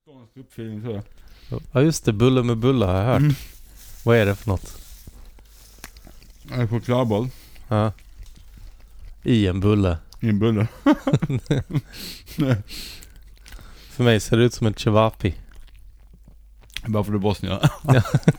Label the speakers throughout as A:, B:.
A: Skånsk uppfinning tror jag.
B: Ja just det, bulle med bulla har jag hört. Vad är det för något?
A: En chokladboll.
B: Ja. I en bulle.
A: I en bulle.
B: För mig ser det ut som en cevapi.
A: Bara för det Bosnien.
B: Ja.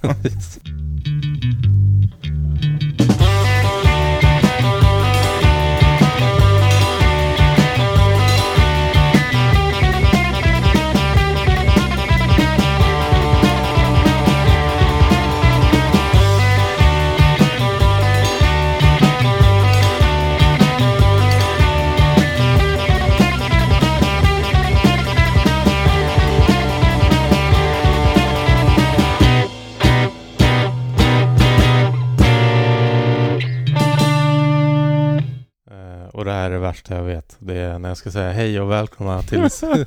B: Och det här är det värsta jag vet. Det är när jag ska säga hej och välkomna till...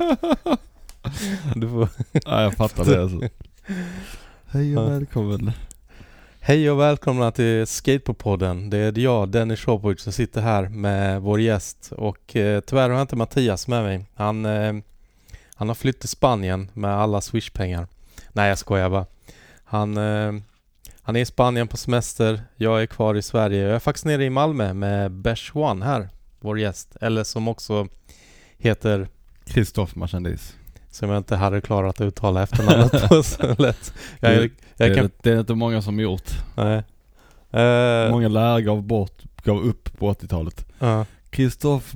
B: Du får...
A: Ja, jag fattar det alltså. Hej och välkommen.
B: Hej och välkomna till Skateboardpodden. Det är jag, Dennis Shopovic, som sitter här med vår gäst. Och tyvärr har jag inte Mattias med mig. Han har flytt till Spanien med alla Swish-pengar. Nej, jag skojar bara. Han är i Spanien på semester. Jag är kvar i Sverige. Jag är faktiskt nere i Malmö med Besh One här, vår gäst. Eller som också heter...
A: Kristoff Marchandis.
B: Som jag inte hade klarat att uttala efternamnet på så lätt.
A: Det är inte många som gjort.
B: Nej.
A: Många lärare gav upp på 80-talet. Kristoff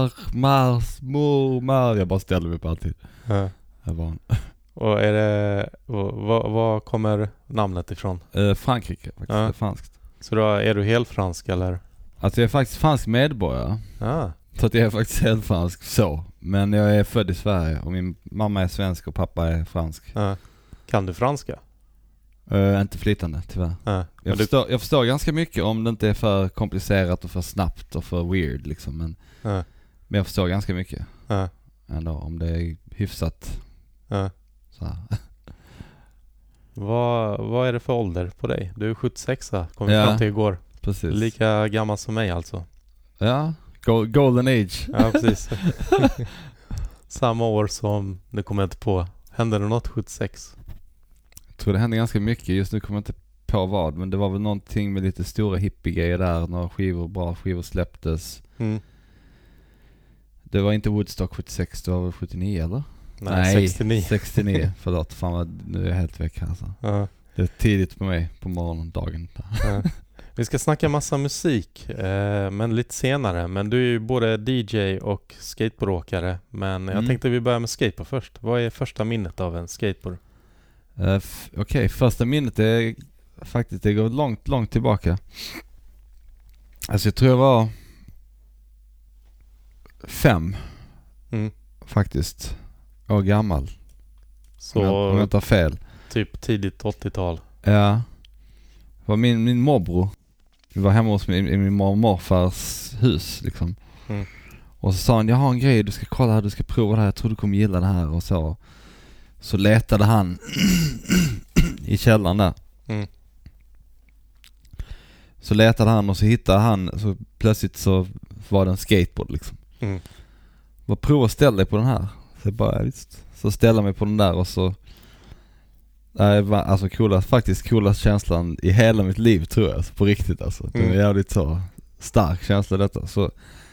A: Mar. Jag bara ställer mig på alltid.
B: Och är det... Vad kommer namnet ifrån?
A: Frankrike faktiskt. Det är franskt.
B: Så då är du helt fransk eller?
A: Alltså jag är faktiskt fransk medborgare. Så att jag är faktiskt helt fransk så. Men jag är född i Sverige och min mamma är svensk och pappa är fransk.
B: Kan du franska?
A: Inte flytande tyvärr. Jag förstår ganska mycket om det inte är för komplicerat och för snabbt och för weird liksom. Men jag förstår ganska mycket. Ändå om det är hyfsat. Så här.
B: Vad är det för ålder på dig? Du är 76, kom vi fram till igår.
A: Precis.
B: Lika gammal som mig alltså.
A: Ja, golden age.
B: Ja, precis. Samma år som, det kommer jag inte på. Hände det något 76?
A: Jag tror det hände ganska mycket. Just nu kommer jag inte på vad. Men det var väl någonting med lite stora hippie-grejer där. Några bra skivor släpptes. Det var inte Woodstock 76, det var väl 79 eller?
B: Nej,
A: 69. Förlåt, fan vad, nu är jag helt väck här alltså. Det är tidigt på mig på morgondagen.
B: Vi ska snacka massa musik, men lite senare. Men du är ju både DJ och skateboardåkare. Men jag tänkte vi börjar med skateboard först. Vad är första minnet av en skateboard?
A: Okej, första minnet är faktiskt, det går långt tillbaka. Alltså jag tror jag var 5 faktiskt. År gammal.
B: Så
A: om jag tar fel.
B: Typ tidigt 80-tal.
A: Ja. Det var min morbror. Vi var hemma hos min morfars hus liksom. Och så sa han, jag har en grej, du ska kolla här, du ska prova det här, jag tror du kommer gilla det här. Och så letade han i källaren där. Så letade han och så hittade han, så plötsligt så var det en skateboard liksom. Bara prova att ställa dig på den här. Så bara, visst. Så ställa mig på den där och så alltså coolast känslan i hela mitt liv tror jag, alltså, på riktigt alltså. Det är jävligt så stark känsla detta. Så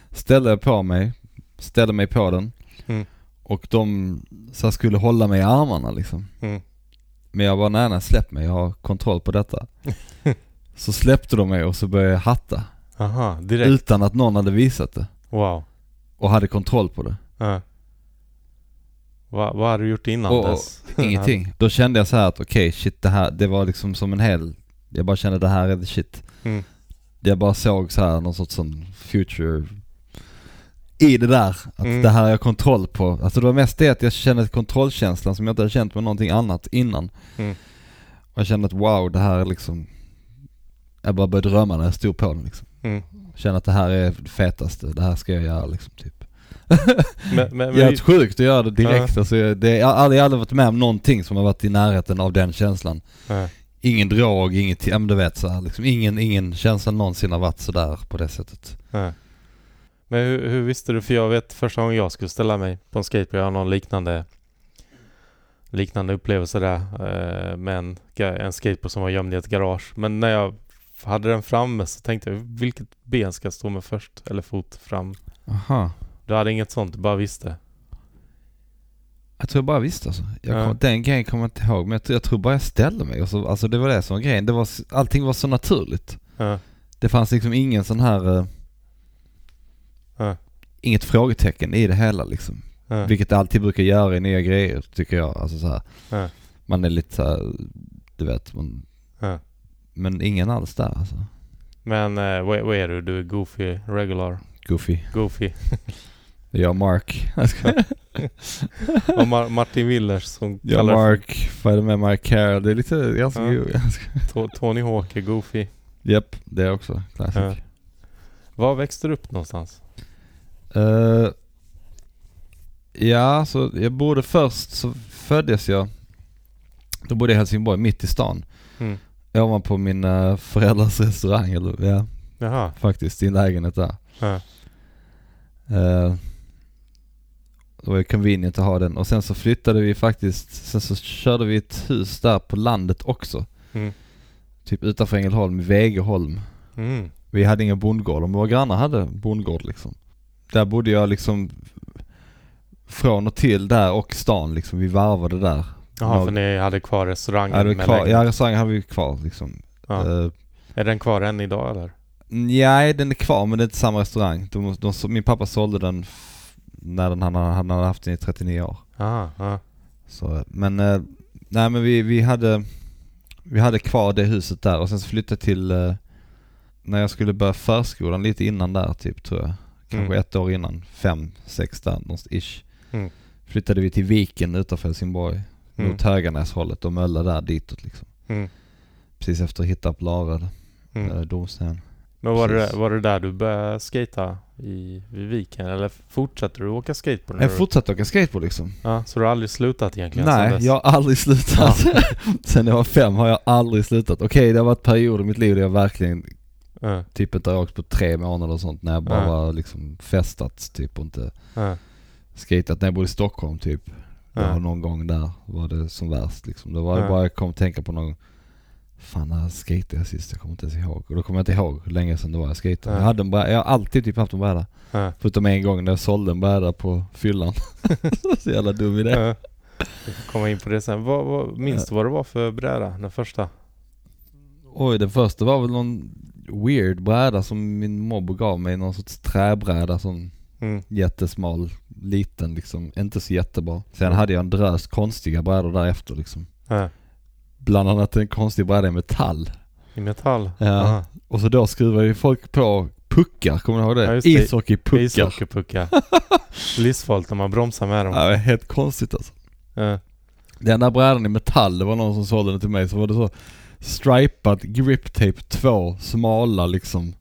A: ställde mig på den och de så skulle hålla mig i armarna liksom. Men jag var nära, släpp mig, jag har kontroll på detta. Så släppte de mig och så började jag hatta.
B: Aha, direkt.
A: Utan att någon hade visat det.
B: Wow.
A: Och hade kontroll på det.
B: Vad har du gjort innan dess?
A: Ingenting. Då kände jag så här att okej, shit, det här, det var liksom som en hel... Jag bara kände det här är the shit. Jag bara såg så här någon sorts sån future i det där. Att det här har jag kontroll på. Alltså det var mest det att jag kände kontrollkänslan som jag inte hade känt med någonting annat innan. Och jag kände att wow, det här är liksom... Jag bara började drömma när jag stod på den liksom. Kände att det här är det fetaste. Det här ska jag göra liksom typ. Men det är sjukt att göra det direkt. Alltså, jag har aldrig varit med om någonting som har varit i närheten av den känslan. Ingen drag, inget, du vet så här, liksom, ingen känsla någonsin har varit så där på det sättet.
B: Men hur visste du? För jag vet första gången jag skulle ställa mig på en skateboard, jag har någon liknande upplevelse där med en skateboard som var gömd i ett garage. Men när jag hade den framme så tänkte jag, vilket ben ska jag stå med först? Eller fot fram?
A: Aha.
B: Du hade inget sånt, du bara visste?
A: Jag tror jag bara visste alltså. Den grejen kommer jag inte ihåg, men jag tror bara jag ställde mig. Alltså det var det som var grejen. Allting var så naturligt. Det fanns liksom ingen sån här... inget frågetecken i det hela liksom. Vilket det alltid brukar göra i nya grejer, tycker jag. Alltså så här. Man är lite så här, du vet. Men ingen alls där alltså.
B: Men vad är du? Du är goofy, regular? Goofy.
A: Jag Mark.
B: Och Martin Willers som
A: kallar Mark, fighter med Mark Carroll. Det är lite ganska
B: Tony Hawk är goofy.
A: Japp, det är också klassik.
B: Var växte du upp någonstans?
A: Ja, så jag bodde först, så föddes jag. Då bodde jag i Helsingborg, mitt i stan. Jag var på min föräldrars restaurang, eller ja.
B: Jaha.
A: Faktiskt, i en lägenhet där. Det var ju convenient att ha den. Och sen så flyttade vi faktiskt, sen så körde vi ett hus där på landet också. Typ utanför Ängelholm, i Vegeholm. Vi hade ingen bondgård, men våra grannar hade bondgård liksom. Där bodde jag liksom från och till där, och stan liksom. Vi varvade där.
B: Jaha, för ni hade kvar restaurangen?
A: Ja, restaurangen hade vi kvar liksom.
B: Är den kvar än idag eller?
A: Nej, den är kvar, men det är inte samma restaurang. Min pappa sålde den när han hade haft den i 39 år. Så, men nej, men vi hade kvar det huset där, och sen så flyttade till när jag skulle börja förskolan lite innan där typ, tror jag. Kanske 1 år innan, 5-6 där någonstans. Flyttade vi till Viken utanför Helsingborg, mot Höganäshållet, och mölla där ditåt liksom. Precis efter Hittarp Larad, Domsten.
B: Men var det där du började skata vid Viken, eller fortsatte du åka skateboard?
A: Jag fortsatte åka skateboard liksom.
B: Ja, så du har aldrig slutat egentligen?
A: Nej, jag har aldrig slutat. Sen jag var 5 har jag aldrig slutat. Okej, det har varit perioder i mitt liv där jag verkligen typ inte har åkt på 3 månader och sånt, när jag bara var liksom festat typ, och inte skatat. När jag bodde i Stockholm typ. Någon gång där var det som värst liksom. Då var det bara, jag kom att tänka på någon, fan, när skatade jag sist? Jag kommer inte ens ihåg. Och då kommer jag inte ihåg hur länge sedan det var jag skatade. Jag har alltid typ haft en bräda. Förutom en gång när jag sålde en bräda på fyllan. Så jävla dum idé.
B: Vi får komma in på det sen. Minns du vad det var för bräda, den första?
A: Oj, den första var väl någon weird bräda som min morbror gav mig. Någon sorts träbräda som jättesmal, liten liksom. Inte så jättebra. Sen hade jag en drös konstiga brädor därefter liksom. Bland annat en konstig bräda i metall.
B: I metall?
A: Ja. Och så då skruvar ju folk på puckar, kommer du ihåg det?
B: Ja,
A: Ishockeypuckar.
B: Livsfarligt när man bromsar med dem.
A: Ja, det är helt konstigt alltså. Den där brädan i metall, det var någon som sålde den till mig, så var det så stripad grip tape 2, smala liksom.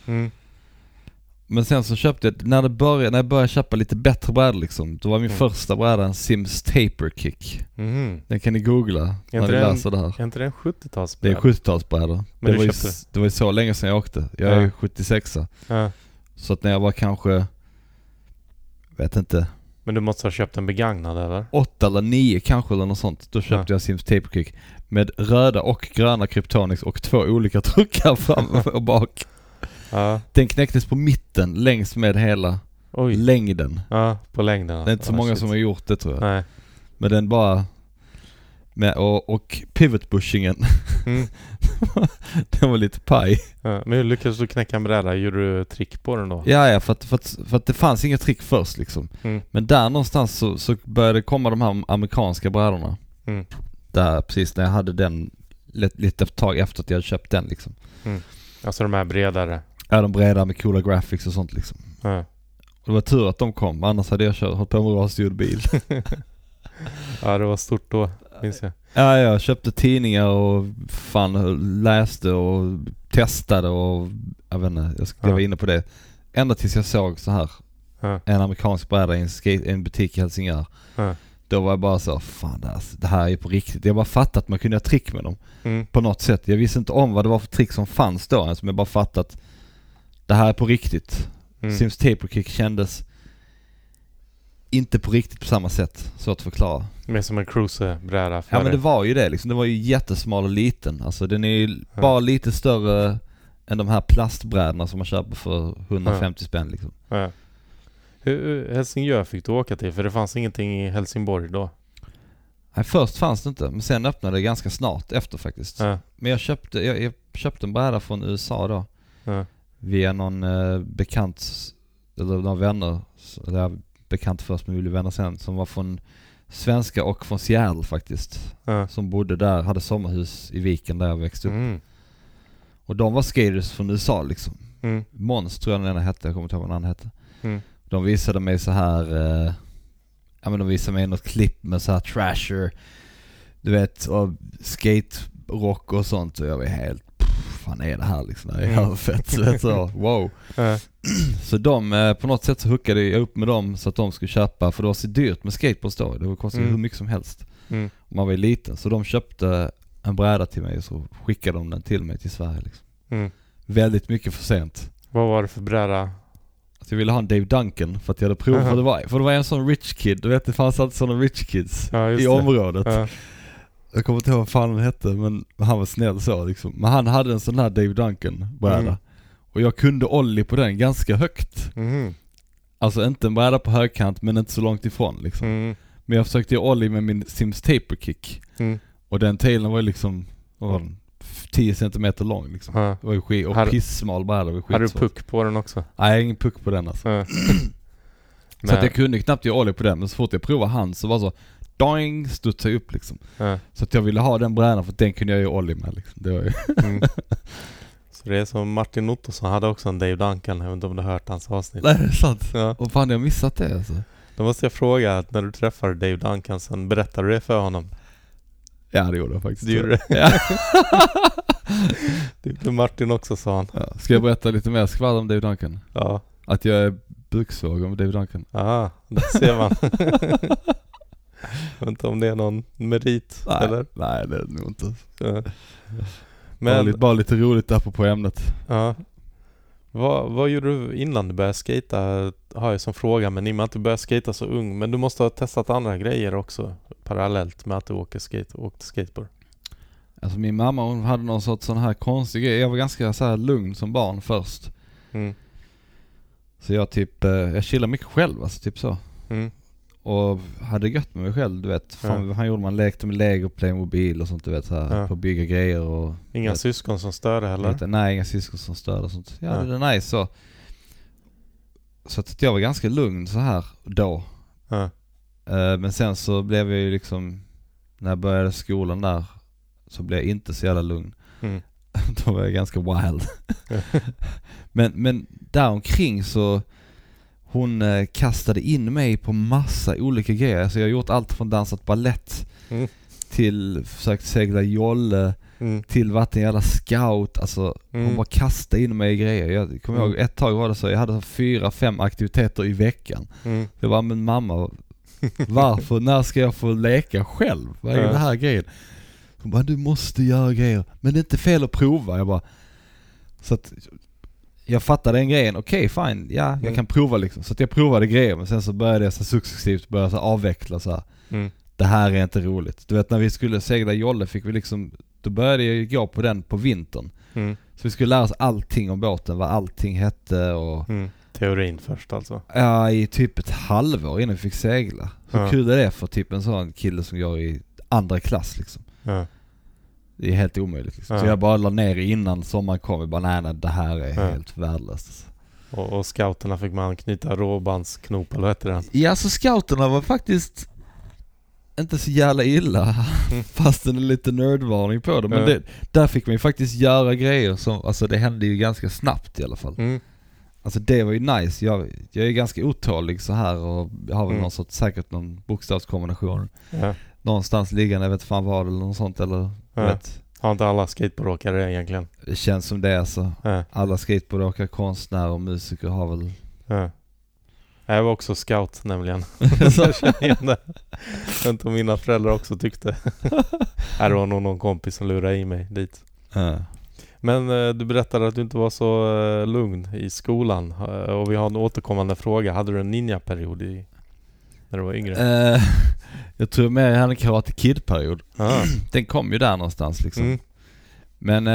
A: Men sen så köpte jag, när jag började köpa lite bättre brädor liksom, då var min första bräda en Sims Taper Kick. Den kan ni googla när ni läser det här.
B: Är inte det en 70-talsbräda?
A: Det är 70-talsbräda. Det var ju så länge sedan jag åkte. Jag är 76. Så att när jag var kanske, vet inte.
B: Men du måste ha köpt en begagnad eller? 8
A: eller 9 kanske, eller något sånt. Då köpte jag Sims Taper Kick med röda och gröna Kryptonix och 2 olika truckar fram och bak. Den knäcktes på mitten längs med hela längden.
B: Ja, på längden.
A: Det är inte så många som har gjort det, tror jag.
B: Nej.
A: Men den bara med, och pivotbushingen den var lite paj.
B: Men hur lyckades du knäcka en bräda? Gjorde du trick på den då?
A: Ja, för att det fanns inga trick först liksom. Men där någonstans så började komma de här amerikanska brädorna. Där precis när jag hade den lite tag efter att jag hade köpt den liksom.
B: Alltså de här bredare?
A: Ja, de breda med coola graphics och sånt liksom. Och det var tur att de kom, annars hade jag hållit på med en rasstyrd bil.
B: Ja, det var stort då, minns jag.
A: Ja, jag köpte tidningar och läste och testade och jag vet inte, jag var inne på det. Ända tills jag såg så här en amerikansk bräda i en butik i Helsingör. Då var jag bara så, fan det här är på riktigt. Jag bara fattat att man kunde ha trick med dem på något sätt. Jag visste inte om vad det var för trick som fanns då, men jag bara fattat att det här är på riktigt. Sims Taper Kick kändes inte på riktigt på samma sätt. Så att förklara.
B: Mer som en cruisebräda för
A: Ja, men det var ju det liksom. Det var ju jättesmal och liten. Alltså den är ju bara lite större än de här plastbrädorna som man köper för 150 spänn liksom.
B: Ja. Hur Helsingör fick du åka till? För det fanns ingenting i Helsingborg då.
A: Nej, först fanns det inte. Men sen öppnade det ganska snart efter faktiskt.
B: Ja.
A: Men jag köpte en bräda från USA då.
B: Ja.
A: Via någon bekant, eller några vänner. Eller jag bekant först men vi blev vänner sen. Som var från svenska och från Seattle faktiskt.
B: Ja.
A: Som bodde där, hade sommarhus i viken där jag växte upp.
B: Mm.
A: Och de var skaters från USA liksom.
B: Mm.
A: Måns tror jag den ena hette, jag kommer inte ihåg vad den andra hette.
B: Mm.
A: De visade mig så här, de visade mig något klipp med så här Thrasher, du vet, och skate-rock och sånt. Och jag var helt, fan är det här liksom? Det är helt fett. Så, wow. Så de, på något sätt så hookade jag upp med dem så att de skulle köpa, för det var så dyrt med skateboards då. Det kostade hur mycket som helst. Man var ju liten, så de köpte en bräda till mig och så skickade de den till mig till Sverige liksom. Väldigt mycket för sent.
B: Vad var det för bräda?
A: Att jag ville ha en Dave Duncan för att jag hade provat, för det var en sån rich kid, du vet det fanns alltid såna rich kids i området. Ja. Jag kommer inte ihåg vad fan han hette, men han var snäll så liksom. Men han hade en sån här Dave Duncan bräda. Och jag kunde ollie på den ganska högt. Alltså inte en bräda på högkant men inte så långt ifrån liksom. Men jag försökte ollie med min Sims Taper Kick. Och den tailen var ju liksom 10 centimeter lång liksom. Det var ju skit, och pissmal bräda.
B: Har du puck på den också?
A: Nej, ingen puck på den alltså. Så att jag kunde knappt göra ollie på den, men så fort jag provade hand så var så doing, studsade upp liksom. Så att jag ville ha den brädan för att den kunde jag ju ollie med liksom. Det var ju
B: Så det är som Martin Ottosson hade också en Dave Duncan. Jag vet inte om du har hört hans avsnitt.
A: Nej, det är sant. Ja. Och fan, jag har missat det alltså.
B: Då måste jag fråga, att när du träffar Dave Duncan sen, berättade du det för honom?
A: Ja, det gjorde jag faktiskt.
B: Du gjorde det? Ja. Det gjorde Martin också, sa han.
A: Ja. Ska jag berätta lite mer skvaller om Dave Duncan?
B: Ja.
A: Att jag är buksvåg om Dave Duncan.
B: Ja, det ser man. Jag vet inte om det är någon merit,
A: nej,
B: eller?
A: Nej, det är det nog inte.
B: Ja. Men
A: bara lite roligt där på ämnet.
B: Ja. Vad gjorde du innan du började skata? Har jag som fråga, men i och med att du började skata så ung. Men du måste ha testat andra grejer också parallellt med att du åkte skateboard.
A: Alltså min mamma, hon hade någon sorts sån här konstig grej. Jag var ganska så här lugn som barn först. Så jag chillade mycket själv, alltså typ så. Och hade gött med mig själv, du vet. Han gjorde man lekte med Lego, Playmobil och sånt, du vet, så här, på bygga grejer och...
B: Inga syskon som störde heller?
A: Nej, inga syskon som störde och sånt. Ja, det är nice så. Så att jag var ganska lugn så här då. Men sen så blev jag ju liksom, när jag började skolan där, så blev jag inte så jävla lugn. Då var jag ganska wild. men där omkring så hon kastade in mig på massa olika grejer. Alltså jag har gjort allt från dansat ballett till försökt segla jolle till vatten jävla scout. Alltså hon bara kastade in mig i grejer. Jag kommer ihåg ett tag var det så, jag hade 4-5 aktiviteter i veckan. Det var, men mamma, varför? När ska jag få leka själv? Vad är det här grejen? Hon bara, du måste göra grejer. Men det är inte fel att prova. Jag bara, så att jag fattade den grejen. Okej, fine. Ja, jag kan prova liksom. Så att jag provade grejer. Men sen så började jag så successivt så avveckla så här. Det här är inte roligt. Du vet, när vi skulle segla jolle fick vi liksom, då började jag gå på den på vintern. Så vi skulle lära oss allting om båten. Vad allting hette och...
B: Teorin först alltså?
A: Ja, i typ ett halvår innan vi fick segla. Så kul är det för typ en sån kille som går i andra klass liksom. Det är helt omöjligt liksom. Så jag bara la ner innan sommaren kom. Vi bara, nej, det här är helt värdelöst.
B: Och scouterna fick man knyta råbandsknop, eller vad heter den?
A: Ja, så scouterna var faktiskt inte så jävla illa. Fast en lite nördvarning på det. Men där fick man ju faktiskt göra grejer som, alltså det hände ju ganska snabbt i alla fall. Alltså det var ju nice. Jag är ganska otålig så här och jag har väl någon sorts, säkert någon bokstavskombination. Någonstans liggande, jag vet fan vad eller något sånt eller vet.
B: Har inte alla skateboardåkare egentligen?
A: Det känns som det alltså. Alla skateboardåkare, konstnärer och musiker har väl.
B: Jag var också scout nämligen. Jag känner igen det. Jag vet inte om mina föräldrar också tyckte. Det var nog någon kompis som lurade i mig dit. Men du berättade att du inte var så lugn i skolan. Och vi har en återkommande fråga. Hade du en ninja-period när du var yngre?
A: Jag tror mer jag hade en Karate Kid-period. Den kom ju där någonstans liksom. Men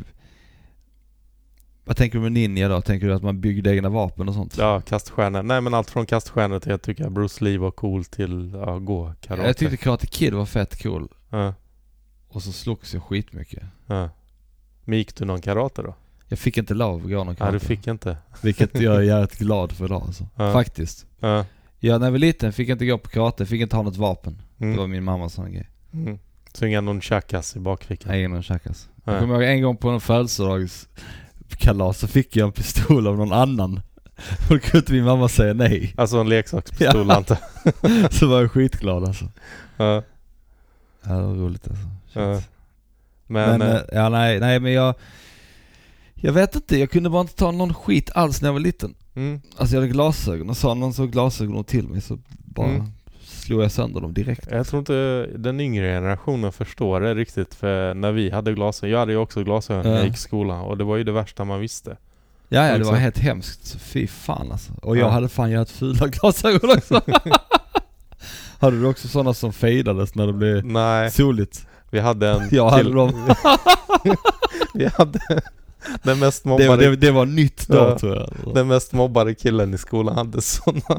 A: vad tänker du med ninja då? Tänker du att man byggde egna vapen och sånt?
B: Ja, kaststjärnor. Nej, men allt från kaststjärnor till jag tycker Bruce Lee var cool till gå karate.
A: Jag tyckte Karate Kid var fett cool. Och så slogs jag skitmycket.
B: Men gick du någon karate då?
A: Jag fick inte lov att gå någon karate.
B: Ja, du fick inte.
A: Vilket jag är jävligt glad för idag alltså. Faktiskt. Ja, när jag var liten fick jag inte gå på karate. Fick inte ha något vapen. Det var min mammas sån grej.
B: Så inga någon chakas i bakfickan?
A: Nej, ingen någon chakas. Jag kommer ihåg en gång på en födelsedagskalas så fick jag en pistol av någon annan. Och då kunde min mamma säga nej.
B: Alltså en leksakspistol inte.
A: Så var jag skitglad alltså.
B: Ja,
A: det var roligt alltså.
B: Men
A: men jag vet inte, jag kunde bara inte ta någon skit alls när jag var liten. Alltså jag hade glasögon och sa någon så glasögon till mig så bara slog jag sönder dem direkt.
B: Jag tror inte den yngre generationen förstår det riktigt, för när vi hade glasögon, jag hade ju också glasögon när jag gick i skolan och det var ju det värsta man visste.
A: Ja, det var helt hemskt. Fy fan alltså. Och jag hade fan gjort fula glasögon också. Hade du också sådana som fejdades när det blev soligt?
B: Vi hade en
A: jag hade dem.
B: Vi hade den mest mobbade...
A: det var nytt då tror jag.
B: Den mest mobbade killen i skolan hade sådana.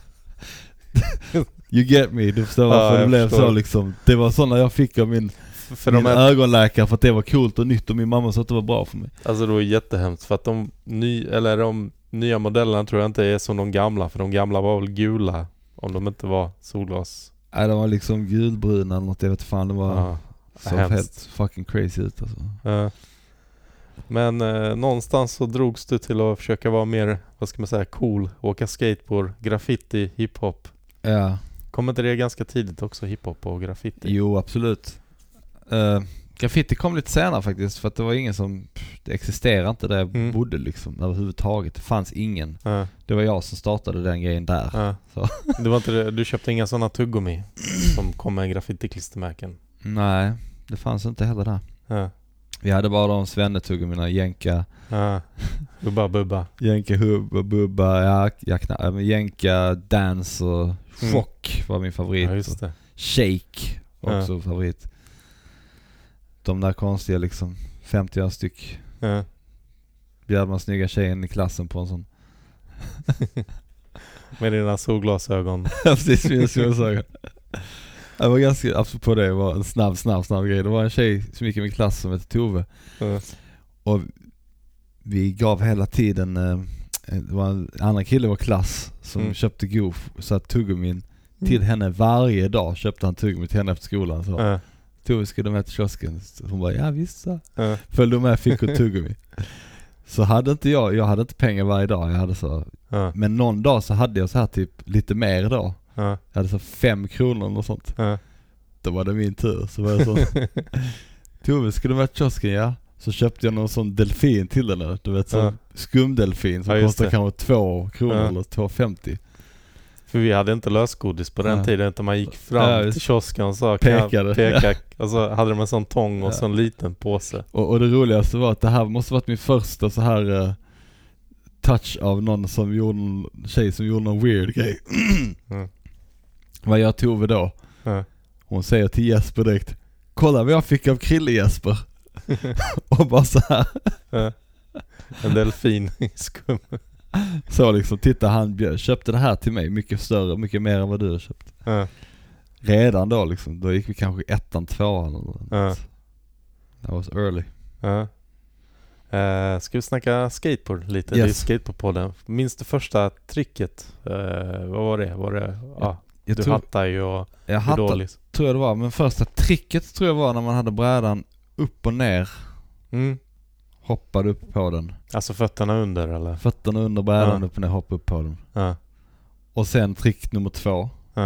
A: You get me, du förstår varför det blev så liksom. Det var sådana jag fick av min ögonläkare för att det var coolt och nytt och min mamma sa att det var bra för mig.
B: Alltså det var jättehemskt för att de nya modellerna tror jag inte är som de gamla, för de gamla var väl gula om de inte var solglas.
A: Nej, de var liksom gulbruna eller något, jag vet fan, det var så
B: hemskt.
A: Helt fucking crazy ut alltså.
B: Men någonstans så drogs du till att försöka vara mer, vad ska man säga, cool, åka skateboard, graffiti, hiphop.
A: Ja.
B: Kommer inte det ganska tidigt också, hiphop och graffiti?
A: Jo, absolut. Graffiti kom lite senare faktiskt, för att det var ingen som, det existerade inte där jag bodde liksom överhuvudtaget. Det fanns ingen. Det var jag som startade den grejen där. Så.
B: Det var inte det, du köpte inga sådana tuggummi som kom med graffiti-klistermärken?
A: Nej, det fanns inte heller där. Vi hade bara de svennetuggumina, Jänka.
B: Hubba Bubba.
A: Jänka, Hubba Bubba, Jänka, Dance och Chock var min favorit.
B: Ja, just det.
A: Shake också favorit. De där konstiga liksom 50 styck. Bjöd man snygga tjejen i klassen på en sån.
B: Med dina solglasögon.
A: Precis, mina solglasögon. Det var ganska, apropå det var en snabb grej. Det var en tjej som gick i min klass som hette Tove. Och vi gav hela tiden, det var en annan kille i vår klass som köpte goof, så att tuggummin till henne varje dag, köpte han tuggummin till henne efter skolan. Så Tove, skulle du med till kiosken? Hon bara, ja visst så. Följde med, fick hon tuggummi. Så hade inte jag hade inte pengar varje dag, jag hade så. Men någon dag så hade jag så här typ lite mer då. Jag hade så 5 kronor och sånt. Då var det min tur. Så var jag så, Tove, skulle du med till kiosken? Ja. Så köpte jag någon sån delfin till den. Du vet, så skumdelfin som kostar kanske 2 kronor eller 2,50.
B: För vi hade inte lösgodis på den tiden, utan man gick fram till kiosken och sa peka. Och så hade de en sån tång och så en liten påse. Och
A: det roligaste var att det här måste varit min första så här touch av någon som gjorde en tjej som gjorde någon weird grej. Vad gör Tove då? Hon säger till Jesper direkt, kolla vad jag fick av Krille Jesper. Och bara så här.
B: En delfin i skum.
A: Så liksom, titta, han köpte det här till mig, mycket större, mycket mer än vad du har köpt. Redan då liksom, då gick vi kanske 1:an, 2:an eller något. That was early.
B: Ska vi snacka skateboard lite?
A: Yes.
B: Det är skateboardpodden. Minns det första tricket? Vad var det? Var det du hattade ju och
A: hattade, tror jag det var. Men första tricket tror jag var när man hade brädan upp och ner. Hoppade upp på den.
B: Alltså fötterna under eller?
A: Fötterna under brädan, upp och ner, hoppa upp på den. Och sen trick nummer 2.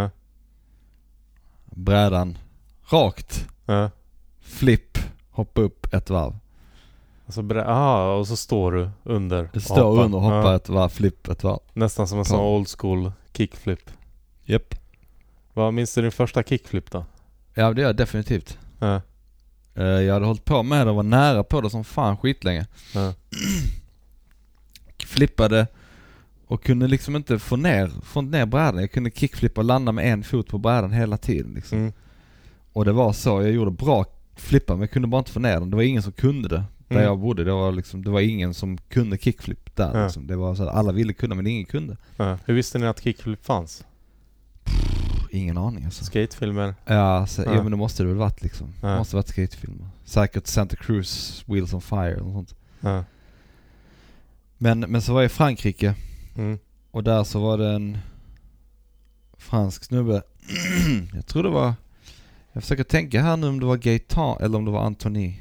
A: Brädan rakt. Flip, hoppa upp ett varv.
B: Alltså och så står du under.
A: Det står under, hoppa ett varv, flip ett varv.
B: Nästan som en sån old school kickflip.
A: Japp.
B: Vad minns du din första kickflip då?
A: Ja, det är definitivt. Jag hade hållit på med det och var nära på det som fan skitlänge. Flippade Och kunde liksom inte få ner brädan. Jag kunde kickflippa och landa med en fot på brädan hela tiden liksom. Och det var så, jag gjorde bra flippar men jag kunde bara inte få ner den. Det var ingen som kunde det. Där jag bodde, det var ingen som kunde kickflip där liksom. Det var så att alla ville kunna men ingen kunde.
B: Hur visste ni att kickflip fanns?
A: Ingen aning alltså.
B: Skatefilmer?
A: Ja, men det måste det väl varit liksom. Det måste varit skatefilmer. Säkert Santa Cruz, Wheels on Fire och sånt. Men så var jag i Frankrike. Och där så var det en fransk snubbe. Jag tror det var, jag försöker tänka här nu om det var Gaetan eller om det var Anthony.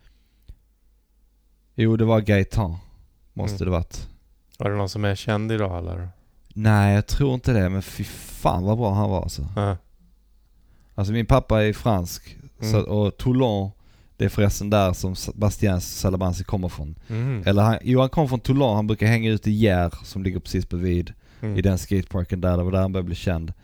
A: Jo, det var Gaetan. Måste det varit. Var
B: det någon som är känd idag eller?
A: Nej, jag tror inte det. Men fy fan vad bra han var alltså. Alltså min pappa är fransk. Och Toulon, det är förresten där som Bastien Salabansi kommer från. Eller han kom från Toulon. Han brukar hänga ut i Gär som ligger precis bredvid. I den skateparken där. Det var där han började bli känd.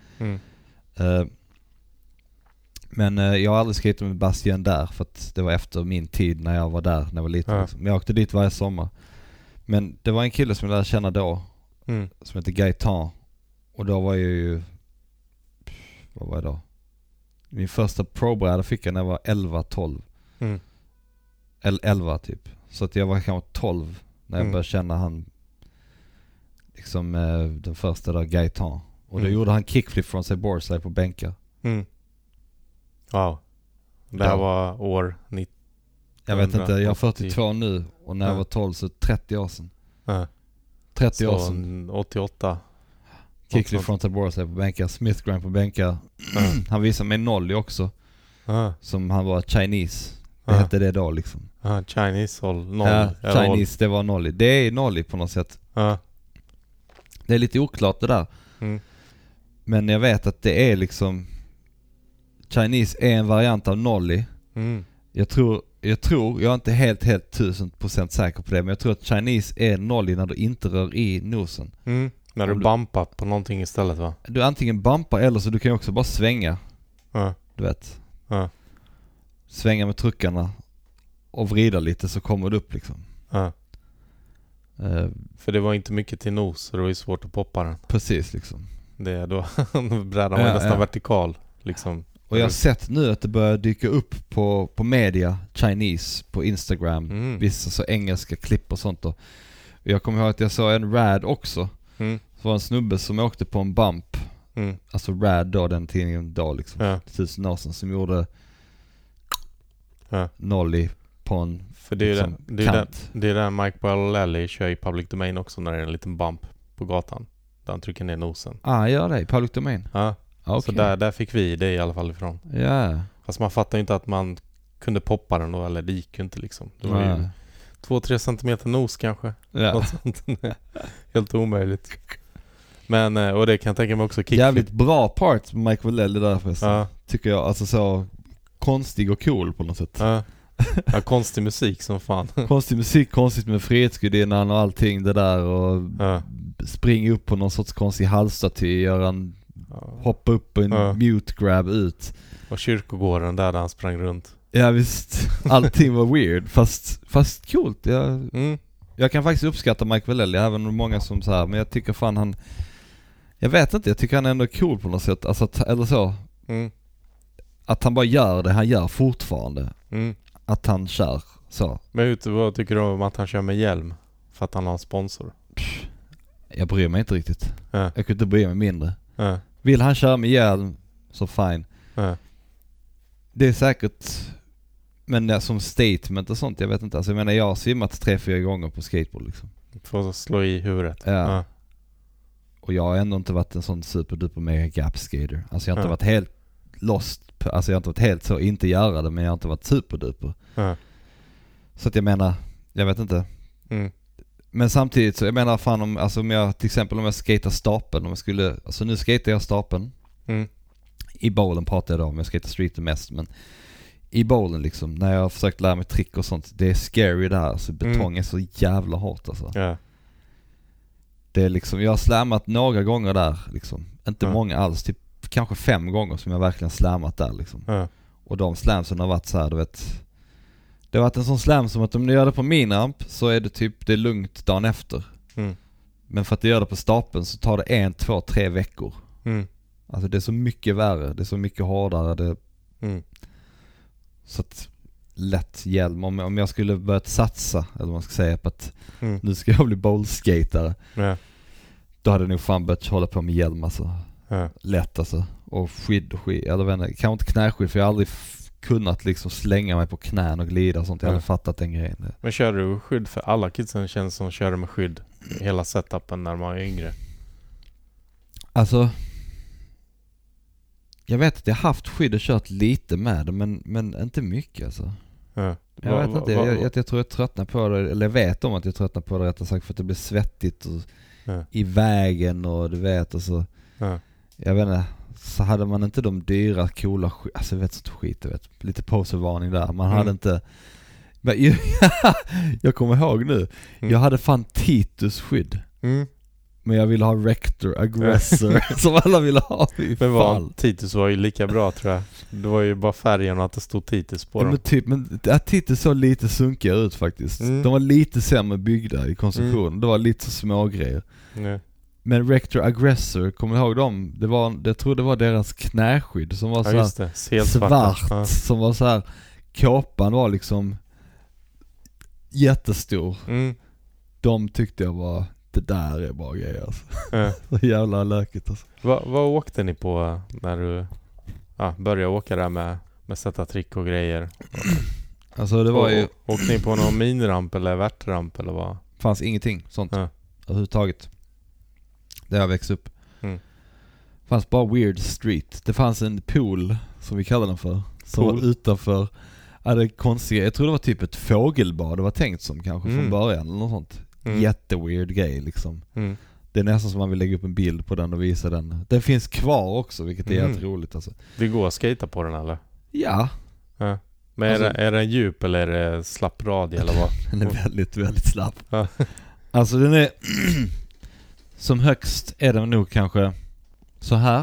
A: Men jag har aldrig skatat med Bastien där. För att det var efter min tid när jag var där. När jag var liten liksom. Men jag åkte dit varje sommar. Men det var en kille som jag lärde känna då. Som heter Gaetan. Och då var jag ju... Vad var jag då? Min första pro-bräda fick jag när jag var 11-12. Eller 11 typ. Så att jag var kanske 12 när jag började känna han... Liksom den första där, Gaetan. Och då gjorde han kickflip från sig boardslide på bänkar.
B: Wow. Det här var år 90.
A: Jag vet inte, jag är 42 nu. Och när jag var 12 så 30 år sedan. 30 år sedan.
B: 88.
A: Kickflip frontal boardslide på bänkar. Smith grind på bänkar. Han visade mig nollie också. Som han var Chinese. Det hette det då liksom.
B: Chinese nollie.
A: Ja, Chinese, det var nollie. Det är nollie på något sätt. Det är lite oklart det där. Men jag vet att det är liksom... Chinese är en variant av nollie. Jag tror, jag är inte helt 1000% säker på det, men jag tror att Chinese är nollie när du inte rör i nosen.
B: När du bumpar på någonting istället, va?
A: Du antingen bumpar eller så du kan också bara svänga. Du vet. Svänga med truckarna och vrida lite så kommer du upp liksom.
B: För det var inte mycket till nos så det var ju svårt att poppa den.
A: Precis liksom.
B: Det är då brädan var nästan vertikal liksom.
A: Och jag har sett nu att det börjar dyka upp på media, Chinese, på Instagram. Vissa så engelska klipp och sånt då. Och jag kommer ihåg att jag såg en rad också. Det var en snubbe som åkte på en bump. Alltså rad då, den tidningen då liksom. 1000 år sedan som gjorde nollie på en
B: för det är
A: liksom,
B: det är där Mike Ballelli kör i Public Domain också när det är en liten bump på gatan. Där han trycker ner nosen.
A: Gör det i Public Domain?
B: Ja. Okay. Så där fick vi det i alla fall ifrån.
A: Ja.
B: Fast man fattar ju inte att man kunde poppa den då, eller det gick ju inte liksom. Det var ju 2-3 centimeter nos kanske. Något sånt. Helt omöjligt. Men, och det kan jag tänka mig också kickflip.
A: Jävligt bra part med Mike Vallelli där förresten. Tycker jag, alltså så konstig och cool på något sätt.
B: Konstig musik som fan.
A: Konstig musik, konstigt med Frihetsgudinnan och allting det där och springa upp på någon sorts konstig halsstaty, göra en hoppa upp på en mute grab ut.
B: Och kyrkogården där han sprang runt.
A: Ja visst, allting var weird fast coolt. Jag kan faktiskt uppskatta Mike Vallelli även om många som så här, men jag tycker fan han, jag vet inte, jag tycker han är ändå cool på något sätt, alltså eller så. Att han bara gör det han gör fortfarande. Att han kör så.
B: Men vad tycker du om att han kör med hjälm för att han har en sponsor?
A: Jag bryr mig inte riktigt. Jag kunde inte bry mig mindre. Vill han köra med hjälm så fine. Det är säkert, men det är som statement och sånt, jag vet inte. Alltså jag menar, jag har svimmat 3-4 gånger på skateboard liksom.
B: För att slå i huvudet.
A: Ja. Och jag har ändå inte varit en sån superduper mega gap skater. Alltså jag har inte varit helt lost, alltså jag har inte varit helt så inte göra det, men jag har inte varit superduper. Så att jag menar, jag vet inte. Men samtidigt så jag menar fan om jag till exempel om jag skater stapeln, om jag skulle, alltså nu skater jag stapeln. I bowlen pratar jag då om jag skater streeten mest, men i bowlen liksom, när jag har försökt lära mig trick och sånt, det är scary där, så betong är så jävla hårt alltså. Det är liksom, jag har slammat några gånger där liksom, inte många alls, typ kanske 5 gånger som jag verkligen slammat där liksom. Och de slamsen har varit så här, du vet, det har varit en sån slam som att om du gör det på min ramp så är det typ, det är lugnt dagen efter. Men för att göra det på stapeln så tar det 1, 2, 3 veckor. Alltså det är så mycket värre, det är så mycket hårdare. Så att lätt hjälm. Om jag skulle börjat satsa, eller vad man ska säga, på att nu ska jag bli bowlskatare. Då hade jag nog fan börjat hålla på med hjälm alltså. Lätt alltså. Och skydd, eller vänner, kanske inte knäskydd, för jag har aldrig kunnat liksom slänga mig på knän och glida och sånt. Jag hade fattat den grejen.
B: Men kör du skydd för alla kidsen känns som kör med skydd hela setupen när man är yngre?
A: Alltså jag vet att jag haft skydd och kört lite med det, men inte mycket alltså. Jag vet inte, jag tror jag tröttnar på det, eller jag vet om att jag tröttnar på det rättare sagt, för att det blir svettigt och i vägen och du vet och så. Jag vet inte, så hade man inte de dyra coola alltså jag vet sånt skit, jag vet, lite poservarning där. Man hade inte, men jag kommer ihåg nu, jag hade fan Titus skydd. Men jag ville ha Rector Aggressor som alla ville ha.
B: Men Titus var ju lika bra tror jag. Det var ju bara färgen och att det stod Titus på dem.
A: Men Titus såg lite sunkigare ut faktiskt. De var lite sämre byggda i konstruktion. Det var lite så små grejer. Men Rector Aggressor, kommer du ihåg dem? Jag tror det var deras knäskydd som var så här svart. Som var så här, kåpan var liksom jättestor. De tyckte jag var, det där är bara grejer alltså. Så jävla lökigt alltså.
B: Vad åkte ni på när du började åka där med sätta trick och grejer?
A: Alltså det var ju...
B: Åkte ni på någon miniramp eller värtramp eller vad?
A: Fanns ingenting sånt överhuvudtaget. Där jag växte upp. Fanns bara weird street. Det fanns en pool som vi kallar den för. Som var utanför. Det konstiga. Jag tror det var typ ett fågelbad. Det var tänkt som kanske från början eller något sånt. Jätteweird grej liksom. Det är nästan som man vill lägga upp en bild på den och visa den. Den finns kvar också, vilket är jätteroligt alltså.
B: Det går att skata på den eller?
A: Ja.
B: Men alltså, är den djup eller är det slapp radie eller vad?
A: Den är väldigt, väldigt slapp. Alltså den är som högst är den nog kanske så här.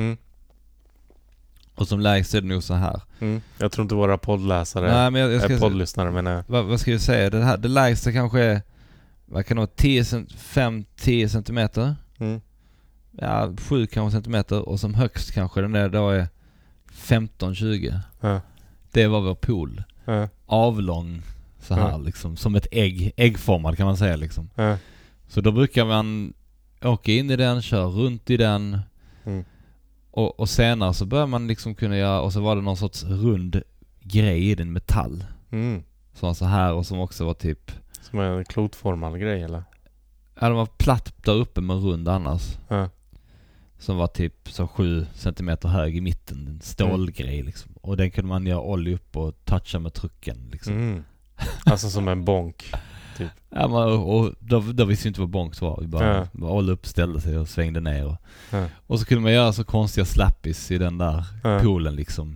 A: Och som lägst är det nog så här.
B: Jag tror inte våra poddläsare är poddlyssnare, men
A: vad ska jag säga? Det lägsta kanske är, vad kan det vara, 5-10 centimeter. Ja, 7 kanske centimeter. Och som högst kanske den där då är 15-20. Det var vår pool. Avlång så här liksom, som ett äggformad kan man säga liksom. Så då brukar man åka in i den, köra runt i den. Och senare så börjar man liksom kunna göra, och så var det någon sorts rund grej i den, metall. Som var så här, och som också var typ
B: som en klotformad grej eller?
A: Ja, den var platt där uppe men rund annars. Som var typ så 7 centimeter hög i mitten, en stålgrej liksom. Och den kunde man göra ollie upp och toucha med trucken liksom.
B: Alltså som en bonk typ.
A: Ja, och då visste vi inte vad bonks var. Vi bara ollie upp, ställde sig och svängde ner. Och så kunde man göra så konstiga slappies i den där poolen liksom.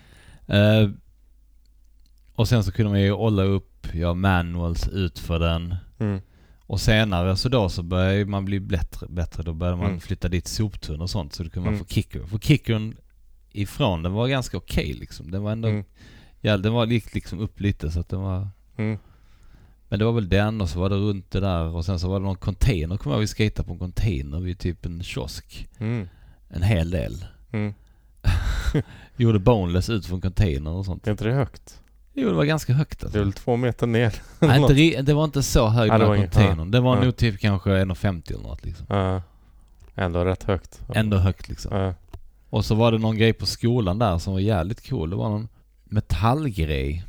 A: Och sen så kunde man ju olla upp, manuals ut för den. Och senare så började man bli bättre. Då började man flytta dit soptunn och sånt. Så då kunde man få kicker. För kickern ifrån, den var ganska okej liksom. Den var ändå, den var liksom upp lite så att den var... Men det var väl den, och så var det runt det där. Och sen så var det någon container, kommer jag, vi skejtade på en container vid typ en kiosk. En hel del. Gjorde boneless ut från container och sånt.
B: Är inte det högt?
A: Jo, det var ganska högt alltså.
B: Det är väl 2 meter ner.
A: Nej, det var inte så högt med containern. Det var nog typ kanske 1,50 eller något liksom.
B: Ändå rätt högt.
A: Ändå högt liksom. Och så var det någon grej på skolan där som var jävligt cool. Det var någon metallgrej.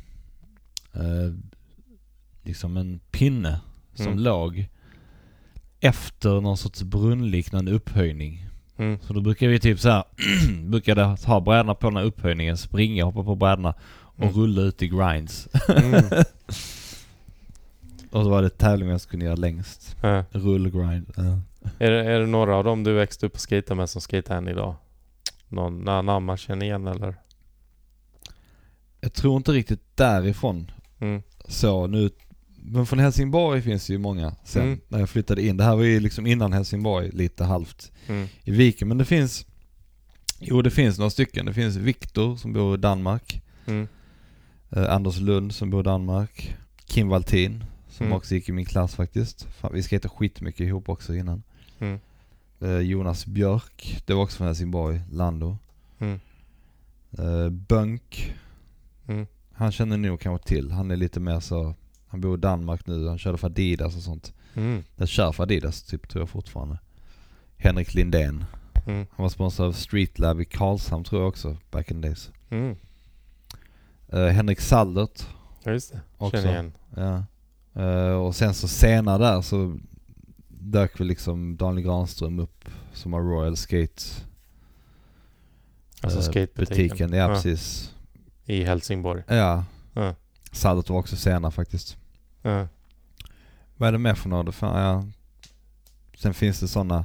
A: Liksom en pinne som låg efter någon sorts brunnliknande upphöjning. Så då brukar vi typ så här brukade ha brädorna på den här upphöjningen, springa, hoppa på brädorna och rulla ut i grinds. Och så var det tävling jag skulle göra längst. Rullgrind.
B: Är det några av dem du växte upp och skejtade med som skejtar än idag? Någon namn man känner igen eller?
A: Jag tror inte riktigt därifrån. Så nu, men från Helsingborg finns ju många sen när jag flyttade in. Det här var ju liksom innan Helsingborg, lite halvt i Viken. Men det finns några stycken. Det finns Viktor som bor i Danmark. Anders Lund som bor i Danmark. Kim Valtin som också gick i min klass faktiskt. Fan, vi skejtade skitmycket ihop också innan. Jonas Björk, det var också från Helsingborg, Lando. Bunk, han känner nog kanske till. Han är lite mer så, han bor i Danmark nu, han körde för Adidas och sånt. Jag kör för Adidas typ, tror jag fortfarande. Henrik Lindén. Han var sponsor av Street Lab i Karlshamn tror jag också, back in days. Henrik Saldert.
B: Ja, just det.
A: Också.
B: Känner igen.
A: Ja. Och sen så senare där så dök väl liksom Daniel Granström upp som har Royal Skate.
B: Alltså skatebutiken.
A: Ja, precis.
B: I Helsingborg.
A: Ja. Saldert var också senare faktiskt. Vad är det mer för något? Ja. Sen finns det sådana.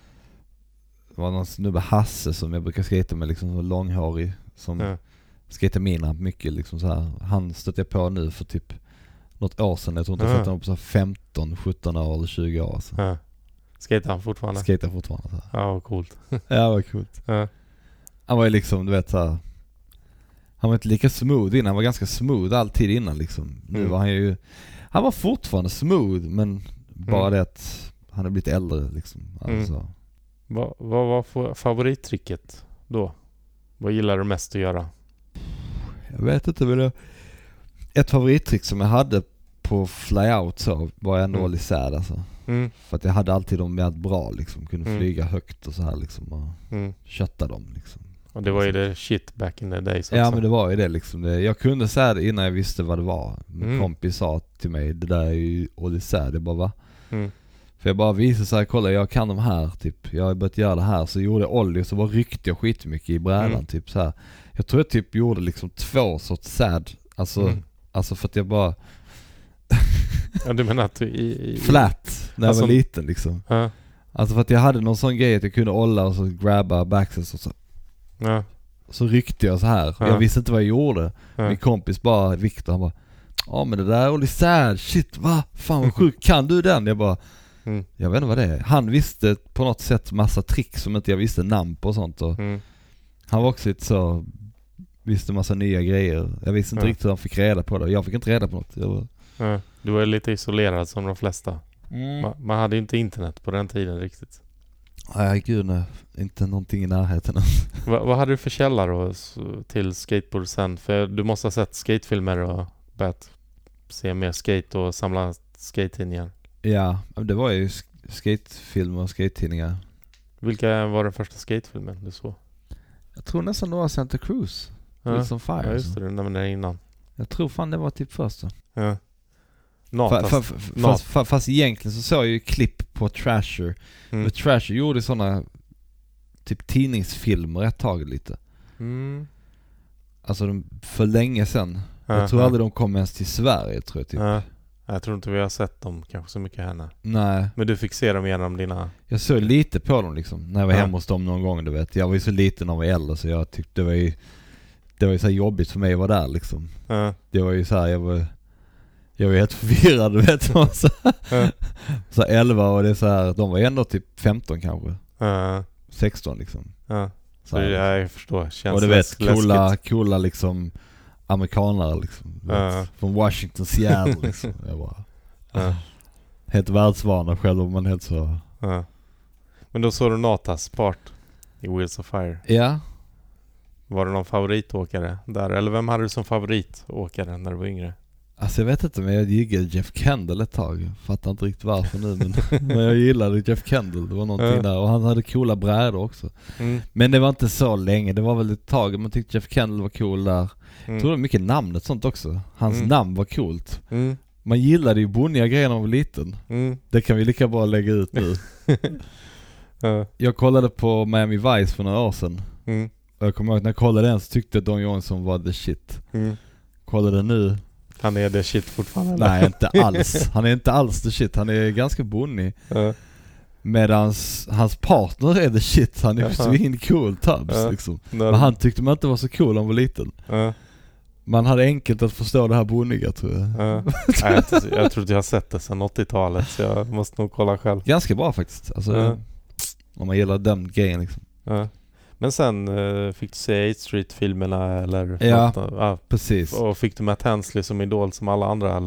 A: Det var någon snubbe, Hasse, som jag brukar skata med, liksom så långhårig, som skater mina mycket liksom så här. Han stötte jag på nu för typ något år sedan. Jag tror inte jag sett honom på så 15, 17 år eller 20 år. Så.
B: Skater han fortfarande?
A: Skater fortfarande. Så här.
B: Ja, vad coolt.
A: Ja, vad coolt. Han var ju liksom, du vet så här, han var inte lika smooth innan. Han var ganska smooth alltid innan liksom. Nu var han ju, han var fortfarande smooth, men bara det att han har blivit äldre liksom. Alltså.
B: Vad var favorittricket då? Vad gillar du mest att göra?
A: Jag vet inte, men ett favorittrick som jag hade på flyout så var ändå Ollie Sad alltså. För att jag hade alltid dem med bra liksom. Kunde flyga högt och så här liksom och kötta dem liksom.
B: Och det var ju det shit back in the days.
A: Ja, men det var ju det liksom. Jag kunde säga det innan jag visste vad det var. Min kompis sa till mig, det där är ju Ollie Sad. Det bara, va? För jag bara visade så här, kolla jag kan de här typ. Jag har börjat göra det här. Så gjorde jag Ollie, så var ryckte jag skitmycket i brädan typ så här. Jag tror jag typ gjorde liksom 2 sorts sad. Alltså för att jag bara
B: ja, du menar att du
A: flat när jag var liten liksom. Alltså för att jag hade någon sån grej att jag kunde olla och så grabba backsets och så. Så ryckte jag så här. Jag visste inte vad jag gjorde. Min kompis bara, Victor, han bara, ja men det där är Ollie Sad, shit va? Fan vad sjukt, kan du den? Jag bara, jag vet inte vad det är. Han visste på något sätt massa tricks som inte jag visste namn på och sånt. Och han var också lite så, visste massa nya grejer. Jag visste inte riktigt hur han fick reda på det. Jag fick inte reda på något.
B: Du var lite isolerad som de flesta. Man hade ju inte internet på den tiden riktigt.
A: Nej, gud nej. Inte någonting i närheten.
B: Vad hade du för källa då till skateboard sen? För du måste ha sett skatefilmer och börjat se mer skate och samla skate-tidningar. Ja,
A: det var ju skatefilmer och skate-tidningar.
B: Vilka var den första skatefilmen du såg?
A: Jag tror nästan det var Santa Cruz. Wheels on Fire.
B: Ja, just det. Den nämnde jag innan.
A: Jag tror fan det var typ första.
B: Ja.
A: Fast egentligen så såg jag ju klipp på Trasher. Men Trasher gjorde sådana typ tidningsfilmer ett tag lite. Alltså för länge sedan. Jag tror aldrig de kom ens till Sverige, tror jag typ.
B: Jag tror inte vi har sett dem kanske så mycket här.
A: Nej.
B: Men du fick se dem genom dina...
A: Jag såg lite på dem liksom. När jag var hemma hos dem någon gång, du vet. Jag var ju så liten när jag var äldre så jag tyckte det var ju så här jobbigt för mig att vara där liksom. Det var ju så här, jag var helt förvirrad, du vet. Så 11 och det är så här, de var ändå typ 15 kanske. 16 liksom.
B: Så jag förstår. Känns
A: och du vet, coola liksom amerikanare liksom. Från Washington, Seattle liksom. Jag bara helt världsvana själv och man helt så.
B: Men då såg du Natas part i Wheels of Fire.
A: Ja.
B: Var det någon favoritåkare där? Eller vem hade du som favoritåkare när du var yngre?
A: Alltså jag vet inte, men jag gillade Jeff Kendall ett tag. Fattar inte riktigt varför nu, men jag gillade Jeff Kendall. Det var någonting där. Och han hade coola brädor också. Men det var inte så länge. Det var väl ett tag. Man tyckte Jeff Kendall var cool där. Jag tror det var mycket namnet sånt också. Hans namn var coolt. Man gillade ju bonniga grejer när man var liten. Det kan vi lika bra lägga ut nu. Jag kollade på Miami Vice för några år sedan. Och jag kommer ihåg när jag kollade den så tyckte Don Johnson var the shit. Kollade nu.
B: Han är the shit fortfarande.
A: Nej, inte alls. Han är inte alls the shit. Han är ganska bonnig. Medan hans partner är the shit. Han är svin cool Tubbs liksom. Men han tyckte man inte var så cool när han var liten. Man hade enkelt att förstå det här bonniga, tror jag.
B: Nej, jag tror inte jag har sett det sedan 80-talet, så jag måste nog kolla själv.
A: Ganska bra faktiskt. Alltså, om man gillar den grejen liksom.
B: Men sen fick du se 8th Street-filmerna eller?
A: Ja, precis.
B: Och fick du Matt Hensley som idol som alla andra, eller?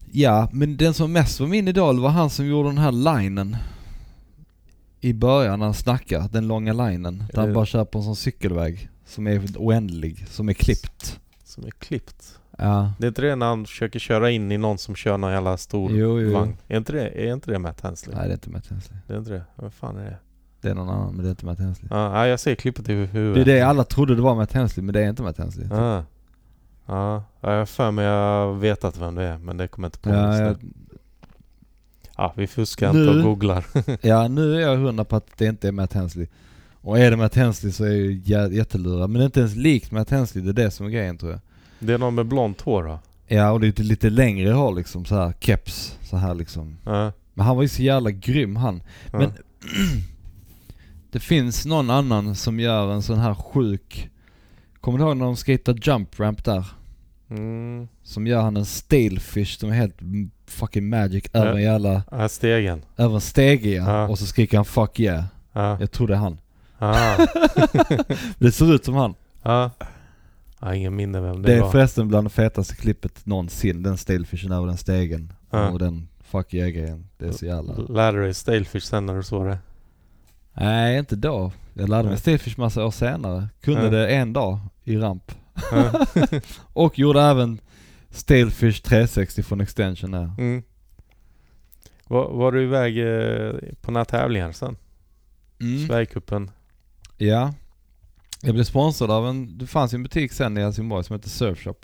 A: Ja, men den som mest var min idol var han som gjorde den här linen i början när han snackar, den långa linen. Där han bara kör på en sån cykelväg som är oändlig, som är klippt.
B: Som är klippt?
A: Ja.
B: Det är inte det när han försöker köra in i någon som kör någon jävla stor vagn? Är inte det Matt Hensley?
A: Nej, det är inte Matt Hensley.
B: Det är inte det? Vad fan är det?
A: Det är någon annan, men det är inte Matt Hensley.
B: Ja, jag ser klippet i huvudet.
A: Det är det alla trodde det var Matt Hensley, men det är inte Matt Hensley.
B: Ja, jag för mig jag vet att vem det är, men det kommer inte på vi fuskar inte och googlar.
A: Ja, nu är jag 100 på att det inte är Matt Hensley. Och är det Matt Hensley så är jag jättelurad. Men det är inte ens likt Matt Hensley, det är det som är grejen, tror jag.
B: Det är någon med blont hår då?
A: Ja, och det är lite längre hår liksom, så här keps, så här liksom. Men han var ju så jävla grym han. Men det finns någon annan som gör en sån här sjuk... Kommer du ihåg när de skater jump ramp där? Som gör han en stalefish som är helt fucking magic över en jävla...
B: stegen.
A: Över en stege, ja. Och så skriker han fuck yeah. Jag tror det är han. Det ser ut som han.
B: Ingen minne vem
A: det är förresten bland det fetaste klippet någonsin. Den stalefishen över den stegen. Och den fuck yeah grejen. Det är så jävla...
B: Lärde dig stalefish sen när du såg det?
A: Nej, inte då. Jag lärde mig stalefish massa år senare. Kunde det en dag i ramp. Och gjorde även stalefish 360 från extension där.
B: Var du iväg på några tävlingar sen? Sverigecupen?
A: Ja. Jag blev sponsrad av det fanns en butik sen i Helsingborg som heter Surfshop.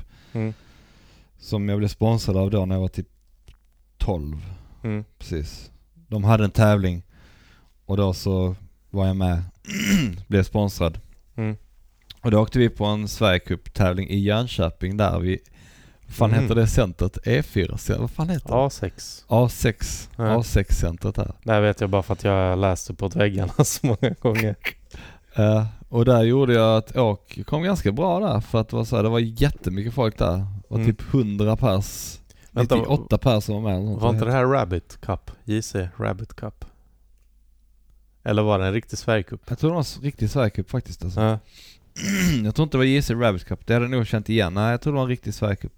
A: Som jag blev sponsrad av då när jag var typ 12. Precis. De hade en tävling och då så var jag med. Blev sponsrad. Och då åkte vi på en Sverigecup-tävling i Jönköping där vi... Vad fan heter det centret? E4? Vad fan heter det?
B: A6.
A: A6-centret här.
B: Det vet jag bara för att jag läste på väggarna så många gånger.
A: Och där gjorde jag ett åk. Jag kom ganska bra där för att det var jättemycket folk där. Och typ 100 pers. 98 pers som var med.
B: Var inte det här Rabbit Cup? JC Rabbit Cup? Eller var det en riktig Sverigecup?
A: Jag tror det var en riktig Sverigecup faktiskt. Alltså. Jag tror inte det var JC Rabbit Cup. Det hade jag nog känt igen. Nej, jag tror det var en riktig Sverigecup.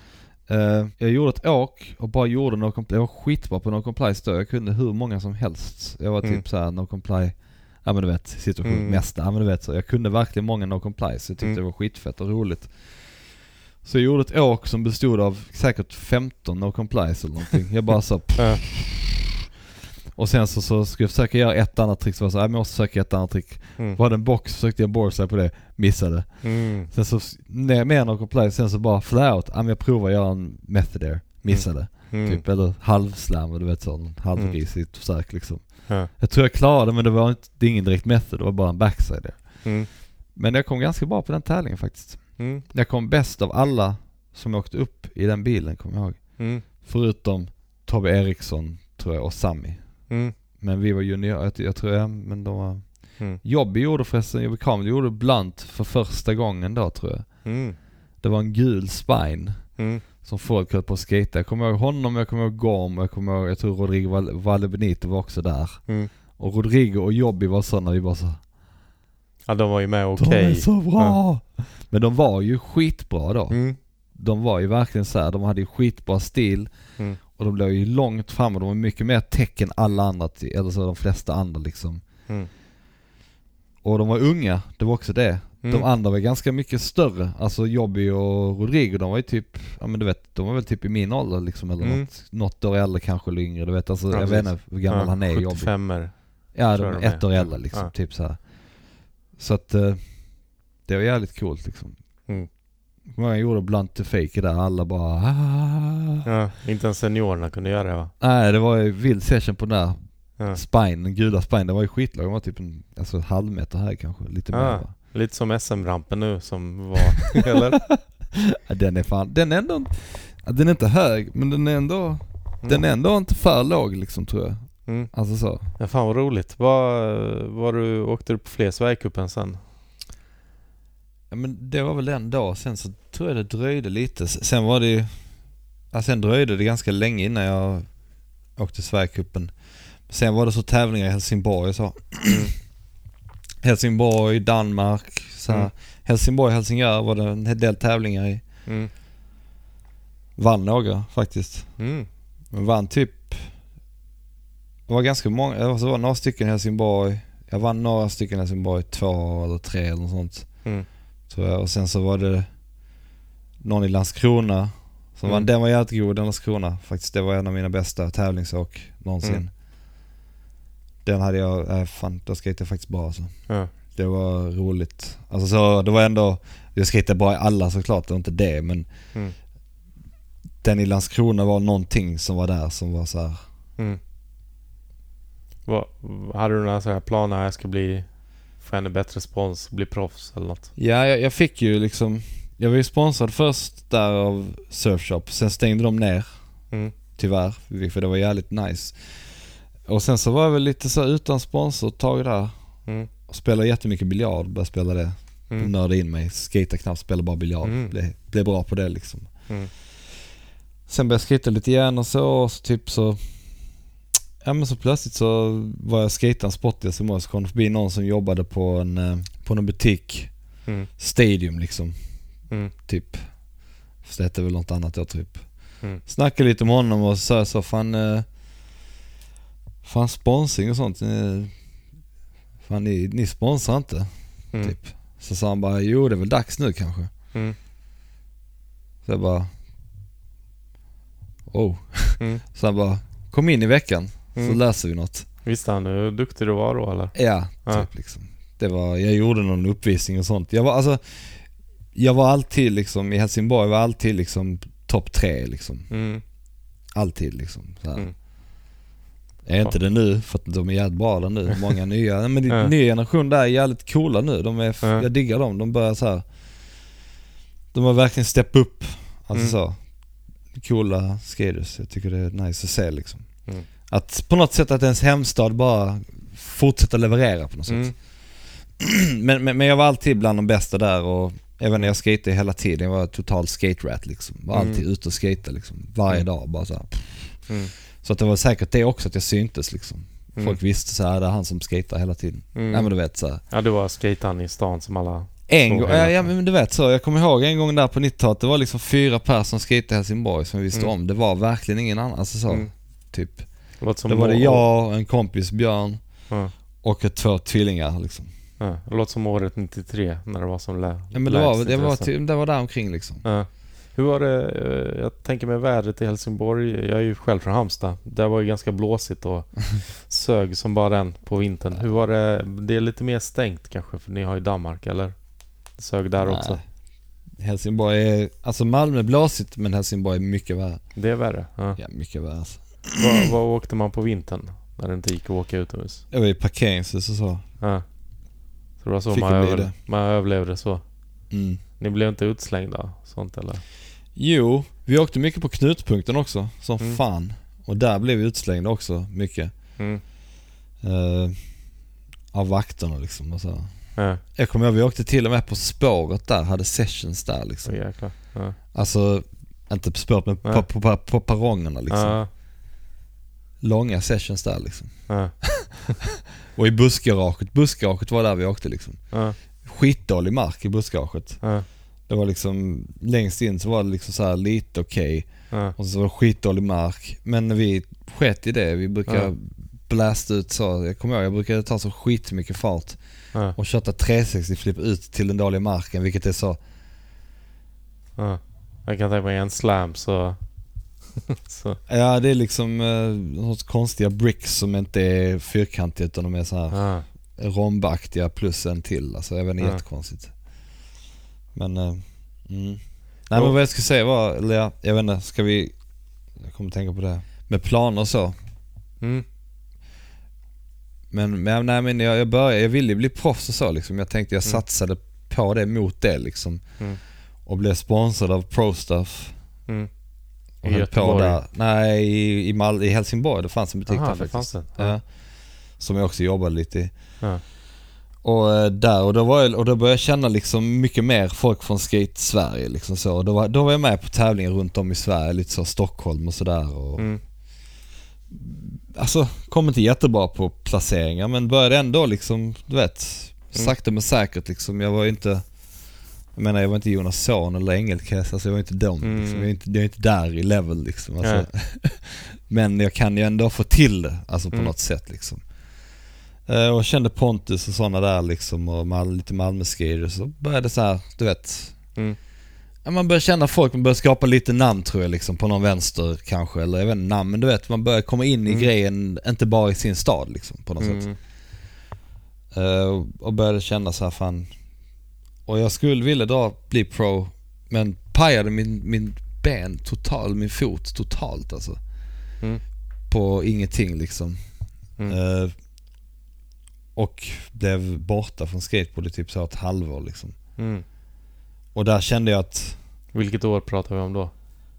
A: Jag gjorde ett åk och bara gjorde no comply. Jag var skitbra på no comply då. Jag kunde hur många som helst. Jag var typ såhär no comply. Ja men du vet, situation mesta. Ja men du vet så. Jag kunde verkligen många no comply. Så jag tyckte det var skitfett och roligt. Så jag gjorde ett åk som bestod av säkert 15 no complies eller någonting. Jag bara så... Och sen så skulle jag försöka göra ett annat trick. Så var så jag måste försöka ett annat trick. Var det en box försökte jag borside på det. Missade. Sen så med någon comply. Sen så bara fly out. Jag provar att göra en method there. Missade. Typ eller halvslam. Du vet sån halvgrisigt försök liksom. Jag tror jag klarade men det är ingen direkt method. Det var bara en backside där. Men jag kom ganska bra på den tävlingen faktiskt. Jag kom bäst av alla som åkte upp i den bilen, kommer jag ihåg. Förutom Tobbe Eriksson tror jag och Sammy. Men vi var junior, jag tror men de var... Jobby gjorde förresten, Jobby gjorde blunt för första gången då tror jag. Det var en gul spine som folk höll på att skata. Jag kommer ihåg honom, jag kommer ihåg Gorm, jag tror Rodrigo Valle Benito var också där. Och Rodrigo och Jobby var sådana, vi bara så...
B: Ja, de var ju med okej.
A: De är så bra! Men de var ju skitbra då. De var ju verkligen så här, de hade ju skitbra stil. Och de blev ju långt fram och de var mycket mer tech än alla andra, eller så de flesta andra liksom. Och de var unga, det var också det. De andra var ganska mycket större. Alltså Jobby och Rodrigo, de var ju typ, ja men du vet, de var väl typ i min ålder liksom, eller något år äldre kanske eller yngre, du vet. Alltså jag vet inte hur gammal han är, Jobby.
B: 75-er.
A: Ja, de är ett år äldre liksom, typ så här. Så att det var jävligt coolt liksom. Många gjorde blunt to fake där, alla bara
B: Ja, inte ens seniorerna kunde göra det va?
A: Nej, det var ju vild session på den där spine, den gula spine, det var ju skitlag, det var typ en halv meter här kanske, lite mer va?
B: Lite som SM-rampen nu som var, eller?
A: Ja, den är fan, den är ändå, den är inte hög, men den är ändå inte för låg liksom tror jag. Alltså så.
B: Ja, fan vad roligt. Åkte du på fler Sverigecupen sen?
A: Ja, men det var väl en dag. Sen så tror jag det dröjde lite. Sen var det sen dröjde det ganska länge innan jag åkte Sverigecupen. Sen var det så tävlingar i Helsingborg så. Helsingborg, Danmark så här. Helsingborg, Helsingör var det en del tävlingar i. Vann några faktiskt. Men vann typ, det var ganska många, det var några stycken i Helsingborg. Jag vann några stycken i Helsingborg, 2 eller 3 eller något sånt. Så, och sen så var det någon i Landskrona som vann. Den var jävligt god, den Landskrona. Faktiskt, det var en av mina bästa tävlingsåk någonsin. Den hade jag, då skejtade jag faktiskt bra alltså. Det var roligt. Alltså så, det var ändå, jag skejtade bra i alla såklart, det var inte det, men den i Landskrona var någonting som var där som var så här.
B: Hade du några så här planer att jag ska få ännu bättre spons, bli proffs eller något?
A: Ja, jag fick ju liksom, jag var ju sponsrad först där av Surfshop, sen stängde de ner tyvärr, för det var jävligt nice. Och sen så var jag väl lite så utan sponsor ett tag där. Och spelade jättemycket biljard, började spela det. Nörde in mig, skata knappt, spelade bara biljard. Blev bra på det liksom. Sen började jag skata lite igen och så typ så. Ja, men så plötsligt så var jag skataren spottig som så kom förbi någon som jobbade på en butik. Stadium liksom. Typ. För det hette väl något annat jag typ. Snackade lite med honom och så fan sponsring och sånt. Fan ni sponsrar inte. Typ. Så sa han bara, jo det är väl dags nu kanske. Så jag bara så han bara, kom in i veckan så läser vi något.
B: Visste han hur duktig du var då eller?
A: Ja, typ liksom. Jag gjorde någon uppvisning och sånt. Jag var alltid liksom i Helsingborg, var alltid liksom topp 3 liksom. Alltid liksom så här. Jag är inte det nu för att de är jävligt bra där nu. Många nya, men nya generation där är jävligt coola nu. Jag diggar dem. De börjar så här. De har verkligen steppat upp. Alltså så coola skaters. Jag tycker det är nice att se liksom. Att på något sätt att ens hemstad bara fortsätter leverera på något sätt. Men jag var alltid bland de bästa där och även när jag skatade hela tiden, jag var total skate rat liksom. Var alltid ute och skata liksom varje dag bara så här. Så att det var säkert det också att jag syntes liksom. Folk visste så här, det är han som skater hela tiden. Nej men du vet så här.
B: Ja, du var skataren i stan som alla.
A: En gång, ja men du vet så, jag kommer ihåg en gång där på 90-talet, det var liksom 4 personer som skatade i Helsingborg som vi visste om. Det var verkligen ingen annan, alltså så typ. Det var det jag, en kompis Björn och 2 tvillingar liksom.
B: Det låter som året 93 när det var som
A: ja, men det var där omkring liksom.
B: Hur var det, jag tänker med vädret i Helsingborg, jag är ju själv från Halmstad. Det var ju ganska blåsigt och sög som bara den på vintern. Hur var det är lite mer stängt kanske för ni har ju Danmark eller? Sög där också.
A: Helsingborg är, alltså Malmö är blåsigt men Helsingborg är mycket värre.
B: Det är värre?
A: Ja, mycket värre alltså.
B: Vad åkte man på vintern när det inte gick att åka utomhus?
A: Jag var i parkeringshus och så.
B: Ja. Så det var så man överlevde så. Ni blev inte utslängda sånt eller?
A: Jo, vi åkte mycket på knutpunkten också som fan. Och där blev vi utslängda också mycket. Av vakterna liksom och så. Jag kommer ihåg, vi åkte till och med på spåret där, hade sessions där liksom. Alltså inte på spåret men på perrongerna liksom. Långa sessions där liksom. Och i bussgaraget var där vi åkte liksom. Skitdålig mark i bussgaraget. Det var liksom längst in så var det liksom så här lite okej. Och så var det skitdålig mark. Men vi skett i det. Vi brukar blasta ut så. Jag kommer ihåg, jag brukade ta så skitmycket fart. Och köra 360 flip ut till den dåliga marken. Vilket är så.
B: Jag kan tänka mig en slam så.
A: Ja, det är liksom konstiga bricks som inte är fyrkantiga utan de är så här rombaktiga plus en till. Alltså jag vet inte, jättekonstigt. Men nej men vad jag ska säga var, eller jag vet inte, jag kommer tänka på det med planer och så. Men jag ville bli proffs och så liksom. Jag tänkte jag satsade på det mot det liksom. Och blev sponsrad av Pro Stuff. Och höll på där. Nej, i Helsingborg, det fanns en butik där faktiskt. Som jag också jobbade lite i. Och då började jag känna liksom mycket mer folk från skate Sverige liksom så. Och då var jag med på tävlingar runt om i Sverige, lite så Stockholm och sådär och alltså kom inte jättebra på placeringar men började ändå liksom, du vet, sakta men säkert liksom. Jag var Jag menar, jag var inte Jonas Son eller Engelkes, alltså jag var inte dem liksom. Jag är inte där i level liksom, alltså. Men jag kan ju ändå få till det, alltså på något sätt liksom. Och kände Pontus och sådana där liksom, och lite Malmö-skrider, så började det så här, du vet. Man börjar känna folk, man börjar skapa lite namn tror jag liksom, på någon vänster kanske, eller jag vet inte namn, men du vet, man börjar komma in i grejen, inte bara i sin stad liksom, på något sätt. Och började känna så här, fan. Och jag skulle vilja bli pro, men pajade min ben totalt, min fot totalt alltså. På ingenting liksom. Och blev borta från skateboard i typ så ett halvår liksom. Och där kände jag att...
B: Vilket år pratar vi om då?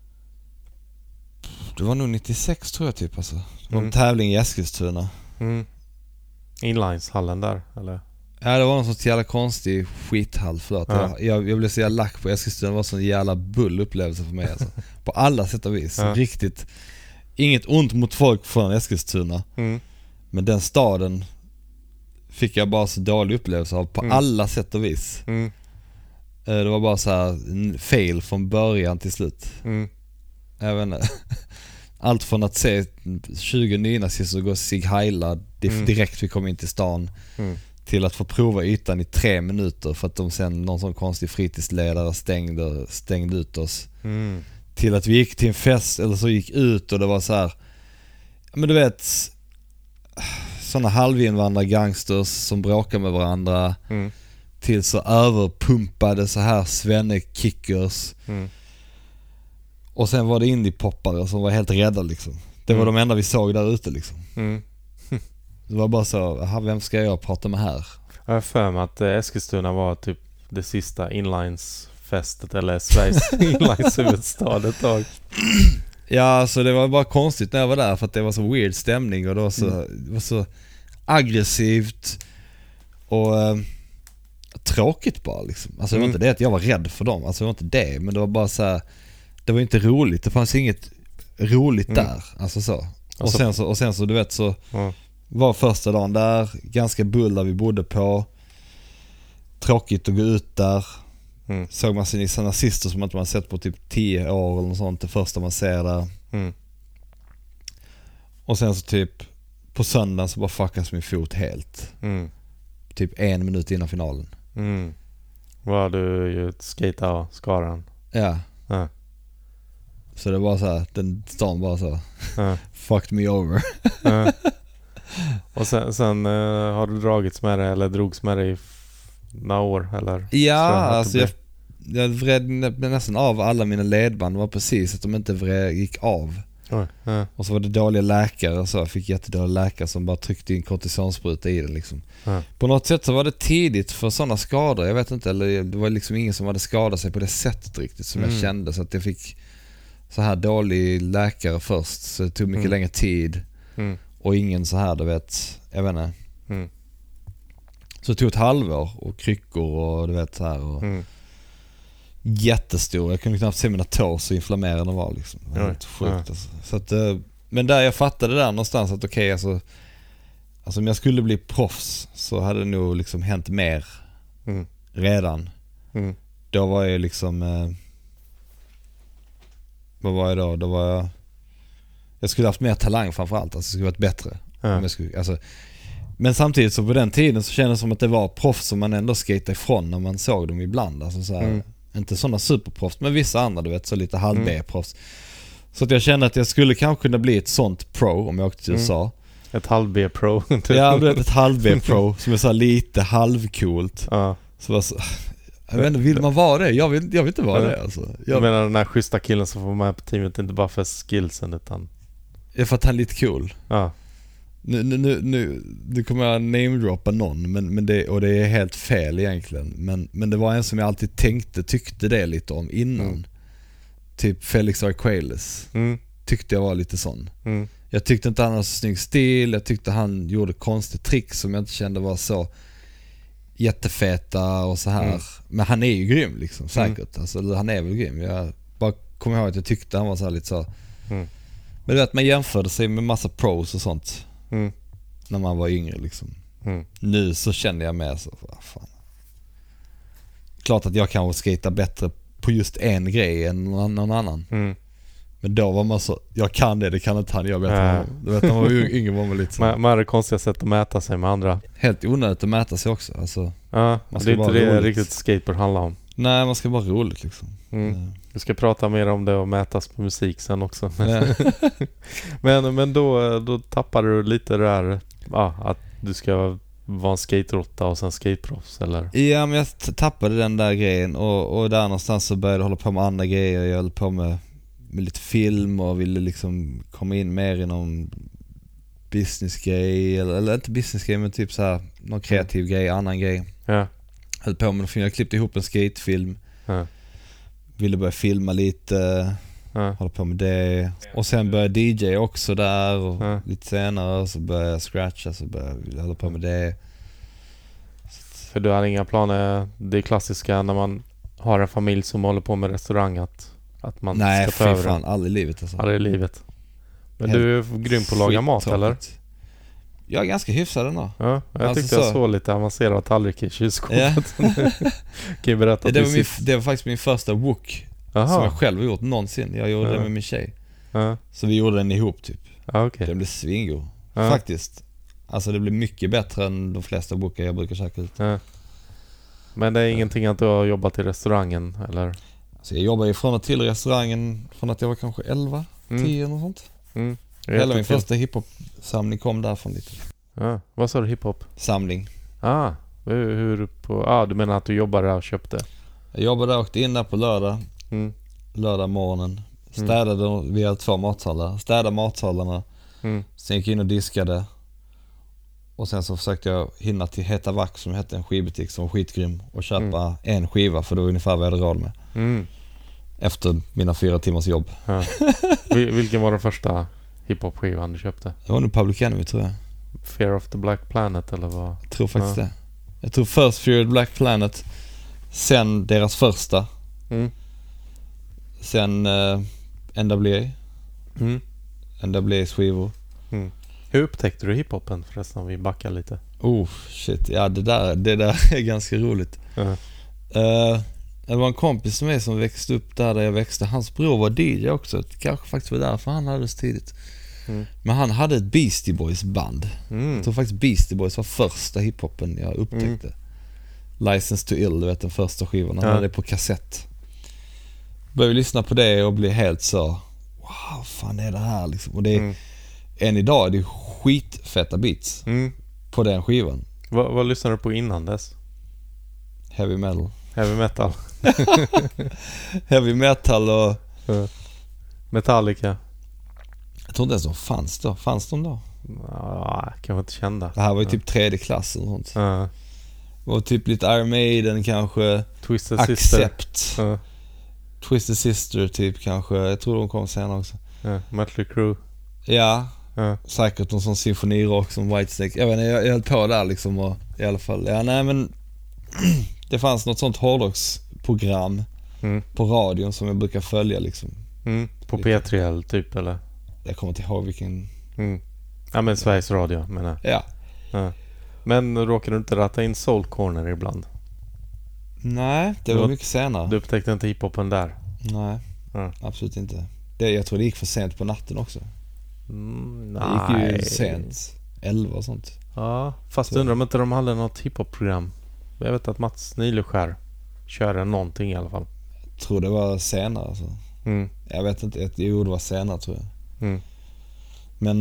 A: Det var nog 96 tror jag typ alltså. Det var en tävling i Eskilstuna.
B: Inlineshallen där, eller?
A: Ja, det var någon sån jävla konstig skithall, förlåt. Jag blev så jävla lack på Eskilstuna. Det var sån jävla bull upplevelse för mig alltså. På alla sätt och vis. Riktigt. Inget ont mot folk från Eskilstuna. Men den staden fick jag bara så dålig upplevelse av på alla sätt och vis. Det var bara så här fail från början till slut. Jag vet inte. Allt från att se 20 nynazister gå sig heila direkt vi kom in till stan, till att få prova ytan i 3 minuter för att de sen någon sån konstig fritidsledare stängde ut oss. Till att vi gick till en fest eller så gick ut och det var så här, men du vet, såna halvinvandrare gangsters som bråkar med varandra, till så överpumpade så här svenne-kickers. Och sen var det indie-poppare som var helt rädda liksom. Det var de enda vi såg där ute liksom. Det var bara så, vem ska jag prata med här?
B: Jag har för mig att Eskilstuna var typ det sista inlinesfestet, eller Sveriges inlineshuvudstad ett tag.
A: Ja, alltså det var bara konstigt när jag var där, för att det var så weird stämning och det var så aggressivt och tråkigt bara liksom. Alltså det var inte det att jag var rädd för dem, alltså det var inte det, men det var bara så här, det var inte roligt, det fanns inget roligt där, alltså så. Och sen så du vet så var första dagen där, ganska bull där vi bodde på, tråkigt att gå ut där. Såg man sina nazister som att man sett på typ 10 år eller något sånt, det första man ser där. Och sen så typ på söndagen så bara fuckas min fot helt. Typ 1 minut innan finalen.
B: Var du ju skata och skaran?
A: Ja. Så det var så här, den stan bara så fucked me over.
B: Och sen har du dragits med det, eller drogs med det i några år, eller?
A: Ja, alltså jag vred nästan av alla mina ledband. Det var precis att de inte gick av. Och så var det dåliga läkare och så. Jag fick jättedåliga läkare som bara tryckte in kortisonspruta i den liksom. På något sätt så var det tidigt för sådana skador. Jag vet inte, eller det var liksom ingen som hade skadat sig på det sättet riktigt som jag kände. Så att jag fick så här dålig läkare först. Så det tog mycket längre tid. Och ingen så här, du vet, jag vet inte. Så det tog ett halvår och kryckor och du vet så här och jättestor. Jag kunde knappt se mina tår så inflammerade de var liksom. Det var helt sjukt alltså. Så att, men där jag fattade där någonstans att okej, alltså om jag skulle bli proffs så hade det nog liksom hänt mer redan. Då var jag liksom vad var jag då? Då var jag skulle haft mer talang framförallt, alltså skulle varit bättre. Om jag skulle, alltså, men samtidigt så på den tiden så kändes det som att det var proffs som man ändå skatade ifrån när man såg dem ibland. Alltså så här, inte sådana superproffs, men vissa andra, du vet, så lite halv B-proffs. Så att jag kände att jag skulle kanske kunna bli ett sånt pro om jag åkte till USA.
B: Ett halv B-pro.
A: Ja, du vet, ett halv B-pro som är så här lite halvcoolt. Så var så, jag vet inte, vill man vara det? Jag vill inte vara det alltså.
B: Jag menar den här schyssta killen som får med på teamet, inte bara för skillsen utan...
A: Ja, för att han är lite cool. Nu kommer jag namedroppa någon, men det är helt fel egentligen. Men det var en som jag alltid tyckte det lite om innan. Typ Felix Arquales. Tyckte jag var lite sån. Jag tyckte inte han hade så snygg stil. Jag tyckte han gjorde konstig trick som jag inte kände var så jättefeta och så här. Men han är ju grym liksom, säkert. Alltså, han är väl grym. Jag bara kommer ihåg att jag tyckte han var så här lite så. Men du vet, man jämförde sig med massa pros och sånt när man var yngre liksom. Nu så kände jag mer så, fan. klart att jag kanske skater bättre på just en grej än någon annan. Men då var man så, jag kan det kan inte han, jag vet inte. Du vet, man var ju yngre, var man lite så.
B: Man hade konstiga sätt att mäta sig med andra.
A: Helt onödigt att mäta sig också. Alltså,
B: ja,
A: man
B: det är inte det
A: roligt.
B: riktigt skateboard handlar om.
A: Nej, man ska bara roligt liksom.
B: Vi ska prata mer om det och mätas på musik sen också. men då tappade du lite det där att du ska vara en skaterotta och sen skateproffs, eller?
A: Ja, men jag tappade den där grejen och där någonstans så började jag hålla på med andra grejer. Jag höll på med lite film och ville liksom komma in mer i någon business-grej eller inte business-grej, men typ så här någon kreativ grej, annan grej.
B: Ja.
A: Höll på med jag klippte ihop en skatefilm.
B: Ja.
A: Ville börja filma lite. Hålla på med det. Och sen började DJ också där och lite senare så började jag scratcha, så började jag hålla på med det.
B: För du hade inga planer, det är klassiska när man har en familj som håller på med restaurang att man ska ta över.
A: Nej, fan, aldrig i livet alltså.
B: Aldrig i livet. Men du är grym på att laga mat, eller?
A: Jag är ganska hyfsad ändå.
B: Ja, jag tyckte jag såg lite avancerad tallrik i kylskåpet.
A: Ja.
B: Kan jag berätta
A: det var faktiskt min första wok som jag själv har gjort någonsin. Jag gjorde det med min tjej. Så vi gjorde den ihop typ.
B: Okay.
A: Den blev svingod. Faktiskt. Alltså det blev mycket bättre än de flesta wokar jag brukar käka ut.
B: Men det är ingenting att du har jobbat i restaurangen, eller?
A: Så jag jobbade ju från och till restaurangen från att jag var kanske 11, 10 eller något sånt. Hela min första hiphop-samling kom därifrån lite.
B: Vad sa du, hiphop?
A: Samling.
B: Du menar att du jobbade där och köpte?
A: Jag jobbade där och åkte in där på lördag. Lördag morgonen. Städade, vi hade 2 matsalar. Städade matsalarna. Sen gick jag in och diskade. Och sen så försökte jag hinna till Heta Vack som hette en skivbutik som var skitgrym. Och köpa en skiva för det var ungefär vad jag hade råd med. Efter mina 4 timmars jobb.
B: Vilken var den första hiphop-skivan du köpte?
A: Det var nog Public Enemy, tror jag.
B: Fear of the Black Planet, eller vad?
A: Jag tror faktiskt det. Jag tror först Fear of the Black Planet. Sen deras första. Sen NWA. NWA's skivor.
B: Hur upptäckte du hiphopen förresten, om vi backar lite?
A: Shit. Ja, det där är ganska roligt. Det var en kompis som som växte upp där jag växte. Hans bror var DJ också. Det kanske faktiskt var därför han hade det så tidigt. Men han hade ett Beastie Boys band. Jag tror faktiskt Beastie Boys var första hiphopen jag upptäckte. License to Ill, du vet, den första skivan. Han hade det på kassett. Började lyssna på det och bli helt så, wow, fan är det här liksom. Och det är, än idag är det skitfetta beats på den skivan.
B: Vad lyssnade du på innan dess?
A: Heavy metal. Heavy metal och
B: Metallica.
A: jag tror inte ens de fanns då. Fanns de då?
B: Kanske inte kända.
A: Det här var ju typ 3:e klass och sånt. Det var typ lite Iron Maiden kanske.
B: Twisted
A: Accept.
B: Sister.
A: Twisted Sister typ kanske. Jag tror de kom senare också.
B: Mötley Crüe.
A: Ja. Säkert någon sån symfonirock som Whitesnake. Jag vet inte, jag höll på där liksom och, i alla fall. Ja, nej men det fanns något sånt hårdrocksprogram på radion som jag brukar följa liksom.
B: På P3 typ, eller?
A: Jag kommer inte ihåg vilken.
B: Ja, men Sveriges Radio menar
A: jag.
B: Ja. Men råkade du inte ratta in Soul Corner ibland?
A: Nej, det var mycket senare.
B: Du upptäckte inte hiphopen där?
A: Nej, absolut inte. Jag tror det gick för sent på natten också.
B: Nej.
A: Det gick ju sent. 11 och sånt.
B: Ja, fast undrar om inte de hade något hiphop-program. Jag vet att Mats Nileskär körde någonting i alla fall.
A: Jag tror det var senare alltså. Jag vet inte, det var senare tror jag. Men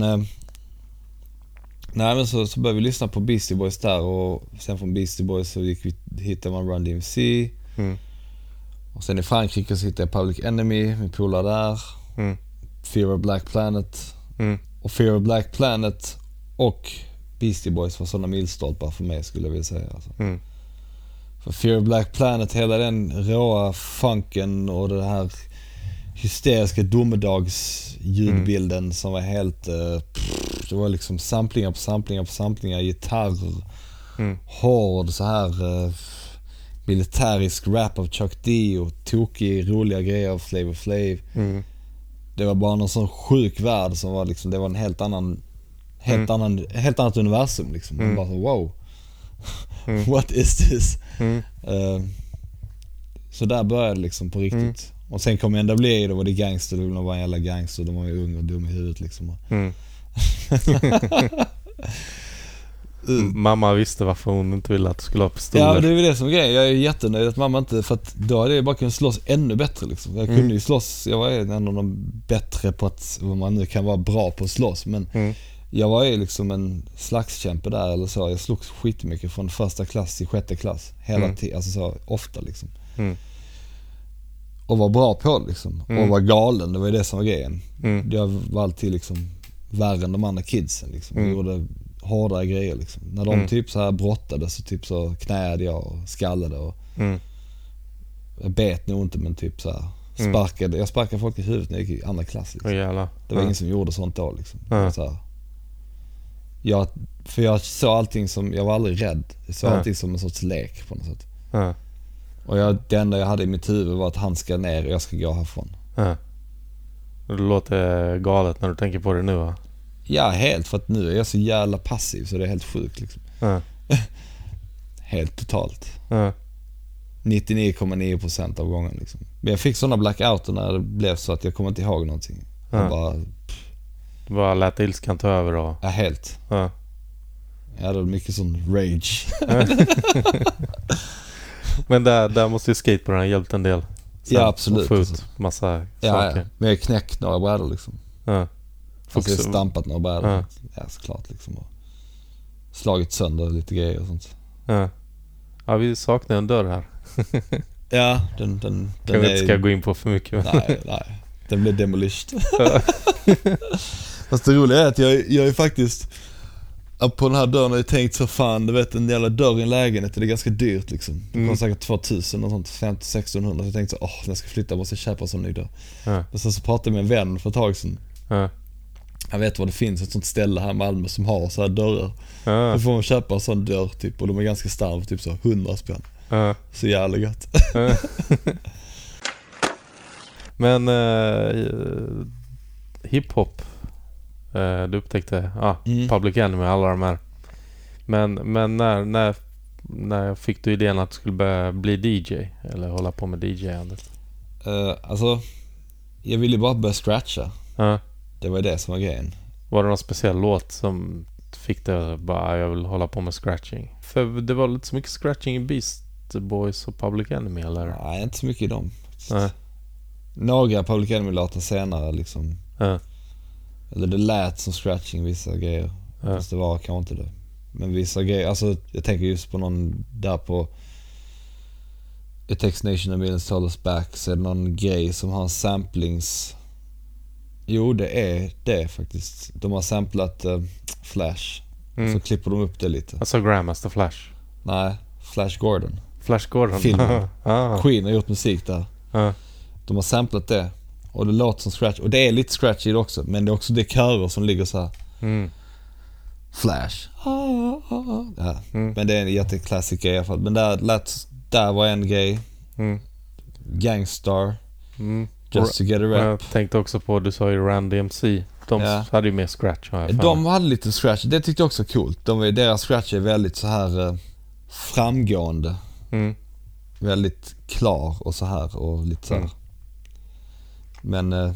A: nej, men så började vi lyssna på Beastie Boys där, och sen från Beastie Boys så hittade man Run DMC. Och sen i Frankrike så hittade jag Public Enemy, min polare där. Fear of Black Planet. Och Fear of Black Planet och Beastie Boys var sådana milstolpar för mig, skulle jag vilja säga alltså. För Fear of Black Planet, hela den råa funken och det här hysteriska domedagsljudbilden som var helt det var liksom samplingar på samplingar på samplingar, gitarrer, hård så här militärisk rap av Chuck D och tokig roliga grejer av Flavor Flav. Det var bara någon sån sjuk värld som var liksom, det var en helt annat universum liksom. Man bara så, wow. What is this? Så där började det liksom på riktigt. Och sen kom NWA, då var det gangster, då var en jävla gangster, de var ju ung och dum i huvudet liksom.
B: Mamma visste varför hon inte ville att du skulle ha pistoler.
A: Ja, det är ju det som är grejen. Jag är jättenöjd att mamma inte, för att då hade jag bara kunnat slåss ännu bättre liksom. Jag kunde ju slåss, jag var en av de bättre på att, vad man nu kan vara bra på att slåss, men jag var ju liksom en slagskämpe där eller så. Jag slogs skitmycket från första klass till sjätte klass hela tiden, alltså så ofta liksom. Och var bra på det liksom. Och var galen, det var ju det som var grejen. Jag var alltid liksom värre än de andra kidsen liksom. Jag gjorde hårdare grejer liksom. När de typ så här brottade så typ så knäade jag och skallade och jag bet nog inte, men typ så här jag sparkade folk i huvudet när jag gick i andra klass liksom. Det var ingen som gjorde sånt då liksom. Så här. För jag såg allting som, jag var aldrig rädd. Jag såg allting som en sorts lek på något sätt. Och det enda jag hade i mitt huvud var att han ska ner och jag ska gå härifrån.
B: Det låter galet när du tänker på det nu, va?
A: Ja, helt, för att nu är jag så jävla passiv så det är helt sjukt liksom. Helt totalt. 99,9% av gången liksom. Men jag fick sådana blackouter när det blev så att jag kommer inte ihåg någonting. Jag
B: bara lät ilskan ta över då?
A: Ja, helt. Jag hade mycket sån rage.
B: Men där måste ju skateboarden ha hjälpt en del.
A: Ja, absolut.
B: Få ut massa saker.
A: Ja. Men jag knäckt några brädor liksom. Alltså jag stampat några brädor. Ja, såklart liksom. Och slagit sönder lite grejer och sånt.
B: Ja, vi saknar en dörr här.
A: Ja, den
B: jag vet inte ska gå in på för mycket.
A: Nej. Den blev demolished. Fast det roliga är att jag är faktiskt på den här dörren har jag tänkt så fan, du vet en jävla dörr i en lägenhet, det är ganska dyrt liksom. Det kostar säkert 2000 och sånt, 1500-1600. Så jag tänkte så, när jag ska flytta måste jag köpa en sån ny dörr. Och sen så pratade jag med en vän för ett tag sedan. Jag vet vad det finns, ett sånt ställe här i Malmö som har så här dörrar. Då får man köpa en sån dörr typ, och de är ganska starva, typ så 100 spänn. Så jävla gott. Men
B: hiphop, du upptäckte Public Enemy, alla de här. Men när fick du idén att du skulle börja bli DJ eller hålla på med DJ-andet?
A: Alltså jag ville bara börja scratcha. Det var det som var grejen.
B: Var det någon speciell låt som fick dig bara, jag vill hålla på med scratching? För det var lite så mycket scratching i Beast Boys och Public Enemy, eller?
A: Nej, inte så mycket i dem. Några Public Enemy-låtar senare liksom. Eller det lät som scratching vissa grejer. Fast det var kanske inte det. Men vissa grejer, alltså jag tänker just på någon där på It Takes Nation a Million Dollars Back, så är det någon grej som har samplings. Jo, det är det faktiskt. De har samplat Flash. Så klipper de upp det lite.
B: Alltså Grandmaster Flash?
A: Nej, Flash Gordon.
B: Flash Gordon?
A: Filmen. Queen har gjort musik där. De har samplat det. Och det låter som scratch. Och det är lite scratch i det också. Men det är också det körer som ligger så här. Flash. Ja. Men det är en jätteklassiker i alla fall. Men där var en grej. Gangstar. Just to get a rap.
B: Jag tänkte också på, du sa ju Randy MC. De hade ju mer scratch.
A: De hade lite scratch. Det tyckte jag också är coolt. Deras scratch är väldigt så här framgående. Väldigt klar och så här. Och lite så här. Men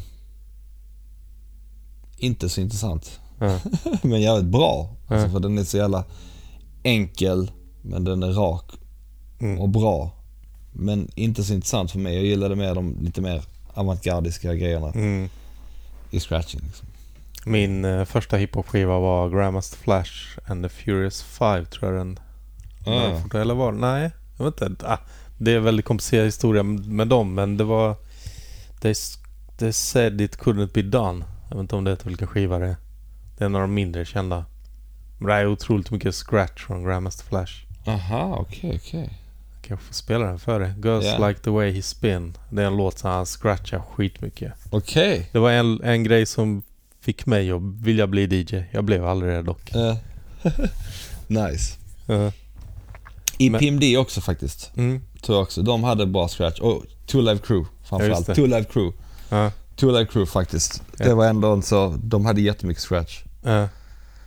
A: inte så intressant. Men jävligt bra. Alltså, för den är så jävla enkel. Men den är rak och bra. Men inte så intressant för mig. Jag gillade mer de lite mer avantgardiska grejerna i scratching liksom.
B: Min första hiphop-skiva var Grandmaster Flash and the Furious Five, tror jag den. Eller var det? Nej, jag vet inte. Det är en väldigt komplicerad historia med dem, men det var They said it couldn't be done. Jag vet inte om det är vilken skiva det är. Det är en av de mindre kända. Men det är otroligt mycket scratch från Grandmaster Flash.
A: Aha, okej.
B: Kanske får spela den för dig. Girls Like the Way He Spin. Det är en låt som han scratchar skitmycket.
A: Okej.
B: Det var en grej som fick mig att vilja bli DJ. Jag blev aldrig det dock.
A: Nice. I PMD också faktiskt. Tror jag också. De hade bra scratch. Och Two Live Crew framförallt. Two Live Crew. Two Live Crew faktiskt. Det var ändå så. De hade jättemycket scratch.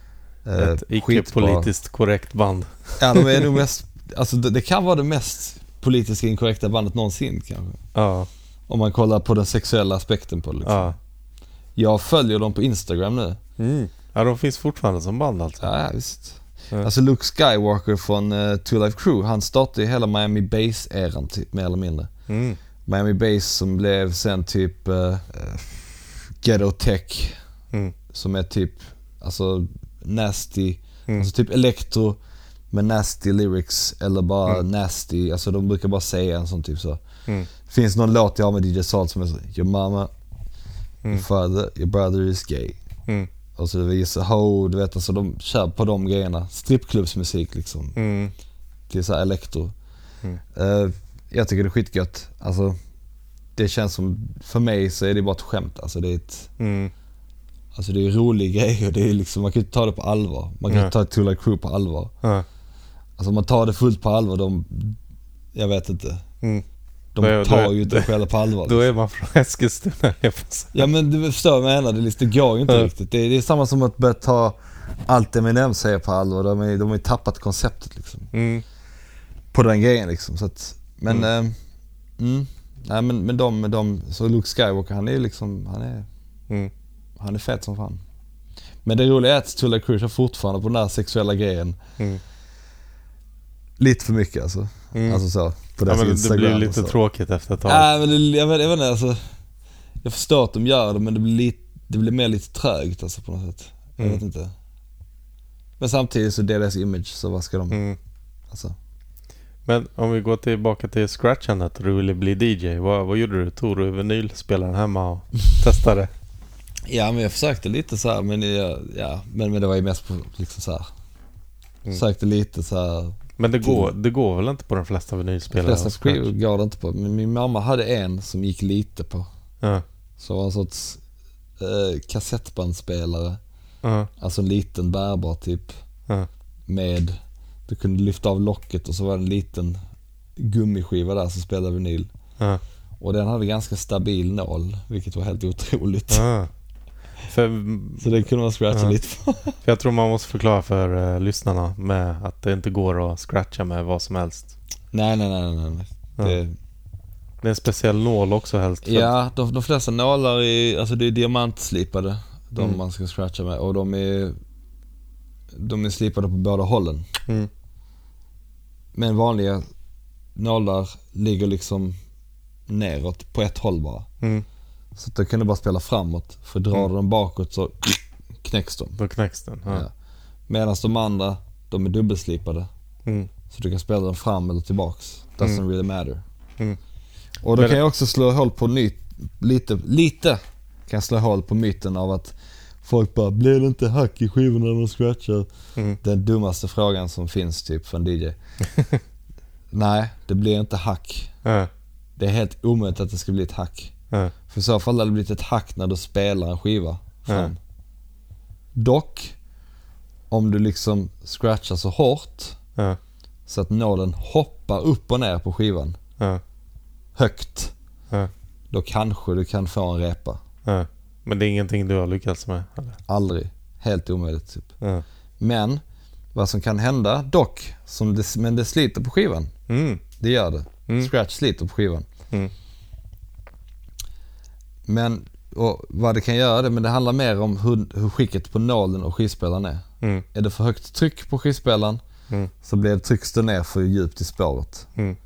B: Ett icke-politiskt korrekt band.
A: Ja, de är nog mest. Alltså det kan vara det mest politiskt inkorrekta bandet någonsin kanske.
B: Ja.
A: Om man kollar på den sexuella aspekten på det liksom.
B: Ja.
A: Jag följer dem på Instagram nu.
B: Ja, de finns fortfarande som band alltså.
A: Ja, visst.
B: Ja.
A: Alltså Luke Skywalker från Two Life Crew, han startade ju hela Miami Bass-eran typ, mer eller mindre. Miami Bass som blev sen typ Ghetto Tech, som är typ alltså nasty, alltså typ electro med nasty lyrics eller bara nasty, alltså de brukar bara säga en sån typ så. Finns någon låt jag har med DJ Salt som är så, your mama, your father, your brother is gay. Och så visar ho, du vet, alltså de kör på de grejerna, strippklubbsmusik liksom. Till så här elektro. Jag tycker det är skitgött. Alltså det känns som, för mig så är det bara ett skämt, alltså det är ett alltså det är rolig grej och det är liksom, man kan inte ta det på allvar. Man kan inte ta Two Life Crew på allvar. Alltså man tar det fullt på allvar, jag vet inte. De tar ju inte själva på allvar.
B: Då är man från Eskilstuna.
A: Ja, men du förstår vad jag menar, det går ju inte riktigt. Det är samma som att börja ta allt Eminem säger på allvar. De har ju tappat konceptet liksom. På den grejen liksom. Så att, men nej, men de så Luke Skywalker, han är liksom, han är fet som fan. Men det roliga är att Two Life Crew är fortfarande på den där sexuella grejen. Lite för mycket alltså. Alltså så på
B: men det blir lite tråkigt efter ett tag.
A: Nej, men jag vet inte, alltså, jag förstår att de gör det, men det blir mer lite trögt alltså på något sätt. Jag vet inte. Men samtidigt så deras image, så vad ska de alltså. Men
B: om vi går tillbaka till scratchandet, du ville bli DJ. Vad gjorde du? Tog du vinylspelaren hemma och testade?
A: Ja, men jag försökte lite så här, men det var ju mest på liksom så här. Försökte lite så här. Men
B: det går väl inte på de flesta vinylspelare?
A: De flesta skivor går det inte på. Men min mamma hade en som gick lite på. Så var en sorts kassettbandspelare. Alltså en liten bärbar typ. Med, du kunde lyfta av locket och så var det en liten gummiskiva där som spelade vinyl. Och den hade ganska stabil nål, vilket var helt otroligt. Så det kunde man scratcha lite på.
B: För jag tror man måste förklara för lyssnarna med att det inte går att scratcha med vad som helst.
A: Nej. Det
B: är en speciell nål också helst.
A: Ja, de flesta nålar är, alltså det är diamantslipade, de man ska scratcha med, och de är slipade på båda hållen. Men vanliga nålar ligger liksom neråt på ett håll bara. Så att du kan bara spela framåt, för drar de bakåt så knäcks de.
B: Då knäcks den. Ja.
A: Medan de andra, de är dubbelslipade. Så du kan spela den fram eller tillbaks. Doesn't really matter. Och då kan jag också slå hål på lite kan jag slå hål på myten av att folk bara, blir det inte hack i skivorna när man scratchar? Den dummaste frågan som finns typ för en DJ. Nej, det blir inte hack. Det är helt omöjligt att det ska bli ett hack. För i så fall hade det blivit ett hack när du spelar en skiva fram. Dock, om du liksom scratchar så hårt så att nålen hoppar upp och ner på skivan högt, då kanske du kan få en repa.
B: Men det är ingenting du har lyckats med? Eller?
A: Aldrig. Helt omöjligt typ. Men vad som kan hända dock, men det sliter på skivan. Det gör det. Scratch sliter på skivan. Men och vad det kan göra det, men det handlar mer om hur skicket på nålen och skivspelaren är. Är det för högt tryck på skivspelaren så blir det tryckstå ner för djupt i spåret.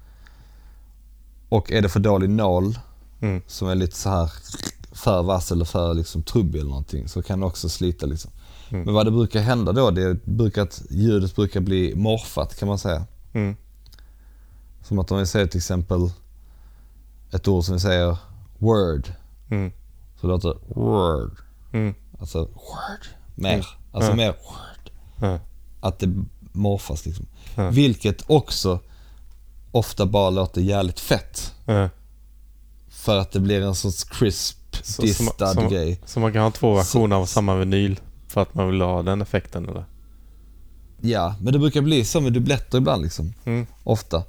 A: Och är det för dålig nål som är lite så här för vass eller för liksom trubbig eller någonting, så kan det också slita liksom. Men vad det brukar hända då, det brukar att ljudet brukar bli morfat, kan man säga. Som att om vi säger till exempel ett ord som vi säger word, så låter det word. Alltså word mer. Alltså mer word. Att det morfas liksom. Vilket också ofta bara låter jävligt fett. För att det blir en sorts crisp, distad grej.
B: Så man kan ha två versioner av samma vinyl för att man vill ha den effekten, eller? Ja,
A: men det brukar bli så med dubbletter ibland liksom. Ofta.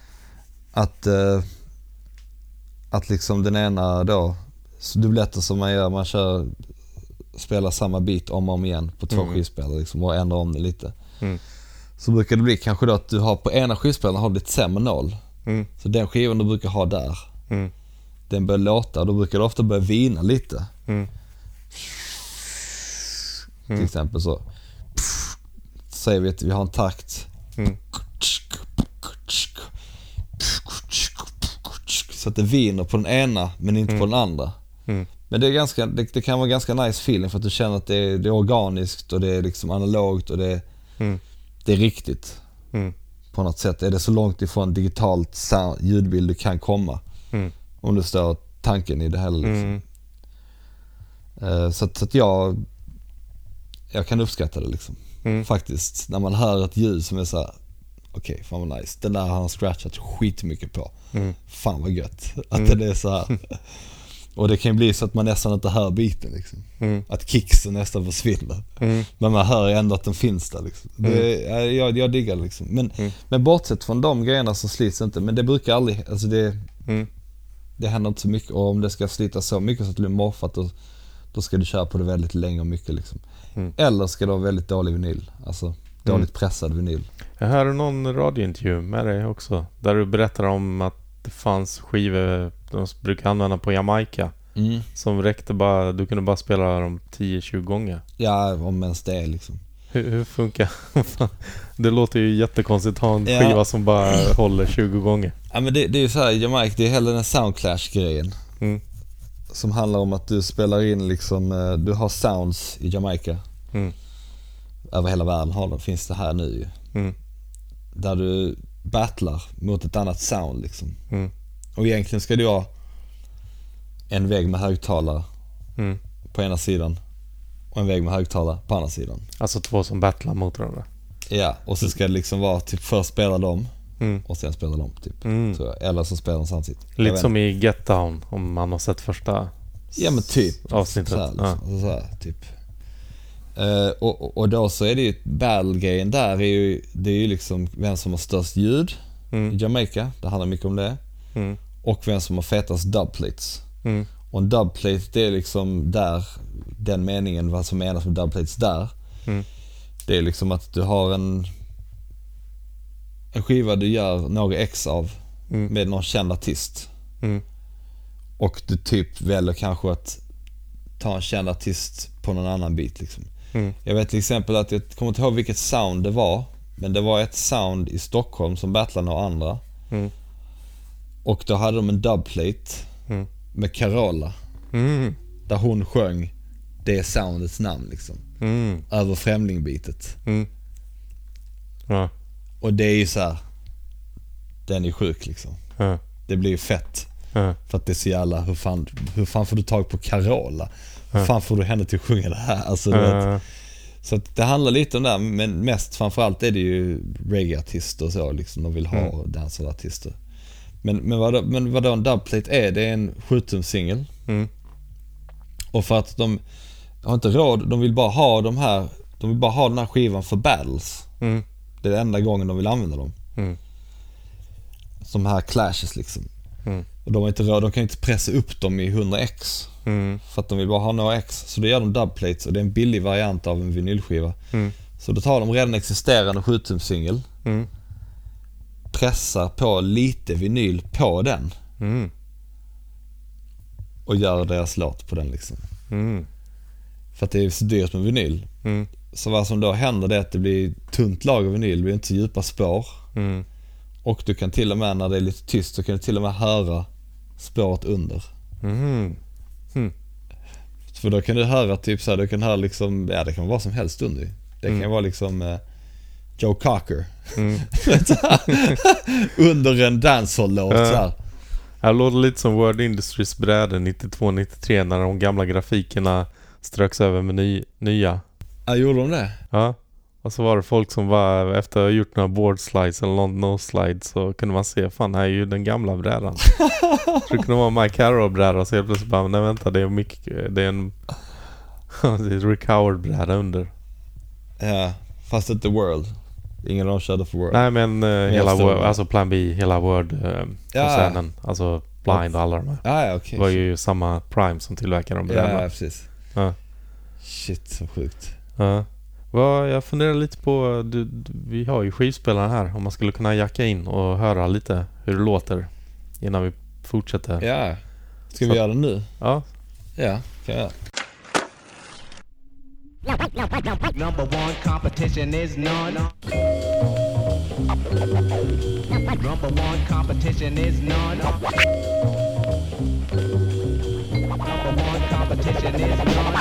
A: Att liksom den ena då, dubbletter som man gör, man spelar samma bit om och om igen på två skivspelare liksom, och ändrar om det lite. Så brukar det bli kanske då att du har på ena skivspelaren har du lite sämre nål. Så den skivan du brukar ha där, den börjar låta, då brukar det ofta börja vina lite. Till exempel så säger vi att vi har en takt. Så att det viner på den ena men inte på den andra. Men det är det kan vara ganska nice feeling för att du känner att det är organiskt och det är liksom analogt och det är riktigt. På något sätt är det så långt ifrån digitalt ljudbild du kan komma. Om du står tanken i det heller liksom. Så att jag kan uppskatta det liksom. Faktiskt, när man hör ett ljud som är så här: okej, fan vad nice. Den där har han scratchat skitmycket på. Fan vad gött. Att det är så här. Och det kan ju bli så att man nästan inte hör biten liksom. Att kicksen nästan försvinner. Men man hör ändå att den finns där liksom. Jag diggar det liksom. Men bortsett från de grejerna så slits inte. Men det brukar aldrig, alltså det händer inte så mycket. Och om det ska slita så mycket så att det blir morfat, då ska du köra på det väldigt länge och mycket liksom. Eller ska det vara väldigt dålig vinyl. Alltså dåligt pressad vinyl.
B: Jag hörde någon radiointervju med dig också, där du berättar om att det fanns skivor de brukar använda på Jamaica som räckte bara, du kunde bara spela dem 10-20 gånger.
A: Ja, om ens det liksom.
B: Hur funkar det? Låter ju jättekonstigt att ha en skiva som bara håller 20 gånger.
A: Ja, men det är ju så här, Jamaica, det är hela den Soundclash-grejen. Som handlar om att du spelar in liksom, du har sounds i Jamaica. Över hela världen finns det här nu ju. Där du battlar mot ett annat sound liksom. Och egentligen ska du ha en väg med högtalare på ena sidan och en väg med högtalare på andra sidan.
B: Alltså två som battlar mot varandra.
A: Ja, och så ska det liksom vara typ först spela dem och sen spela dem typ. Så, eller så spelar de samtidigt.
B: Lite som i Get Down, om man har sett första
A: men typ
B: avsnittet.
A: Så här, liksom, så här, typ. Och då så är det ju battle-grejen där det är ju liksom vem som har störst ljud i Jamaica, det handlar mycket om det. Och vem som har fetast dubplates. Och en dubplate, det är liksom där, den meningen, vad som menas med dubplates där. Det är liksom att du har en skiva du gör några ex av med någon känd artist. Och du typ väljer kanske att ta en känd artist på någon annan bit liksom. Jag vet till exempel att jag kommer inte ihåg vilket sound det var, men det var ett sound i Stockholm som battlade några andra. Och då hade de en dubplate med Carola där hon sjöng det soundets namn liksom. Över främlingbitet. Och det är ju så här, den är sjuk liksom. Det blir ju fett. För att det är så jävla, hur fan får du tag på Carola? Hur fan får du henne till att sjunga det här? Alltså, så att det handlar lite om det, men mest framförallt är det ju reggae-artister och så liksom, de vill ha dansarartister. Men vad då en dubplate är, det är en 7-tum-singel. Och för att de har inte råd, de vill bara ha den här skivan för battles. Det är den enda gången de vill använda dem. Som här clashes liksom. Och de har inte råd, de kan inte pressa upp dem i 100x. För att de vill bara ha några x. Så då gör de dubplates och det är en billig variant av en vinylskiva. Så då tar de redan existerande 7-tum-singel, pressar på lite vinyl på den och gör deras låt på den liksom. För att det är så dyrt med vinyl. Så vad som då händer det är att det blir tunt lager vinyl, det blir inte så djupa spår. Och du kan till och med, när det är lite tyst, så kan du till och med höra spåret under. För då kan du höra typ så här, du kan höra liksom, ja, det kan vara vad som helst under. Det kan vara liksom Joe Cocker under en dancehall-låt så här.
B: Det låter lite som Word Industries bräde 92-93 när de gamla grafikerna ströks över med nya.
A: Ja, gjorde de det?
B: Ja. Och så var det folk som var, efter att ha gjort några board slides eller någon no slides, så kunde man se, fan, här är ju den gamla brädan. Så det kunde vara Mike Harrow-bräda och så helt plötsligt bara, nej vänta, det är en det är Rick Howard-bräda under.
A: Ja, fast inte World. Ingen av dem körde för World.
B: Nej, men hela Word, alltså Plan B, hela Word-koncernen, alltså Blind och alla de här.
A: Ja, okej.
B: Det var ju samma Prime som tillverkade de brädorna.
A: Ja, precis.
B: Ja.
A: Shit, så sjukt.
B: Ja. Jag funderar lite på, vi har ju skivspelaren här, om man skulle kunna jacka in och höra lite hur det låter innan vi fortsätter.
A: Ja. Ska vi göra det nu?
B: Ja.
A: Ja, kan jag.
C: Number one competition is none. Number one competition is none. Number one competition is none.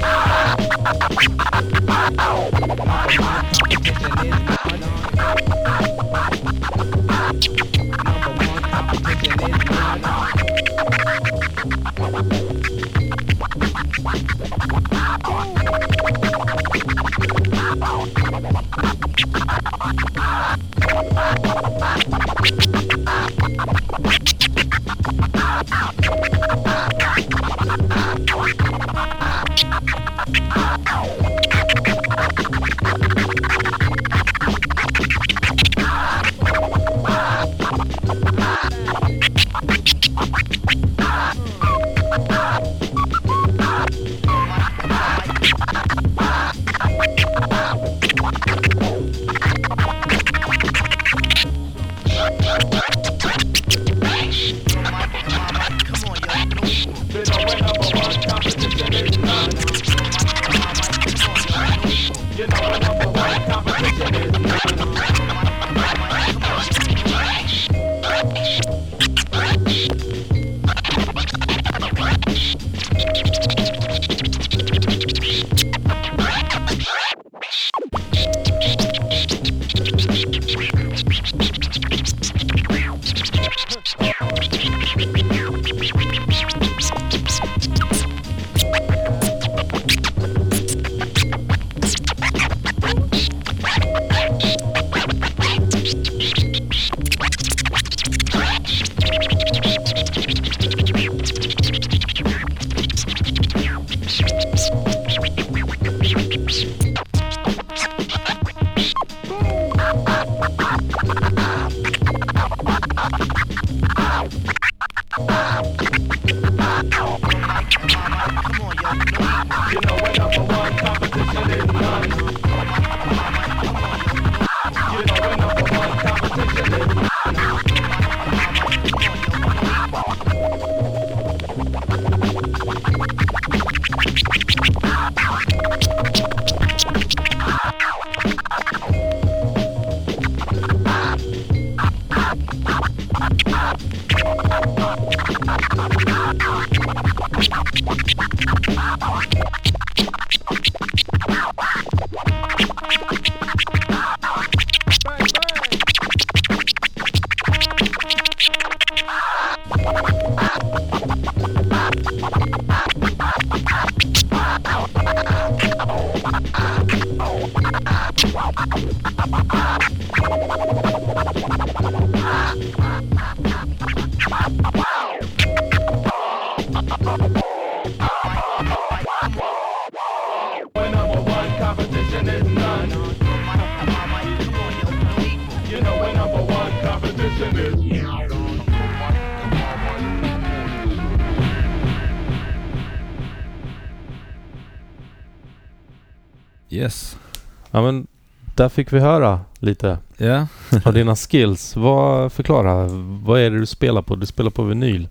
A: Yes.
B: Ja, men där fick vi höra lite
A: Ja.
B: av dina skills. Förklara, vad är det du spelar på? Du spelar på vinyl.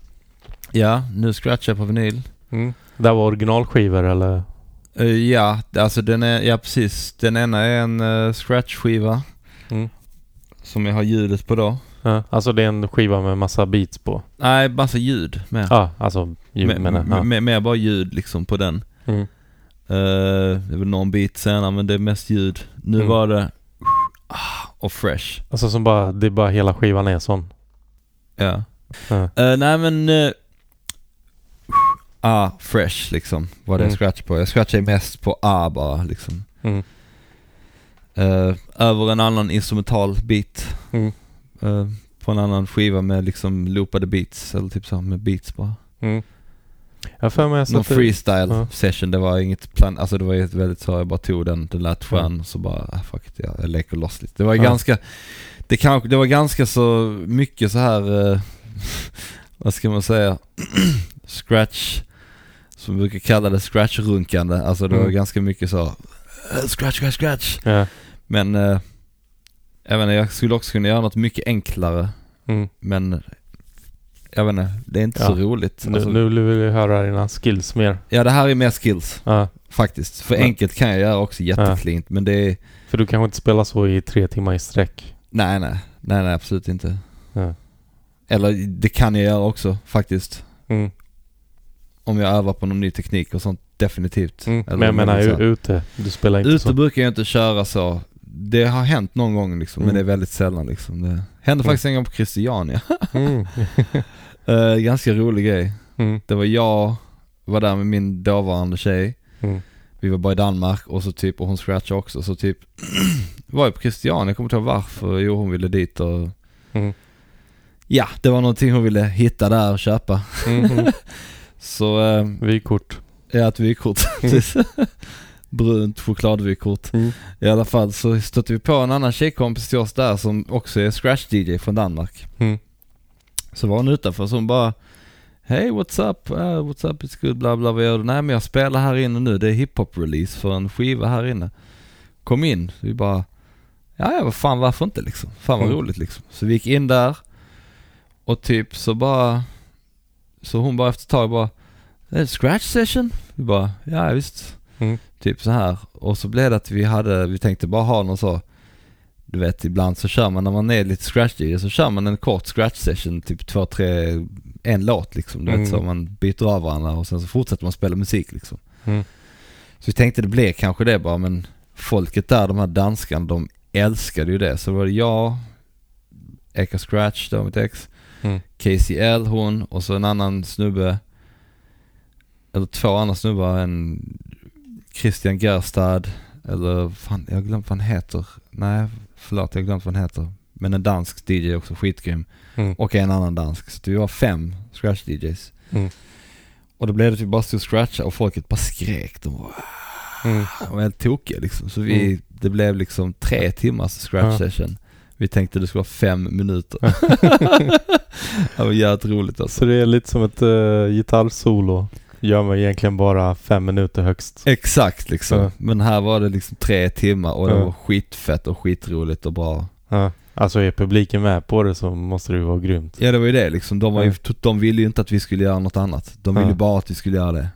A: Ja, nu scratchar jag på vinyl.
B: Det var originalskivor eller?
A: Ja, alltså precis. Den ena är en scratchskiva som jag har ljudet på då.
B: Ja, alltså det är en skiva med massa beats på?
A: Nej, massa ljud med.
B: Ja, alltså ljud
A: med bara ljud liksom på den. Det är väl någon beat senare, men det är mest ljud. Nu var det och fresh.
B: Alltså som bara, det är bara hela skivan är sån.
A: Ja. Nej men fresh liksom var det scratch på. Jag scratchar mest på bara liksom. Över en annan instrumental beat. På en annan skiva med liksom loopade beats eller typ så med beats bara.
B: Jag för mig
A: någon freestyle session, det var inget plan, alltså det var ett väldigt så jag bara tog den lät skön så bara fuck it, jag leker loss lite. Det var ganska det var ganska så mycket så här vad ska man säga scratch, som vi brukar kalla det, scratch-runkande. Alltså det var ganska mycket så scratch. Men jag skulle också kunna göra något mycket enklare Men jag vet inte, det är inte så roligt.
B: Nu vill vi höra dina skills mer.
A: Ja, det här är mer skills. Faktiskt. För enkelt kan jag göra också jätteklint. Men det är...
B: För du kanske inte spelar så i 3 timmar i sträck.
A: Nej, absolut inte. Eller det kan jag göra också faktiskt. Om jag övar på någon ny teknik och sånt, definitivt.
B: Men jag menar ute, du spelar inte
A: ute
B: så.
A: Brukar jag inte köra så. Det har hänt någon gång liksom, men det är väldigt sällan liksom. Det hände faktiskt en gång på Christiania. Ganska rolig grej. Det var var där med min dåvarande tjej. Vi var bara i Danmark och så typ, och hon scratchade också, så typ var jag på Christiania, jag kommer inte ihåg varför. Jo, hon ville dit och ja, det var någonting hon ville hitta där och köpa. Så
B: vykort.
A: Ja, ett vykort. Brunt chokladvykort. I alla fall så stötte vi på en annan tjejkompis till oss där som också är scratch DJ från Danmark. Så var hon utanför, så hon bara hey, what's up? What's up? It's good, bla bla. Vad gör du? Nej, men jag spelar här inne nu. Det är hiphop-release för en skiva här inne. Kom in. Så vi bara ja, vad fan, varför inte liksom? Fan vad roligt liksom. Så vi gick in där och typ så hon bara efter ett tag bara scratch session? Vi bara, ja visst. Typ så här. Och så blev det att vi tänkte bara ha någon så, du vet, ibland så kör man när man är lite scratch så kör man en kort scratch session, typ 2-3, en låt liksom, du vet, så man byter av varandra och sen så fortsätter man spela musik liksom. Så vi tänkte det blev kanske det bara, men folket där, de här danskarna, de älskade ju det. Så var det jag, Eka Scratch, då mitt ex, KCL, hon, och så en annan snubbe, eller 2 andra snubbar, en Christian Gerstad, eller fan, jag har glömt vad han heter. Nej, förlåt, jag har glömt vad han heter. Men en dansk DJ också, skitgrym. Och en annan dansk. Så vi var 5 scratch DJs. Och då blev det typ bara stod scratcha och folket bara skrek. De var helt tokiga liksom. Så det blev liksom 3 timmars scratch session. Vi tänkte det skulle vara 5 minuter. Det var jävligt roligt alltså.
B: Så det är lite som ett gitarrsolo. Gör man egentligen bara 5 minuter högst.
A: Exakt liksom. Men här var det liksom 3 timmar och det var skitfett och skitroligt och bra.
B: Alltså är publiken med på det så måste det ju vara grymt.
A: Ja, det var ju det liksom. De ville ju inte att vi skulle göra något annat. De ville ju bara att vi skulle göra det.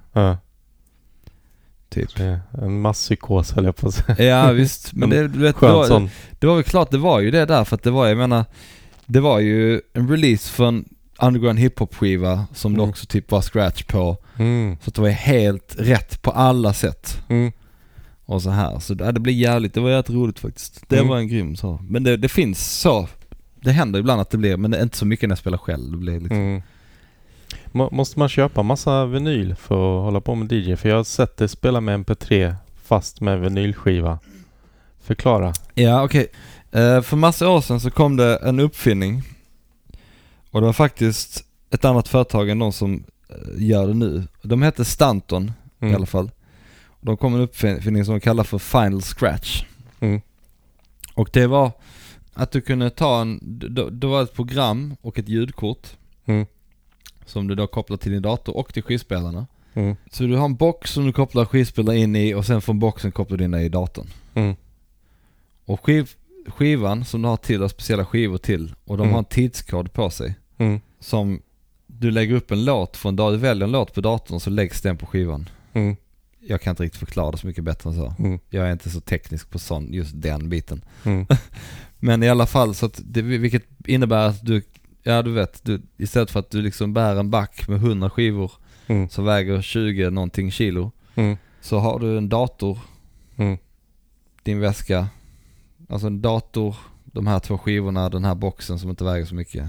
A: Typ.
B: En masspsykos höll jag på att säga.
A: Ja visst. Men det var väl klart, det var ju det där. För att det var, jag menar, det var ju en release från underground hiphop-skiva som det också typ var scratch på. Så det var helt rätt på alla sätt. Och så här. Så det var jävligt roligt faktiskt. Det var en grym så. Men det finns så. Det händer ibland att det blir, men det är inte så mycket när jag spelar själv. Det blir liksom.
B: Måste man köpa massa vinyl för att hålla på med DJ? För jag har sett det spela med MP3 fast med vinylskiva. Förklara.
A: Ja, okej. För massa år sedan så kom det en uppfinning. Och det var faktiskt ett annat företag än de som gör det nu. De heter Stanton i alla fall. De kom en uppfinning som de kallar för Final Scratch. Och det var att du kunde ta det var ett program och ett ljudkort som du då kopplar till din dator och till skivspelarna. Så du har en box som du kopplar skivspelare in i och sen från boxen kopplar du in i datorn. Och skivan som du har till och speciella skivor till, och de har en tidskod på sig som du lägger upp en låt från dag, du väljer en låt på datorn så läggs den på skivan. Jag kan inte riktigt förklara det så mycket bättre än så. Jag är inte så teknisk på just den biten. Men i alla fall så att vilket innebär att du istället för att du liksom bär en back med 100 skivor som väger 20 någonting kilo, så har du en dator, din väska, alltså en dator, de här 2 skivorna, den här boxen som inte väger så mycket.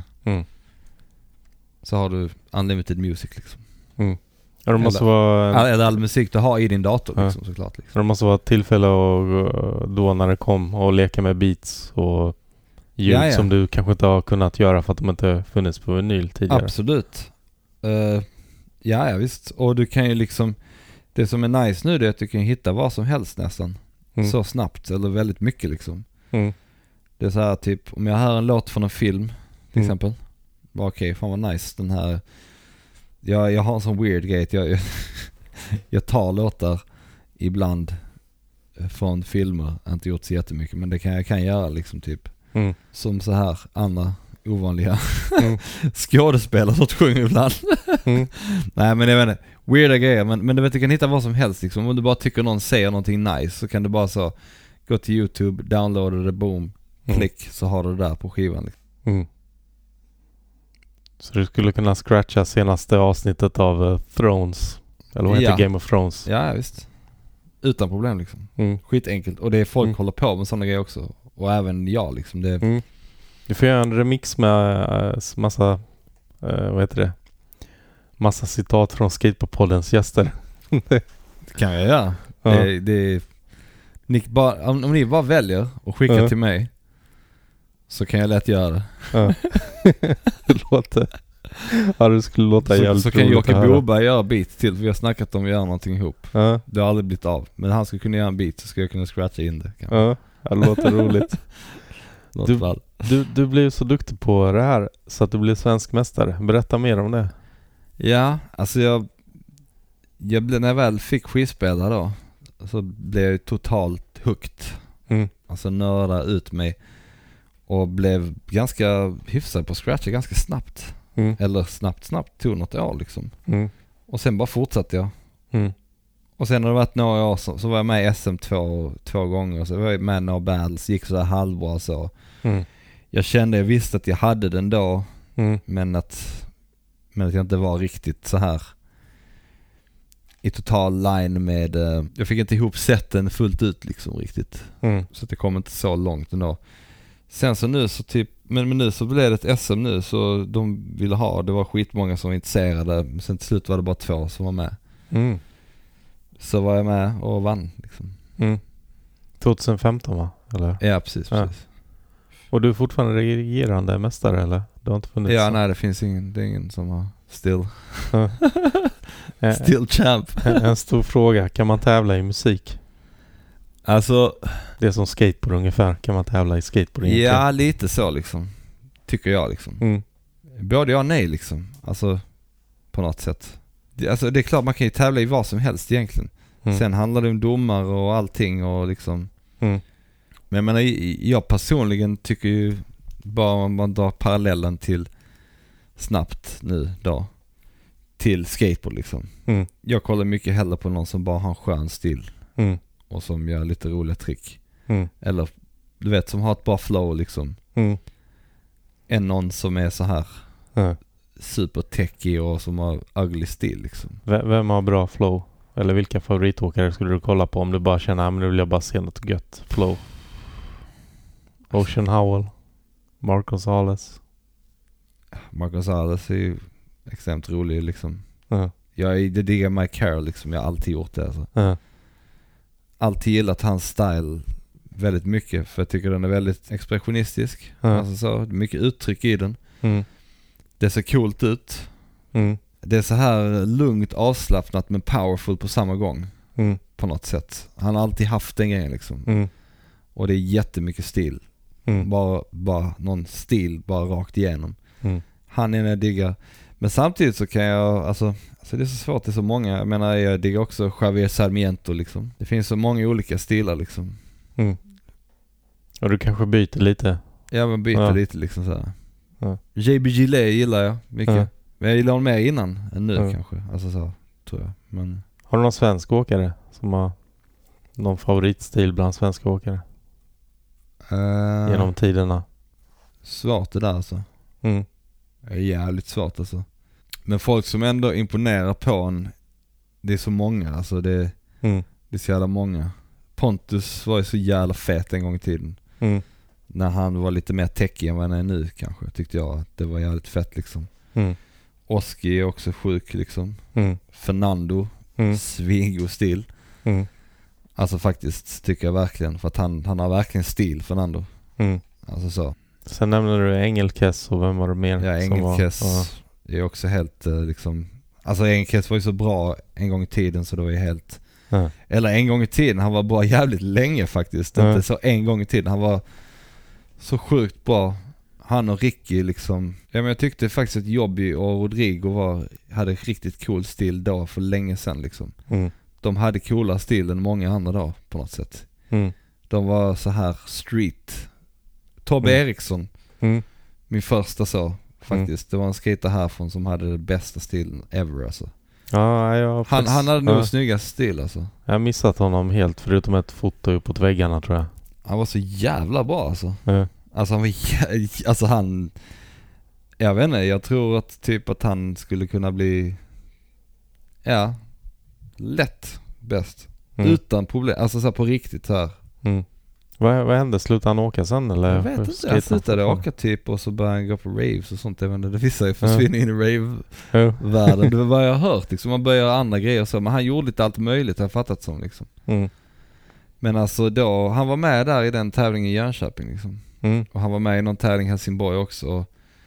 A: Så har du unlimited music liksom.
B: Det måste vara
A: eller all musik du har i din dator liksom, såklart liksom.
B: Det måste vara ett tillfälle och då när det kom och leka med beats och ljud som du kanske inte har kunnat göra för att de inte funnits på vinyl tidigare.
A: Absolut. Ja visst. Och du kan ju liksom, det som är nice nu är att du kan hitta vad som helst nästan. Så snabbt eller väldigt mycket liksom. Det är så här typ, om jag hör en låt från en film till exempel. Okej, fan vad nice den här. Jag har en sån weird grej. Jag tar låtar ibland från filmer. Jag har inte gjort så jättemycket, men det kan jag göra liksom typ. Som så här andra ovanliga skådespelare som sjunger ibland. Nej, men jag vet inte, weirda grejer, men du vet, du kan hitta vad som helst liksom. Om du bara tycker någon säger någonting nice så kan du bara så gå till YouTube, downloada det, boom, klick, så har du det där på skivan liksom.
B: Så du skulle kunna scratcha senaste avsnittet av Thrones, eller vad heter Game of Thrones?
A: Ja, visst. Utan problem liksom. Skitenkelt. Och det är folk håller på med sådana grejer också. Och även jag liksom. Det...
B: Du får göra en remix med massa, vad heter det? Massa citat från Skateboardpoddens gäster.
A: Det kan jag göra. Ja. Om ni bara väljer och skickar till mig, så kan jag lätt göra det. Ja.
B: Det låter... Ja, det skulle låta jävligt.
A: Så kan Jocke Boberg göra beat till. Vi har snackat om att göra någonting ihop. Ja. Det har aldrig blivit av. Men han skulle kunna göra en beat, så ska jag kunna scratcha in det.
B: Ja, det låter roligt. Du blev så duktig på det här så att du blev svensk mästare. Berätta mer om det.
A: Ja, alltså jag blev, när jag väl fick skivspelare då, så blev jag totalt hooked. Alltså nörda ut mig. Och blev ganska hyfsad på scratcha ganska snabbt. Eller snabbt, tog något år liksom. Och sen bara fortsatte jag. Och sen har det varit några år så var jag med i SM två gånger. Så var jag med några battles, gick så där halvbra så. Jag visste att jag hade den då. Men att jag inte var riktigt så här i total line med... jag fick inte ihop sätten fullt ut liksom riktigt. Så det kom inte så långt ändå. Sen så nu så typ, men nu så blev det ett SM nu, så de ville ha, det var skitmånga som var intresserade, sen till slut var det bara 2 som var med. Så var jag med och vann liksom.
B: 2015 va? Eller?
A: Ja, precis.
B: Och du är fortfarande regerande mästare eller? Det har inte funnits?
A: Ja, nej, det finns ingen som har still champ.
B: En stor fråga, kan man tävla i musik?
A: Alltså,
B: det är som skateboard ungefär. Kan man tävla i skateboard egentligen?
A: Ja, lite så liksom. Tycker jag liksom. Både ja och nej liksom. Alltså, på något sätt. Det är klart man kan ju tävla i vad som helst egentligen. Sen handlar det om domar och allting och liksom. Men jag menar, jag personligen tycker ju, bara om man drar parallellen till snabbt nu då, till skateboard liksom. Jag kollar mycket hellre på någon som bara har en skön stil. Och som gör lite roliga trick. Eller du vet, som har ett bra flow liksom. Än någon som är så här super techy och som har ugly stil liksom.
B: Vem har bra flow? Eller vilka favoritåkare skulle du kolla på om du bara känner men nu vill jag bara se något gött flow? Ocean Howell, Mark Gonzales.
A: Mark Gonzales är ju extremt rolig liksom. Det diggar Mike Carroll liksom. Jag har alltid gjort det alltså. Alltid gillat hans style väldigt mycket, för jag tycker den är väldigt expressionistisk. Alltså så, mycket uttryck i den. Det ser coolt ut. Det är så här lugnt, avslappnat men powerful på samma gång. På något sätt. Han har alltid haft den grejen liksom. Och det är jättemycket stil. Bara någon stil bara rakt igenom. Han är en jag diggar. Men samtidigt så kan jag, alltså det är så svårt, det är så många. Jag menar, jag diggar också Javier Sarmiento liksom. Det finns så många olika stilar liksom.
B: Och du kanske byter lite?
A: Ja, men byter lite liksom så här. JB Gillet gillar jag mycket. Men jag gillar honom mer innan än nu kanske. Alltså så, tror jag. Men...
B: Har du någon svensk åkare som har någon favoritstil bland svenska åkare? Genom tiderna?
A: Svårt det där alltså. Det är jävligt svårt alltså. Men folk som ändå imponerar på en, det är så många alltså. Det är så jävla många. Pontus var ju så jävla fet en gång i tiden. När han var lite mer techy än vad han är nu kanske. Tyckte jag att det var jävligt fett liksom. Oski är också sjuk liksom. Fernando, svingod stil. Alltså faktiskt tycker jag verkligen. För att han har verkligen stil, Fernando. Alltså så.
B: Sen nämnde du Engelkes och vem var det mer?
A: Ja, Engelkes är också helt liksom... Alltså Engelkes var ju så bra en gång i tiden så det var ju helt... Eller en gång i tiden, han var bra jävligt länge faktiskt. Inte så en gång i tiden, han var så sjukt bra. Han och Ricky liksom... Ja, men jag tyckte faktiskt att Jobby och Rodrigo hade riktigt cool stil då för länge sedan liksom. De hade coolare stil än många andra då på något sätt. De var så här street. Tobbe Eriksson Min första så faktiskt. Det var en skater härifrån som hade det bästa stilen ever alltså.
B: Ja,
A: Han hade nog snyggast stil alltså.
B: Jag har missat honom helt förutom ett foto uppåt väggarna tror jag.
A: Han var så jävla bra alltså.
B: Ja.
A: Alltså han jag vet inte, jag tror att typ att han skulle kunna bli lätt bäst. Utan problem, alltså så här på riktigt här.
B: Vad hände? Slutade han åka sen eller?
A: Jag vet inte, han slutade åka typ och så började han gå på raves och sånt. Jag vet inte, det visar ju försvinna in i rave-världen. Det var vad jag har hört liksom, man börjar göra andra grejer och så. Men han gjorde lite allt möjligt, jag har fattat som liksom. Men alltså då, han var med där i den tävlingen i Jönköping liksom. Och han var med i någon tävling i Helsingborg också.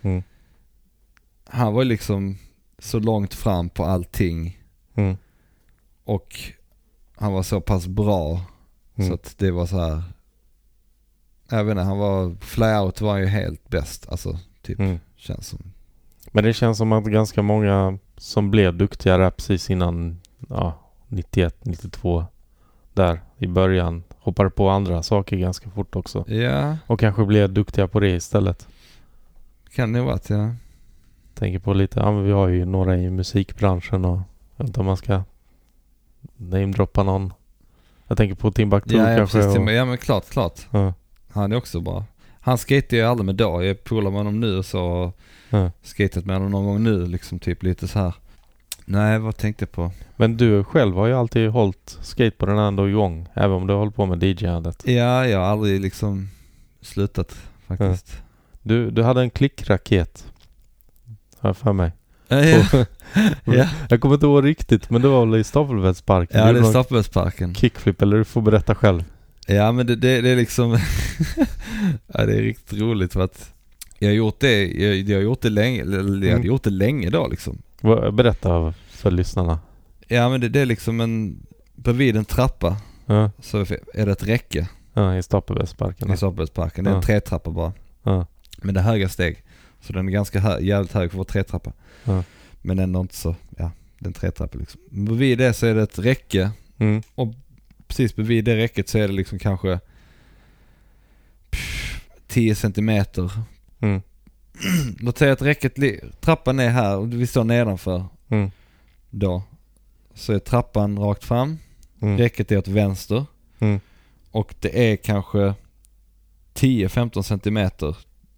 A: Han var liksom så långt fram på allting. Och han var så pass bra så att det var så här. Jag vet inte, han var flyout var ju helt bäst alltså typ känns som.
B: Men det känns som att ganska många som blev duktigare precis innan 91, 92 där i början hoppade på andra saker ganska fort också.
A: Ja.
B: Och kanske blev duktiga på det istället.
A: Kan det vara att jag
B: tänker på lite, men vi har ju några i musikbranschen och jag vet inte om man ska namedroppa någon. Jag tänker på Timbuktu kanske.
A: Precis, ja men klart. Ja. Han är också bra. Han skater ju aldrig med då. Jag polar med honom nu och så skatat med honom någon gång nu liksom typ lite så här. Nej, vad tänkte jag på? Men
B: du själv har ju alltid hållit skateboarden ändå igång, även om du har hållit på med DJ-andet.
A: Ja, jag har aldrig liksom slutat faktiskt.
B: Ja. Du hade en klickraket här för mig.
A: Ja.
B: Jag kommer inte ihåg riktigt, men det var väl i Stapelbäddsparken.
A: Ja, det är Stapelbäddsparken.
B: Kickflip, eller du får berätta själv.
A: Ja, men det är liksom ja, det är riktigt roligt för att jag har gjort det, jag har gjort det länge, jag hade gjort det länge då liksom.
B: Berätta för lyssnarna.
A: Ja, men det är liksom bredvid en trappa så är det ett räcke.
B: Ja, i Stapelbäddsparken.
A: I Stapelbäddsparken, det är en trätrappa bara. Ja. Men det är höga steg. Så den är ganska jävligt hög för att vara trätrappa. Ja. Men ändå inte så, den trätrappa liksom. Bredvid det så är det ett räcke. Och precis bredvid det räcket så är det liksom kanske 10 centimeter. Låt säga att räcket, trappan är här och vi står nedanför. Då. Så är trappan rakt fram. Räcket är åt vänster. Och det är kanske 10-15 centimeter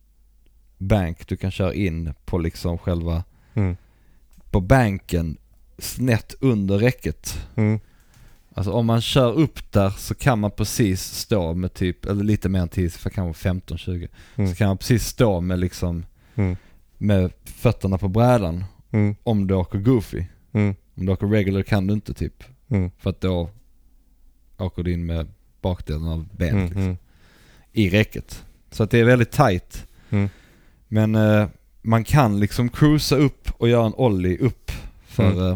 A: bank du kan köra in på liksom själva på banken snett under räcket. Alltså om man kör upp där så kan man precis stå med typ, eller lite mer än 10, för kanske 15-20. Så kan man precis stå med liksom med fötterna på brädan om du åker goofy. Om du åker regular kan du inte typ. För att då åker du in med bakdelen av benet liksom, i räcket. Så att det är väldigt tight. Men man kan liksom cruisa upp och göra en ollie upp för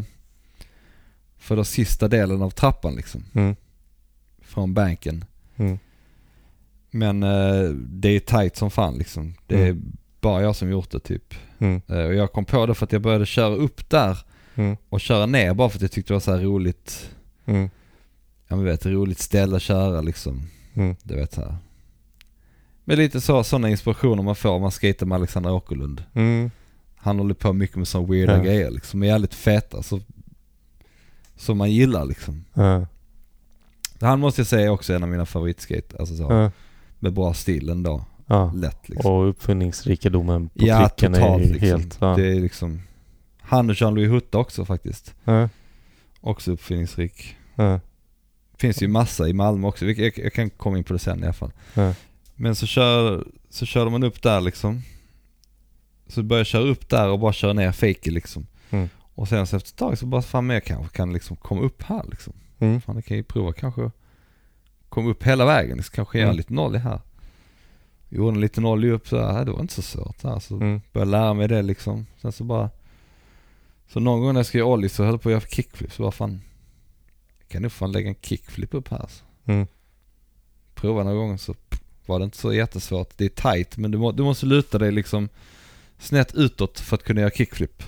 A: den sista delen av trappan liksom. Från banken. Men det är tight som fan liksom. Det är bara jag som gjort det typ. Och jag kom på det för att jag började köra upp där och köra ner bara för att jag tyckte det var så här roligt. Jag vet, roligt ställe att köra liksom. Du vet så här. Men lite sådana inspirationer man får om man skater med Alexander Åkerlund. Han håller på mycket med sådana weirda grejer liksom. Är jävligt feta som man gillar liksom. Han måste jag säga också en av mina favoritskate. Alltså så, med bra stil ändå. Lätt liksom.
B: Och uppfinningsrikedomen på klicken
A: totalt,
B: är
A: liksom.
B: helt...
A: Det är liksom... Han och Jean-Louis Hutta också faktiskt. Också uppfinningsrik. Finns ju massa i Malmö också. Jag kan komma in på det sen i alla fall. Men så kör man upp där liksom. Så börjar jag köra upp där och bara köra ner fake liksom. Och sen så efter ett tag så bara fan jag kanske kan liksom komma upp här liksom. Fan jag kan ju prova kanske komma upp hela vägen. Så kanske göra lite nollig här. Gjorde en liten nollig upp så här. Det var inte så svårt här. Så började lära mig det liksom. Sen så bara... Så någon gång när jag ska göra ollie så höll jag på att göra kickflip. Så bara fan... Kan du fan lägga en kickflip upp här så. Prova några gånger så var det inte så jättesvårt. Det är tight men du måste luta dig liksom snett utåt för att kunna göra kickflip.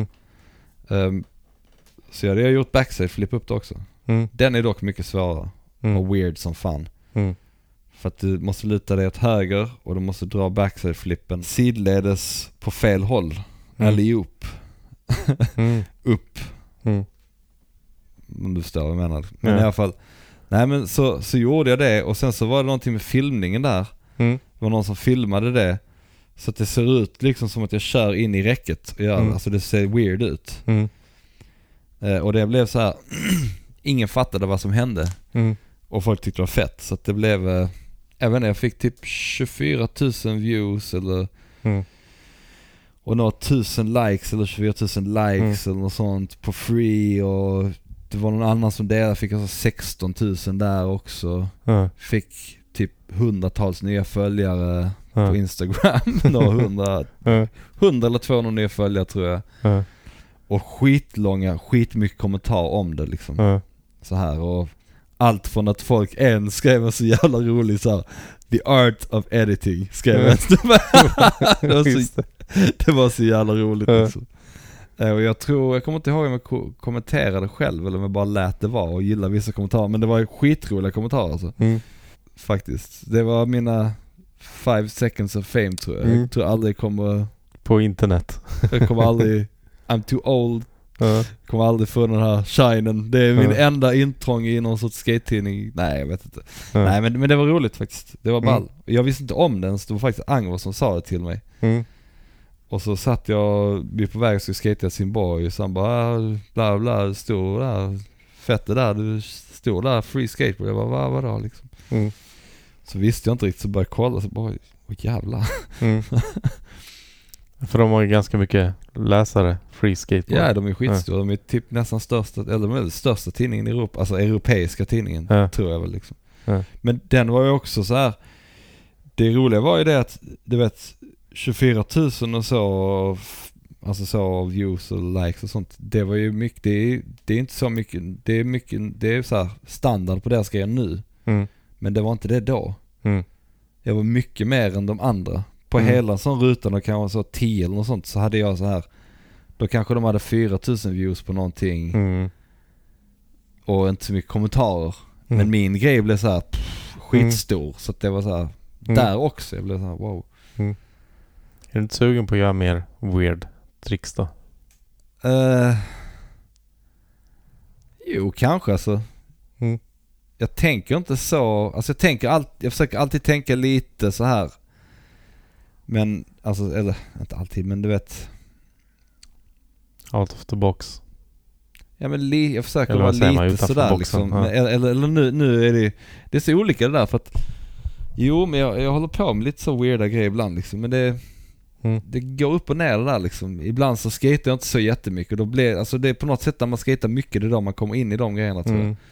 A: Så jag har gjort backside flip upp det också. Den är dock mycket svårare och weird som fan. För att du måste luta dig åt höger och du måste dra backside-flippen sidledes på fel håll. Allihop. Upp. Om du förstår vad jag menar. Men i alla fall, nej men så gjorde jag det och sen så var det någonting med filmningen där. Det var någon som filmade det. Så att det ser ut liksom som att jag kör in i räcket. Alltså det ser weird ut. Och det blev så här ingen fattade vad som hände. Och folk tyckte det var fett. Så att det blev även jag fick typ 24 000 views eller och några 1000 likes eller 24 000 likes eller något sånt på free. Och det var någon annan som delade, fick alltså 16 000 där också. Fick typ 100-tals nya följare på Instagram. Några 100 eller 200 nya följare tror jag. Och skitmycket kommentarer om det liksom. Så här och allt från att folk skrev så jävla roligt så här, the art of editing skrev det var så jävla roligt liksom. Och jag kommer inte ihåg om jag kommenterade själv eller om jag bara lät det vara och gillade vissa kommentarer, men det var skitroliga kommentarer alltså. Faktiskt. Det var mina 5 seconds of fame tror jag. Jag tror aldrig kommer
B: på internet.
A: Jag kommer aldrig I'm too old. Kommer aldrig få den här shinen. Det är min enda intrång i någon sorts skate-tidning. Nej, jag vet inte. Nej, men det var roligt faktiskt. Det var ball. Jag visste inte om den, så det var faktiskt Angvar som sa det till mig. Och så satt jag på väg och skulle skate i Simborg och så han bara bla bla, du stod där fett det där, du stod där free skateboard. Jag bara, vad då liksom. Så visste jag inte riktigt, så började jag kolla så bara, jävlar.
B: För de har ju ganska mycket läsare, free skateboard.
A: Ja, de är skitstora. De är typ nästan största, eller de är största tidningen i Europa, alltså europeiska tidningen, tror jag väl liksom. Men den var ju också så här. Det roliga var ju det att, du vet, 24 000 och så, alltså så views och likes och sånt. Det var ju mycket, det är inte så mycket, det är så här standard på deras grejer nu. Men det var inte det då. Jag var mycket mer än de andra. På hela sån rutan och kanske så 10 eller något sånt, så hade jag så här, då kanske de hade 4 000 views på någonting och inte så mycket kommentarer. Men min grej blev så här skitstor, så att det var så här där också. Jag blev så här, wow.
B: Är du inte sugen på att göra mer weird tricks då?
A: Jo, kanske alltså. Jag tänker inte så, alltså jag försöker alltid tänka lite så här. Men alltså, eller inte alltid, men du vet,
B: out of the box.
A: Ja, men jag försöker vara lite sådär liksom. Eller nu är det är så olika det där, för att jo, men jag håller på med lite så weirda grejer ibland liksom, men det går upp och ner det där liksom. Ibland så skater jag inte så jättemycket och då blir, alltså det är på något sätt när man skater mycket, det är då man kommer in i de grejerna tror jag.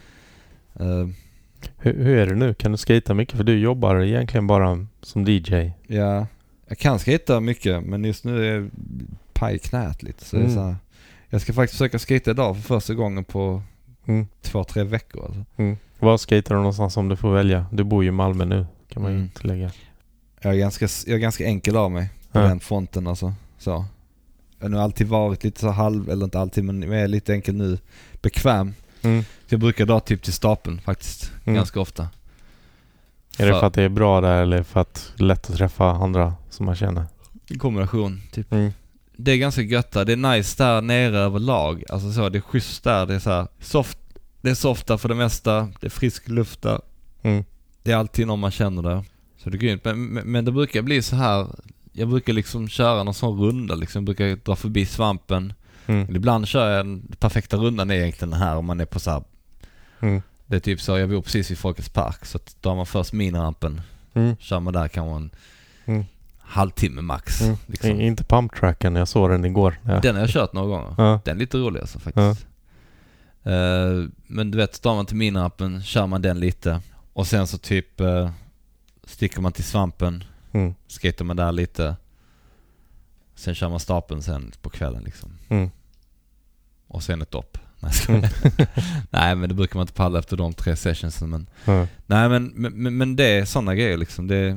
B: Hur är det nu? Kan du skata mycket? För du jobbar egentligen bara som DJ.
A: Ja, jag kan skata mycket, men just nu är jag paj knät lite. Så det är så här, jag ska faktiskt försöka skata idag för första gången på 2-3 veckor. Alltså.
B: Var skater du någonstans om du får välja? Du bor ju i Malmö nu, kan man ju inte lägga.
A: Jag är ganska enkel av mig på den fronten alltså. Så. Jag har nu alltid varit lite så eller inte alltid, men jag är lite enkel nu. Bekväm. Jag brukar dra typ till stapeln faktiskt, ganska ofta.
B: Är det för att det är bra där eller för att det är lätt att träffa andra som man känner?
A: En kombination typ. Det är ganska gött där. Det är nice där nere överlag. Alltså så, det är schysst där. Det är så här soft. Det är soft där för det mesta. Det är frisk luft där. Det är alltid någon man känner där. Så det är grymt. Men det brukar bli så här. Jag brukar liksom köra någon sån runda liksom. Jag brukar dra förbi svampen. Ibland kör jag den perfekta rundan egentligen här om man är på så här. Det är typ så, jag bor precis vid Folkets park, så att drar man först minrampen, kör man där kan man halvtimme max. Liksom.
B: Inte pumptracken, jag såg den igår. Ja.
A: Den har jag kört några gånger. Den är lite rolig alltså faktiskt. Men du vet, drar man till minrampen, kör man den lite och sen så typ sticker man till svampen, skater man där lite, sen kör man stapeln sen på kvällen liksom. Och sen ett dopp. Nej, men det brukar man inte palla efter de 3 sessionsen, men nej, men det är såna grejer liksom. Det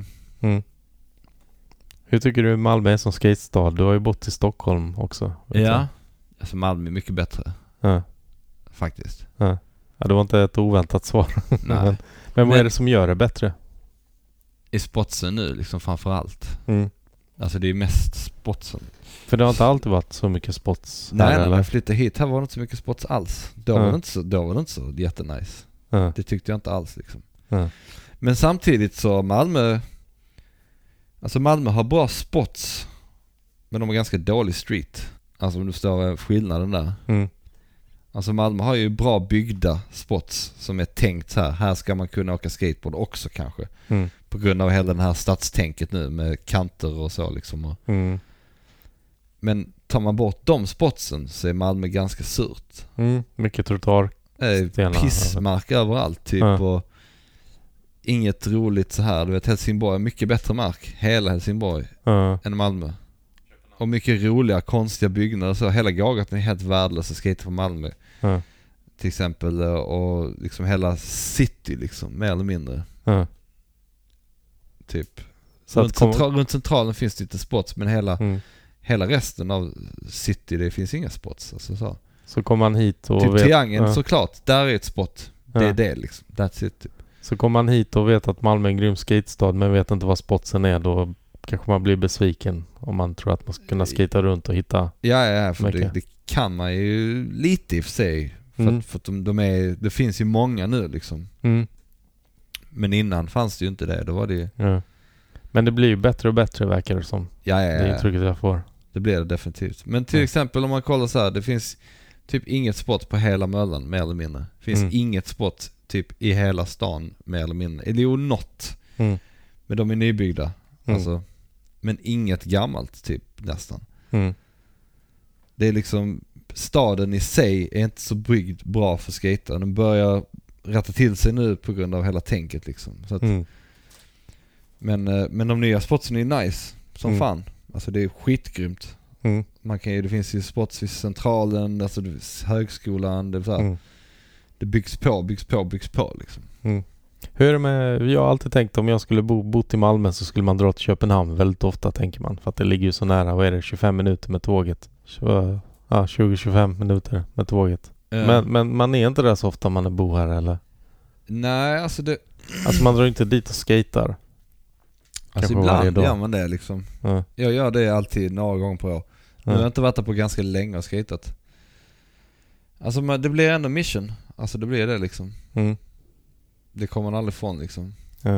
B: Hur tycker du Malmö är som skatestad? Du har ju bott i Stockholm också.
A: Ja, alltså Malmö är mycket bättre. Faktiskt.
B: Ja, det var inte ett oväntat svar.
A: Nej.
B: Men vad är det som gör det bättre?
A: i spotsen nu liksom framförallt.
B: Mm.
A: Alltså det är mest spotsen.
B: För det har inte alltid varit så mycket spots.
A: Nej,
B: eller?
A: när jag flyttade hit här var det inte så mycket spots alls. Då var det inte så jättenice. Det tyckte jag inte alls liksom. Men samtidigt så Malmö har bra spots, men de har ganska dålig street. Alltså om du förstår skillnaden där. Alltså Malmö har ju bra byggda spots som är tänkt så här. Här ska man kunna åka skateboard också kanske. På grund av hela den här stadstänket nu med kanter och så liksom. Men tar man bort de spotsen så är Malmö ganska surt.
B: Mycket trottoar.
A: Pissmark överallt typ och inget roligt så här. Du vet, Helsingborg har mycket bättre mark. Hela Helsingborg än Malmö. Och mycket roliga, konstiga byggnader. Så hela Gågatan är helt värdelös att skata på Malmö. Till exempel. Och liksom hela city liksom, mer eller mindre. Typ. Så runt centralen finns det inte spots. Men hela resten av city, det finns inga spots. Alltså
B: så kommer man hit och
A: typ Triangeln såklart. Där är ett spot. Det är det liksom. That's it typ.
B: Så kommer man hit och vet att Malmö är en grym skatestad men vet inte vad spotsen är, då kanske man blir besviken om man tror att man ska kunna skata runt och hitta.
A: Ja, för det kan man ju lite i och för sig. För att det finns ju många nu liksom. Men innan fanns det ju inte det. Då var det ju...
B: Men det blir ju bättre och bättre verkar det som.
A: Ja.
B: Det är intrycket jag får.
A: Det blir det definitivt. Men till exempel om man kollar så här, det finns typ inget spot på hela Möllan mer eller mindre. Det finns inget spot typ i hela stan mer eller mindre. Eller jo, något. Men de är nybyggda. Alltså, men inget gammalt typ nästan. Det är liksom, staden i sig är inte så byggd bra för skater. Den börjar rätta till sig nu på grund av hela tänket liksom. Så att, men de nya spotsen är nice som fan. Alltså det är skitgrymt. Det finns ju spots vid centralen, alltså högskolan, det är så här. Det byggs på liksom.
B: Hur är det med, jag har alltid tänkt om jag skulle bott i Malmö så skulle man dra till Köpenhamn väldigt ofta tänker man. För att det ligger ju så nära, vad är det, 25 minuter med tåget. 20-25 minuter med tåget. Men man är inte där så ofta om man bor här eller?
A: Nej, alltså det...
B: Alltså man drar inte dit och skater.
A: Alltså ibland gör man det liksom. Jag gör det alltid några gånger på år. Nu har jag inte varit där på ganska länge och skatat. Alltså det blir ändå mission. Alltså det blir det liksom. Det kommer man aldrig ifrån liksom.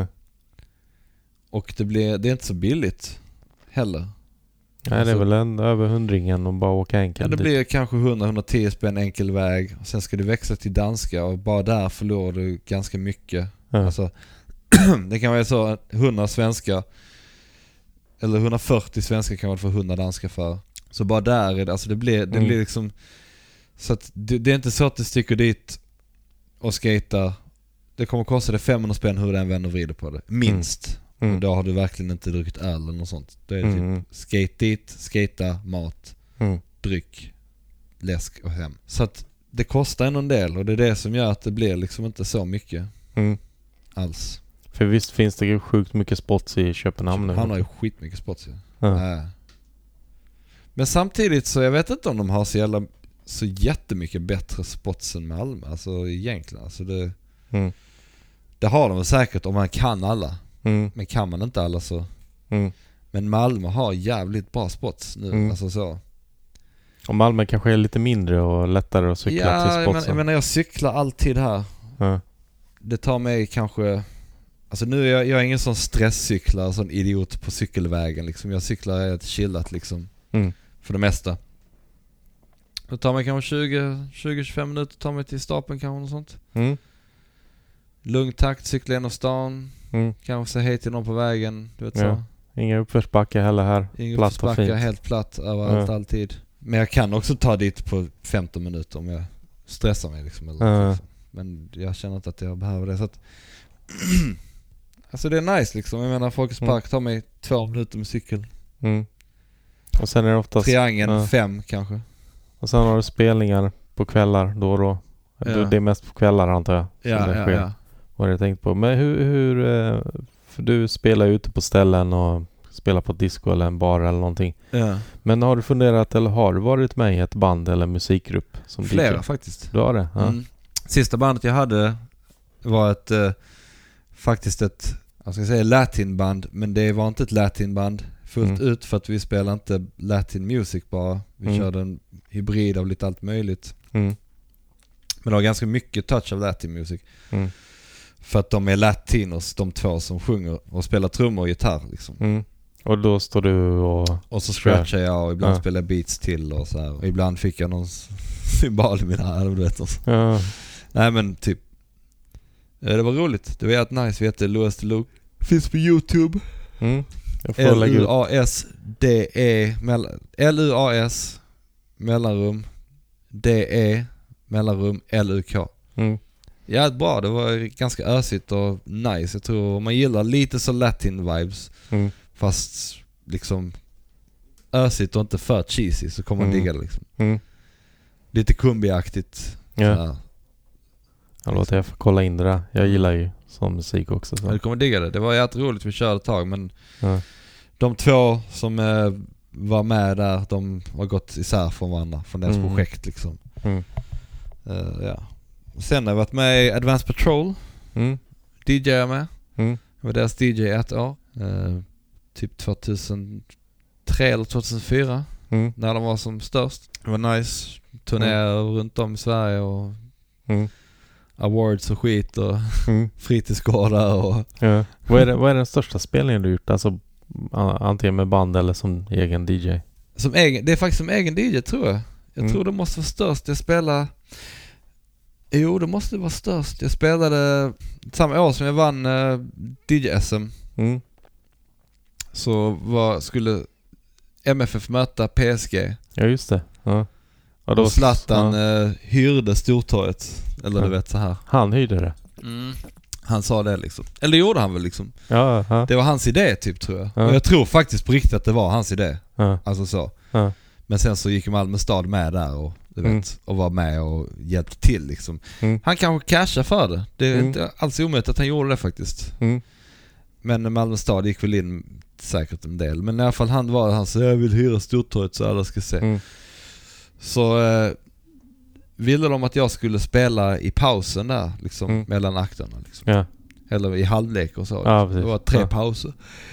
A: Och det är inte så billigt heller.
B: Nej, det är väl över 100 och bara åka enkel.
A: Ja, det blir kanske 100-110 spänn enkel väg. Och sen ska du växla till danska och bara där förlorar du ganska mycket. Alltså, det kan vara så 100 svenska eller 140 svenska kan man få 100 danska för. Så bara där är det, alltså det blir liksom så att det är inte så att du sticker dit och skater. Det kommer kosta dig 500 spänn hur den vänder och vrider på det. Minst. Och då har du verkligen inte druckit öl eller något sånt. Då är det typ skate dit, skata, mat, dryck, läsk och hem. Så att det kostar en del och det är det som gör att det blir liksom inte så mycket alls.
B: För visst finns det ju sjukt mycket spots i Köpenhamn nu.
A: Han har ju skitmycket spots. Men samtidigt så jag vet inte om de har så jättemycket bättre spots än Malmö. Alltså egentligen. Alltså det har de väl säkert om man kan alla. Men kan man inte alla så. Men Malmö har jävligt bra spots nu. Alltså så.
B: Och Malmö kanske är lite mindre och lättare att cykla till spotsen.
A: Jag menar jag cyklar alltid här. Det tar mig kanske... Alltså nu är jag ingen sån stresscyklar, sån idiot på cykelvägen liksom. Jag cyklar helt chillat liksom. För det mesta. Det tar mig kanske 20-25 minuter, tar mig till stapeln kanske och sånt. Lugn takt, cykla genom stan. Kanske säga hej till någon på vägen, du vet så.
B: Inga uppförsbackar heller här.
A: Inga uppförsbackar, helt platt överallt alltid. Men jag kan också ta dit på 15 minuter om jag stressar mig liksom, eller liksom. Men jag känner inte att jag behöver det så att alltså det är nice liksom. Jag menar Folkets Park tar mig 2 minuter med cykel. Och sen är det oftast Triangeln 5 kanske. Och sen har du spelningar på kvällar då och då. Det är mest på kvällar antar jag. Ja. Vad har jag tänkt på? Men hur för du spelar ute på ställen och spelar på disco eller en bar eller någonting. Men har du funderat eller har du varit med i ett band eller musikgrupp som flera
B: DJ?
A: Faktiskt.
B: Du har det?
A: Sista bandet jag hade var faktiskt ett jag ska säga latinband, men det var inte ett latinband fullt ut för att vi spelar inte latin music bara. Vi körde en hybrid av lite allt möjligt. Men det var ganska mycket touch av latin music. För att de är latinos, de två som sjunger och spelar trummor och gitarr liksom.
B: Och då står du
A: och så scratchar jag och ibland spelar jag beats till och så här. Och ibland fick jag någon symbol i mina du vet. Nej men typ det var roligt. Det var jävligt nice. Vi heter Louis the Luke. Finns på YouTube. L-U-A-S-D-E L-U-A-S mellanrum D-E mellanrum L-U-K. Jävligt bra. Det var ganska ösigt och nice. Jag tror man gillar lite så latin vibes. Fast liksom ösigt och inte för cheesy så kommer man digga det liksom. Lite kumbiaktigt.
B: Ja. Jag låter jag få kolla in det där. Jag gillar ju sån musik också. Så.
A: Ja, du kommer digga det. Det var jävligt roligt. Vi körde ett tag men de två som var med där, de har gått isär från varandra från deras projekt liksom. Ja. Sen har jag varit med i Advanced Patrol. DJ är med. Jag var deras DJ ett år. Typ 2003 eller 2004 när de var som störst. Det var nice. Turnéer runt om i Sverige och awards och skit och fritidsgårdar och
B: Vad är den största spelningen du gjort? Alltså antingen med band eller som egen DJ?
A: Det är faktiskt som egen DJ tror jag. Jag tror det måste vara störst. Det måste vara störst. Jag spelade samma år som jag vann DJ-SM. Så skulle MFF möta PSG.
B: Ja, just det. Ja.
A: Och Zlatan hyrde Stortorget. Eller du vet så här.
B: Han hyrde det.
A: Han sa det liksom. Eller det gjorde han väl liksom.
B: Ja.
A: Det var hans idé typ tror jag. Och jag tror faktiskt på riktigt att det var hans idé. Alltså så. Men sen så gick Malmö stad med där och du vet, och var med och hjälpte till liksom. Han kanske cashade för det. Det är inte alls omöjligt att han gjorde det faktiskt. Men Malmö stad gick väl in säkert en del. Men i alla fall han sa jag vill hyra Stortorget så alla ska se. Så ville de att jag skulle spela i pausen där liksom, mellan akterna liksom. Eller i halvlek och så. Det var 3 pauser.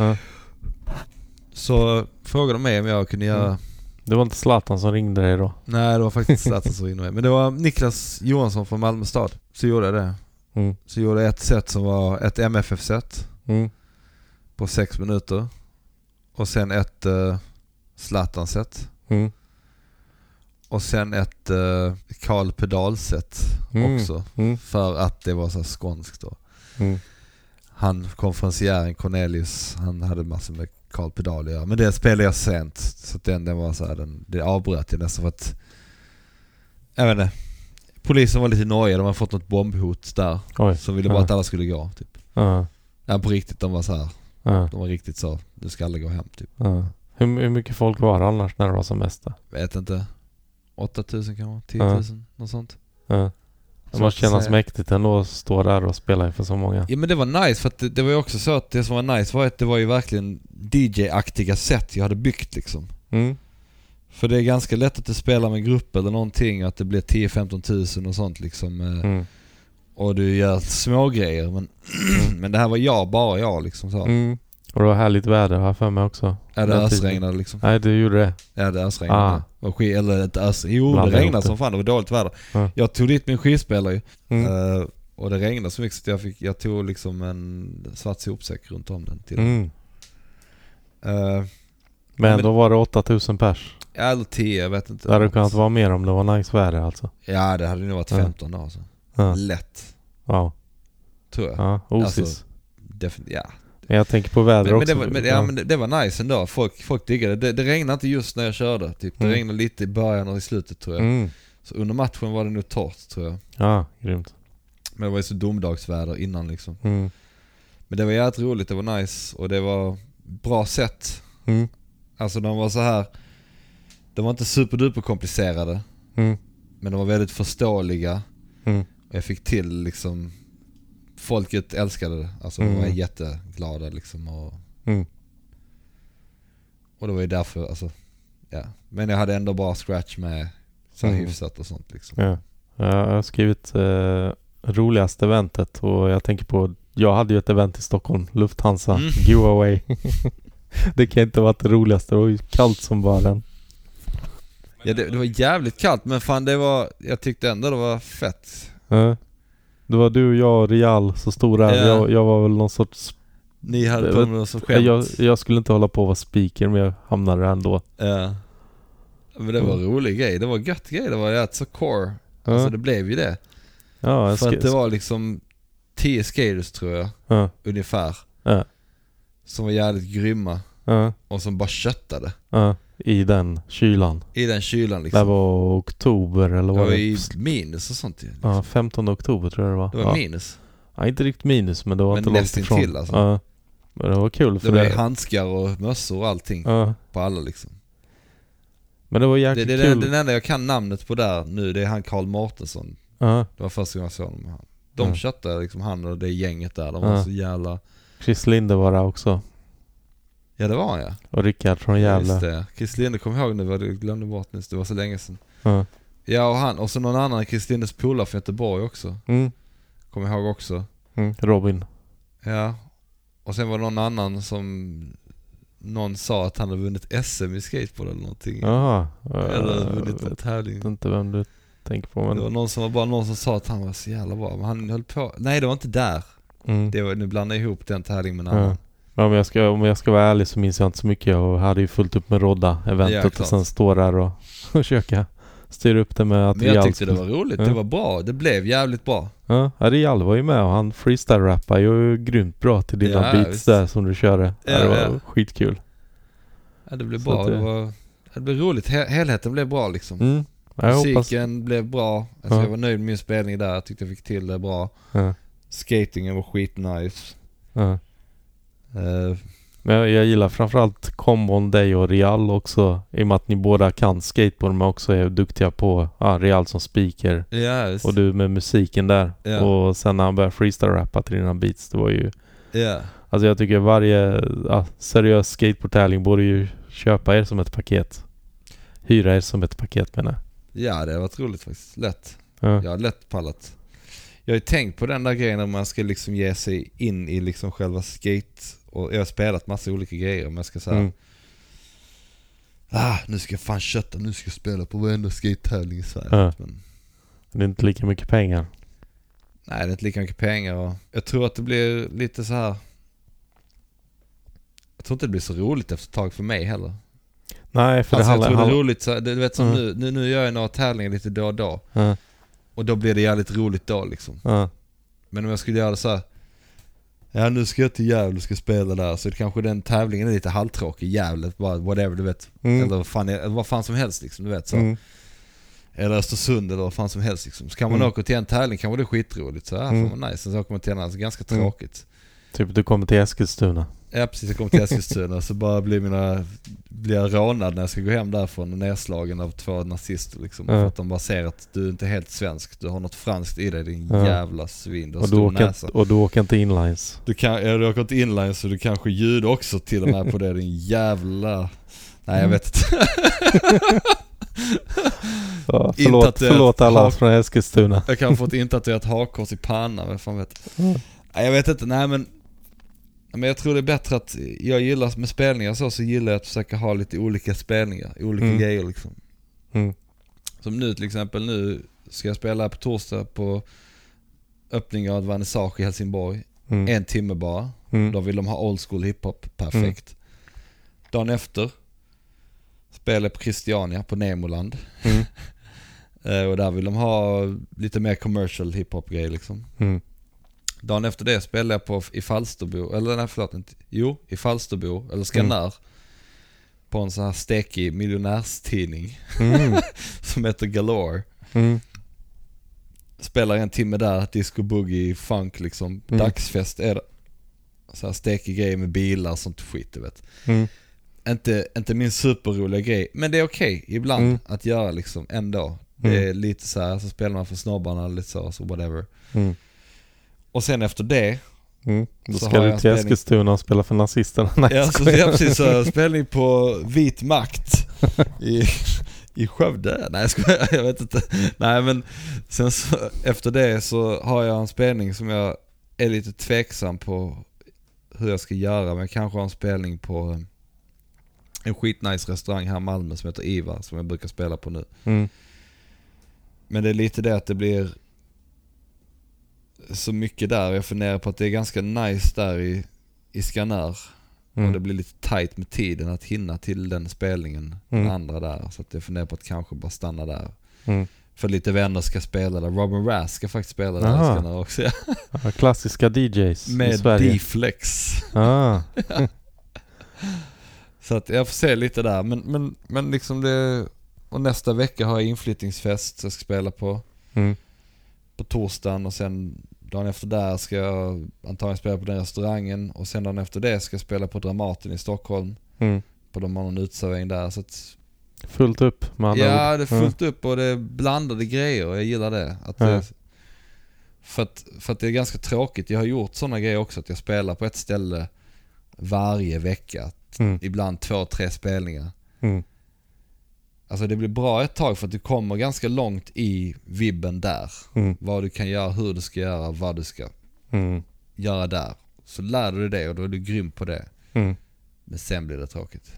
A: Så frågade de mig om jag kunde göra.
B: Det var inte Zlatan som ringde dig då?
A: Nej, det var faktiskt Zlatan som ringde mig. Men det var Niklas Johansson från Malmö stad. Så gjorde jag det. Så gjorde jag ett set som var ett MFF-set på 6 minuter. Och sen ett Zlatan-set. Och sen ett Karl Pedal-set också. För att det var så skånskt då. Han, konferencieren Cornelius, han hade massor med Karl Pedal att göra. Men det spelade jag sent. Så att den var så här, det avbröt jag nästan för att jag vet inte. Polisen var lite nojiga, de hade fått något bombhot där. Så ville bara att alla skulle gå typ. Ja, på riktigt, de var så här. De var riktigt så, du ska alla gå hem typ.
B: Hur mycket folk var det annars när det var som mest?
A: Vet inte. 8000 kanske, 10 000, något sånt.
B: Det måste kännas mäktigt ändå att stå där och spela inför så många.
A: Ja men det var nice för att det var ju också så att det som var nice var att det var ju verkligen DJ-aktiga sätt jag hade byggt liksom. För det är ganska lätt att du spelar med grupp eller någonting och att det blir 10-15 000 och sånt liksom. Och du gör små grejer men det här var bara jag liksom så.
B: Och det var härligt väder här för mig också.
A: Ja, det ösregnade liksom.
B: Nej, det gjorde det.
A: Ja, det ösregnade. Eller inte det regnade som fan, det var dåligt väder. Jag tog dit min skivspelare och det regnade så mycket så jag tog liksom en svart sopsäck runt om den till.
B: Men då var det 8000 pers.
A: Ja, eller 10, jag vet inte.
B: Det hade kunnat vara mer om det var nice väder alltså.
A: Ja, det hade nog varit 15 då alltså. Lätt.
B: Ja.
A: Tror jag.
B: Ja, osis.
A: Alltså, ja.
B: Jag tänker på väder också.
A: Men det var nice ändå. Folk diggade. Det regnade inte just när jag körde. Typ. Det regnade lite i början och i slutet tror jag. Så under matchen var det nog torrt tror jag.
B: Ja, grymt.
A: Men det var ju så domdagsväder innan liksom. Men det var jävligt roligt. Det var nice. Och det var bra sätt. Alltså de var så här. De var inte superduper komplicerade. Men de var väldigt förståeliga. Och jag fick till liksom. Folket älskade det. Alltså de var jätteglada liksom och det var ju därför alltså, ja. Men jag hade ändå bara scratch med så hyfsat och sånt liksom.
B: Ja. Jag har skrivit roligaste eventet och jag tänker på jag hade ju ett event i Stockholm, Lufthansa, giveaway. Det kan inte vara det roligaste, det var ju kallt som bara den.
A: Ja, det var jävligt kallt, men fan jag tyckte ändå det var fett.
B: Det var du, jag och Real så stora. Jag var väl någon sorts...
A: Ni hade på någon som skämt.
B: Jag skulle inte hålla på att vara speaker, men jag hamnade där ändå.
A: Ja. Men det var en rolig grej. Det var gött grej. Det var rätt så core. Alltså det blev ju det.
B: Ja,
A: för att det var liksom 10 skaters tror jag. Ungefär. Som var jävligt grymma. Och som bara köttade.
B: I den kylan.
A: Liksom.
B: Det var oktober eller vad
A: det var i minus och sånt. Liksom.
B: Ja, 15 oktober tror jag det var.
A: Det var minus.
B: Ja, inte riktigt minus, men det var
A: men
B: inte långt ifrån.
A: Till, alltså.
B: Men det var kul. För
A: det var handskar och mössor och allting. På alla liksom.
B: Men det var jäkligt kul.
A: Den enda jag kan namnet på där nu, det är han Carl Mårtensson. Det var första gången jag såg honom. De köttade liksom, han och det gänget där. De var så jävla...
B: Chris Linde var där också.
A: Ja, det var han, ja.
B: Och Rickard från Gävle.
A: Just det. Chris Linde kom ihåg nu, du glömde bort det. Det var så länge sedan. Ja, och han. Och så någon annan, Chris Lindes polare från Göteborg också. Kommer ihåg också.
B: Robin.
A: Ja. Och sen var det någon annan som... Någon sa att han hade vunnit SM i skateboard eller någonting.
B: Jaha.
A: Eller vunnit en tävling.
B: Jag vet inte vem du tänker på. Men...
A: Det var någon som sa att han var så jävla bra. Men han höll på... Nej, det var inte där. Nu blandar jag ihop den tävlingen med en annan.
B: Ja, om jag ska vara ärlig så minns jag inte så mycket. Jag hade ju fullt upp med Rodda-eventet och sen stå där och försöka styra upp det med att
A: men jag tyckte det var roligt. Det var bra. Det blev jävligt bra.
B: Ja, Real var ju med och han freestyle-rappade ju grymt bra till dina beats där som du körde. Det var skitkul.
A: Ja, det blev bra. Det blev roligt. Helheten blev bra liksom. Musiken blev bra. Alltså jag var nöjd med min spelning där. Jag tyckte jag fick till det bra. Skatingen var skitnice.
B: Men jag gillar framförallt kombon dig och Real också, i och med att ni båda kan skateboard men också är duktiga på Real som speaker. Och du med musiken där. Och sen när han började freestyle-rappa till dina beats, det var ju... Alltså jag tycker varje seriös skateboard-tävling borde ju köpa er som ett paket. Hyra er som ett paket, menar jag.
A: Ja, det har varit roligt faktiskt. Lätt. Jag har lätt pallat. Jag har ju tänkt på den där grejen om man ska liksom ge sig in i liksom själva skate. Och jag har spelat massa olika grejer. Om jag ska säga nu ska jag fan kötta. Nu ska jag spela på varenda skate-tävling i Sverige. Men
B: det är inte lika mycket pengar.
A: Nej, det är inte lika mycket pengar. Och jag tror att det blir lite så här. Jag tror inte det blir så roligt efter ett tag för mig heller.
B: Nej, för
A: alltså, jag tror det är roligt så, du vet som nu gör jag några tävlingar lite då och då. Och då blir det jävligt roligt då liksom. Men om jag skulle göra det så här, ja, nu ska jag till Gävle och ska spela där, så det kanske den tävlingen är lite halvtråkig. Gävle, bara whatever, du vet. Eller vad fan som helst liksom, du vet så. Eller Östersund eller vad fan som helst liksom. Så kan man åka till en tävling, kan vara det skitroligt så får man nice. Sen så åker man till en annan, ganska tråkigt.
B: Typ du kommer till Eskilstuna.
A: Ja, precis, jag kommer till Eskilstuna så bara blir jag rånad när jag ska gå hem därifrån och nedslagen av 2 nazister liksom. För att de bara ser att du inte är helt svensk. Du har något franskt i dig, din jävla svin. Du har stor näsa.
B: Och du åker inte inlines.
A: Du åker inte inlines, så du kanske ljud också till och med på det, din jävla... Nej, jag vet inte.
B: Förlåt alla från Eskilstuna.
A: Jag kan ha fått intatuerat hakkors i pannan, vad fan vet. Nej, jag vet inte, men jag tror det är bättre att jag gillar med spelningar så gillar jag att försöka ha lite olika spelningar, olika grejer liksom. Som nu till exempel, nu ska jag spela på torsdag på öppningen av Vernissage i Helsingborg. 1 timme bara. Då vill de ha old school hiphop, perfekt. Dagen efter spelar jag på Christiania på Nemoland. Och där vill de ha lite mer commercial hiphop grejer liksom. Dagen efter det spelade jag i Falsterbo, i Falsterbo eller Skanör på en sån här stekig miljonärstidning som heter Galore. Spelar 1 timme där, disco boogie, funk liksom, dagsfest är det. Så här stekig grej med bilar och sånt skit, du vet. Inte min superroliga grej, men det är okej ibland att göra liksom ändå. Det är lite så här, så spelar man för snobbarna lite så whatever. Och sen efter det
B: då ska du till Eskilstuna och spela för nazisterna.
A: Ja, så det är precis så spelning på Vit makt i Skövde. Nej, jag vet inte. Nej, men sen så, efter det så har jag en spelning som jag är lite tveksam på hur jag ska göra, men jag kanske har en spelning på en skitnice restaurang här i Malmö som heter Ivar, som jag brukar spela på nu. Men det är lite det att det blir så mycket där. Jag funderar på att det är ganska nice där i Skanör. Och det blir lite tight med tiden att hinna till den spelningen, den andra där. Så att jag funderar på att kanske bara stanna där. För lite vänner ska spela där. Robin Rass ska faktiskt spela där i Skanör också.
B: Ja, klassiska DJs
A: med
B: i Sverige.
A: D-Flex. Så att jag får se lite där. Men liksom det... Och nästa vecka har jag inflyttningsfest jag ska spela på torsdagen, och sen dagen efter där ska jag antagligen spela på den restaurangen, och sen dagen efter det ska jag spela på Dramaten i Stockholm. På de har någon utservering där, så att
B: fullt upp med andra ord.
A: det är fullt upp, och det är blandade grejer, och jag gillar det. För att det är ganska tråkigt. Jag har gjort sådana grejer också, att jag spelar på ett ställe varje vecka. Ibland 2-3 spelningar. Alltså det blir bra ett tag, för att du kommer ganska långt i vibben där. Vad du kan göra, hur du ska göra, vad du ska göra där. Så lär du dig det, och då är du grym på det. Men sen blir det tråkigt.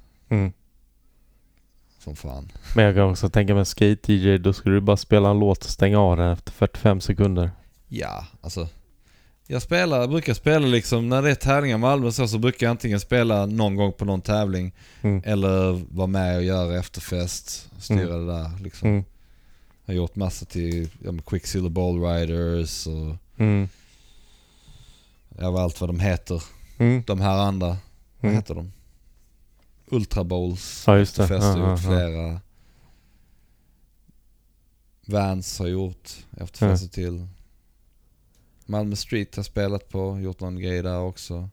A: Som fan.
B: Men jag kan också tänka mig skate-DJ, då skulle du bara spela en låt och stänga av den efter 45 sekunder.
A: Ja, alltså jag brukar spela liksom när det är tävlingar i Malmö, så brukar jag antingen spela någon gång på någon tävling eller vara med och göra efterfest, styra det där liksom. Jag har gjort massa till Quicksilver Ball Riders och allt vad de heter. De här andra, vad heter de? Ultra Bowls.
B: Ja, just det.
A: Efterfest har gjort flera. Vans har gjort efterfester till. Malmö Street har spelat på, gjort någon grej där också.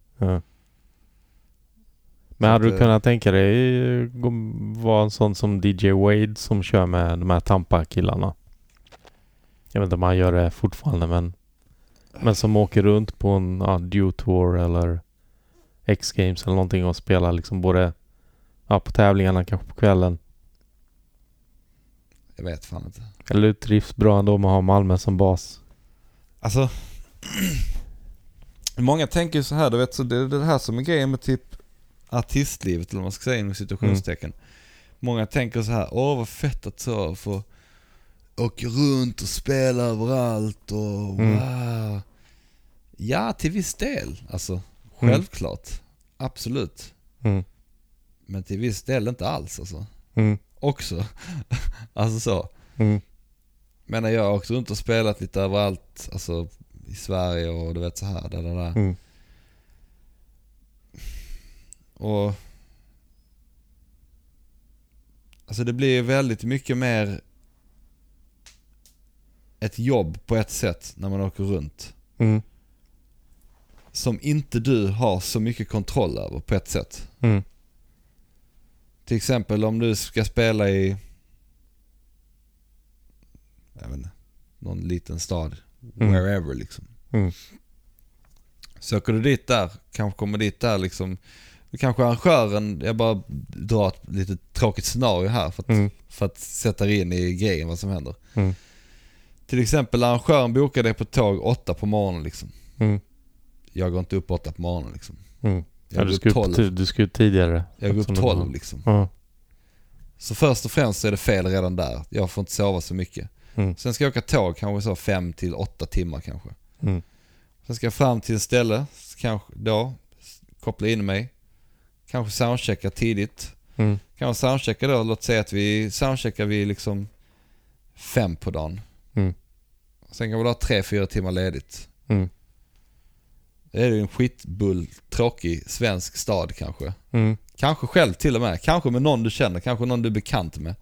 B: Men hade du kunnat tänka dig vara en sån som DJ Wade som kör med de här Tampa-killarna? Jag vet inte om han gör det fortfarande, men som åker runt på en Dew Tour eller X-Games eller någonting och spelar liksom både på tävlingarna, kanske på kvällen.
A: Jag vet fan inte.
B: Eller det trivs bra ändå med att ha Malmö som bas.
A: Alltså många tänker ju så här, du vet, så det är det här som är grejen med typ artistlivet, eller vad man ska säga inom situationstecken. Många tänker så här: vad fett att så få åka runt och spela överallt och wow. Ja, till viss del, alltså självklart, absolut. Men till viss del inte alls, alltså. Också. Alltså så. Men jag har också runt och spelat lite överallt, alltså i Sverige och du vet så här där. Och alltså det blir väldigt mycket mer ett jobb på ett sätt när man åker runt. Som inte du har så mycket kontroll över på ett sätt. Till exempel om du ska spela i jag vet inte, någon liten stad, wherever liksom. Söker du dit där, kanske kommer dit där liksom, kanske arrangören, jag bara drar ett lite tråkigt scenario här för att sätta in i grejen vad som händer. Till exempel arrangören bokar dig på tåg 8 på morgonen liksom. Jag går inte upp 8 på morgonen liksom.
B: Du ska ut tidigare.
A: Jag går upp 12 liksom. Så först och främst så är det fel redan där. Jag får inte sova så mycket. Sen ska jag åka tåg kanske så 5 till 8 timmar kanske. Sen ska jag fram till ett ställe, kanske då koppla in mig. Kanske soundchecka tidigt. Kanske soundchecka då, låt säga att vi soundcheckar vid liksom 5 på dagen. Sen kan vi ha 3-4 timmar ledigt. Det är ju en skitbull, tråkig svensk stad kanske. Kanske själv till och med. Kanske med någon du känner, kanske någon du är bekant med.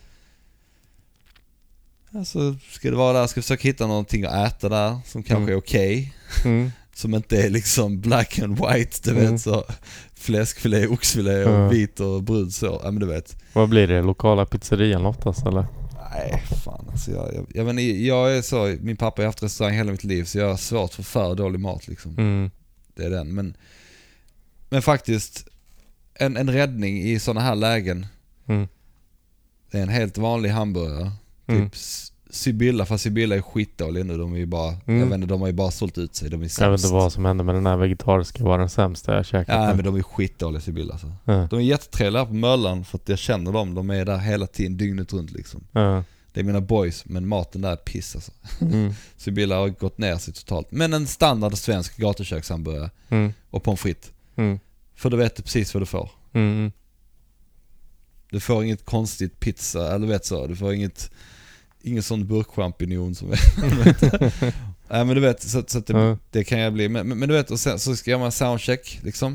A: Alltså ska det vara där, ska försöka hitta någonting att äta där som kanske är okej. Som inte är liksom black and white, du vet, så fläskfilé, oxfilé och vit och brud så. Ja, men du vet.
B: Vad blir det? Lokala pizzerian oftast eller?
A: Nej, fan alltså jag är så, min pappa har haft restaurang hela mitt liv, så jag har svårt för dålig mat liksom. Det är den, men faktiskt en räddning i såna här lägen. Det är en helt vanlig hamburgare, typ Sibylla, fast Sibylla är skitdålig nu. De är ju bara, jag vet inte, de har ju bara sålt ut sig. De är sämst.
B: Jag vet inte vad som hände med den här vegetariska, var den sämsta jag käkat.
A: Ja, men de är skitdåliga Sibylla alltså. De är jättetrevliga på Möllan för att jag känner dem. De är där hela tiden, dygnet runt liksom. Det är mina boys, men maten där är piss alltså. Sibylla har gått ner sig totalt. Men en standard svensk gatukökshamburgare och pommes frites. För du vet precis vad du får. Du får inget konstigt pizza, eller vet så. Du får ingen sån burkchampinjon som nej, men du vet, så att det kan jag bli. Men du vet, och sen så ska man soundcheck liksom.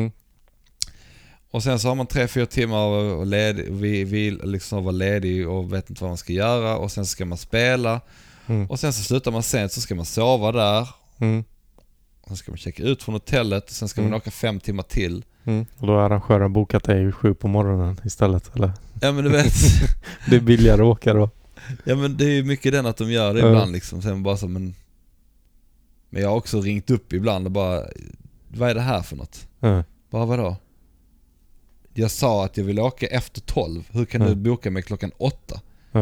A: Och sen så har man 3-4 timmar och vill liksom vara ledig och vet inte vad man ska göra. Och sen så ska man spela. Och sen så slutar man sent, så ska man sova där. Och sen ska man checka ut från hotellet. Och sen ska man åka 5 timmar till.
B: Och då har arrangören bokat dig 7 på morgonen istället, eller?
A: Ja, men du vet.
B: Det är billigare att åka då.
A: Ja, men det är ju mycket den att de gör det ibland liksom. Sen bara så, men jag har också ringt upp ibland och bara, vad är det här för något? Bara vadå? Jag sa att jag vill åka efter 12. Hur kan du boka mig klockan 8?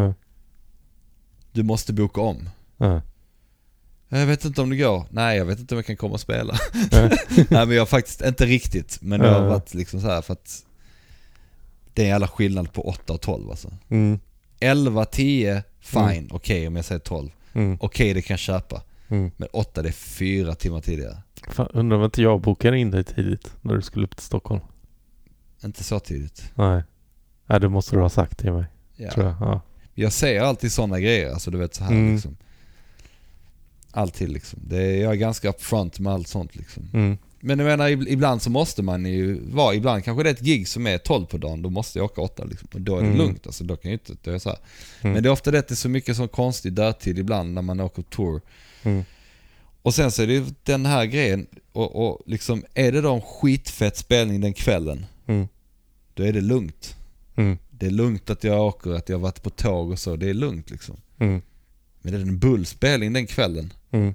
A: Du måste boka om. Jag vet inte om det går. Nej, jag vet inte om jag kan komma och spela. Nej, men jag har faktiskt inte riktigt. Men det har varit liksom så här för att det är en jävla skillnad på 8 och 12 alltså. 11, 10, fine. Okej, om jag säger 12. Okej, det kan jag köpa. Men 8, det är 4 timmar tidigare.
B: Fan, undrar om inte jag bokar in dig tidigt när du skulle upp till Stockholm.
A: Inte så tidigt.
B: Nej, det måste du ha sagt till mig.
A: Ja.
B: Tror jag. Ja.
A: Jag säger alltid sådana grejer. Alltså du vet så här liksom. Alltid liksom. Jag är ganska upfront med allt sånt liksom. Men jag menar, ibland så måste man ju vara, ibland kanske det är ett gig som är 12 på dagen, då måste jag åka 8 liksom. Och då är det lugnt, alltså då kan jag inte, då är jag så här. Men det är ofta det är så mycket sån konstig dödtid ibland när man åker på tour. Och sen så är det ju den här grejen, och liksom, är det då en skitfett spelning den kvällen, då är det lugnt. Det är lugnt att jag åker, att jag har varit på tåg och så, det är lugnt liksom. Men är det en bullspelning den kvällen,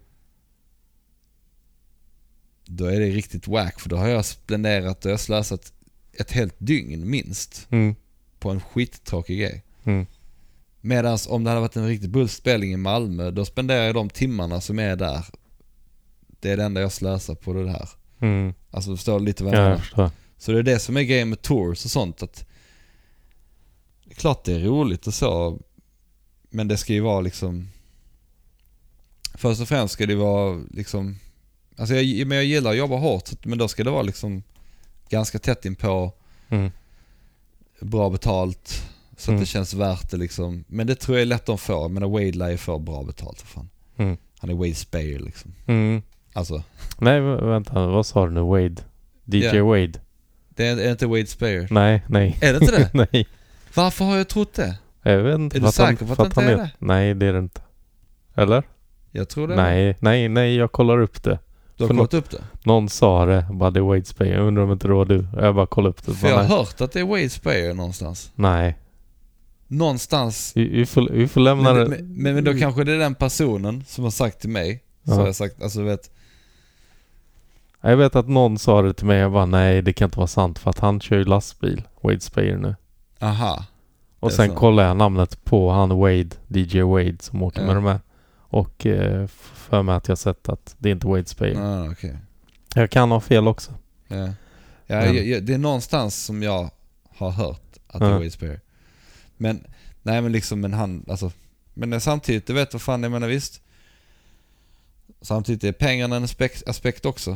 A: då är det riktigt whack, för då har jag spenderat och jag har slösat ett helt dygn minst på en skittråkig grej. Medan om det hade varit en riktig bullspelning i Malmö, då spenderar jag de timmarna som är där. Det är det enda jag slösar på det här. Alltså förstår lite vad jag menar. Så det är det som är grejen med tours och sånt, att det är klart det är roligt och så, men det ska ju vara liksom, först och främst ska det vara liksom, alltså jag gillar att jobba hårt, men då ska det vara liksom ganska tätt in på, bra betalt, så att det känns värt det liksom. Men det tror jag är lätt att få. Men Wade lär ju få bra betalt för fan. Han är Wade Speyer liksom. Alltså.
B: Nej, vänta, vad sa du nu? Wade? DJ Wade?
A: Det är inte Wade Speyer.
B: Nej.
A: Är det inte det?
B: Nej.
A: Varför har jag trott det?
B: Jag vet inte.
A: Är du säker på att det inte är det?
B: Nej, det är det inte. Eller?
A: Jag tror det.
B: Nej, jag kollar upp det.
A: Du har kollat upp det?
B: Någon sa det, bara det är Wade Speyer. Jag undrar om inte det var du. Jag bara kollade upp det.
A: För jag har hört att det är Wade Speyer någonstans.
B: Nej.
A: Någonstans.
B: Vi får lämna det.
A: Men då kanske det är den personen som har sagt till mig. Så har jag sagt, alltså vet.
B: Jag vet att någon sa det till mig. Jag bara, nej, det kan inte vara sant. För att han kör ju lastbil, Wade Speyer nu.
A: Aha.
B: Och sen kollade jag namnet på han Wade, DJ Wade som åker med de här. Och för mig att jag sett att det är inte Wade Speyer.
A: Okay.
B: Jag kan ha fel också.
A: Ja, det är någonstans som jag har hört att det är Wade Speyer. Men nej, men liksom, men han, alltså, men samtidigt, du vet vad fan jag menar, visst. Samtidigt är pengarna en aspekt också.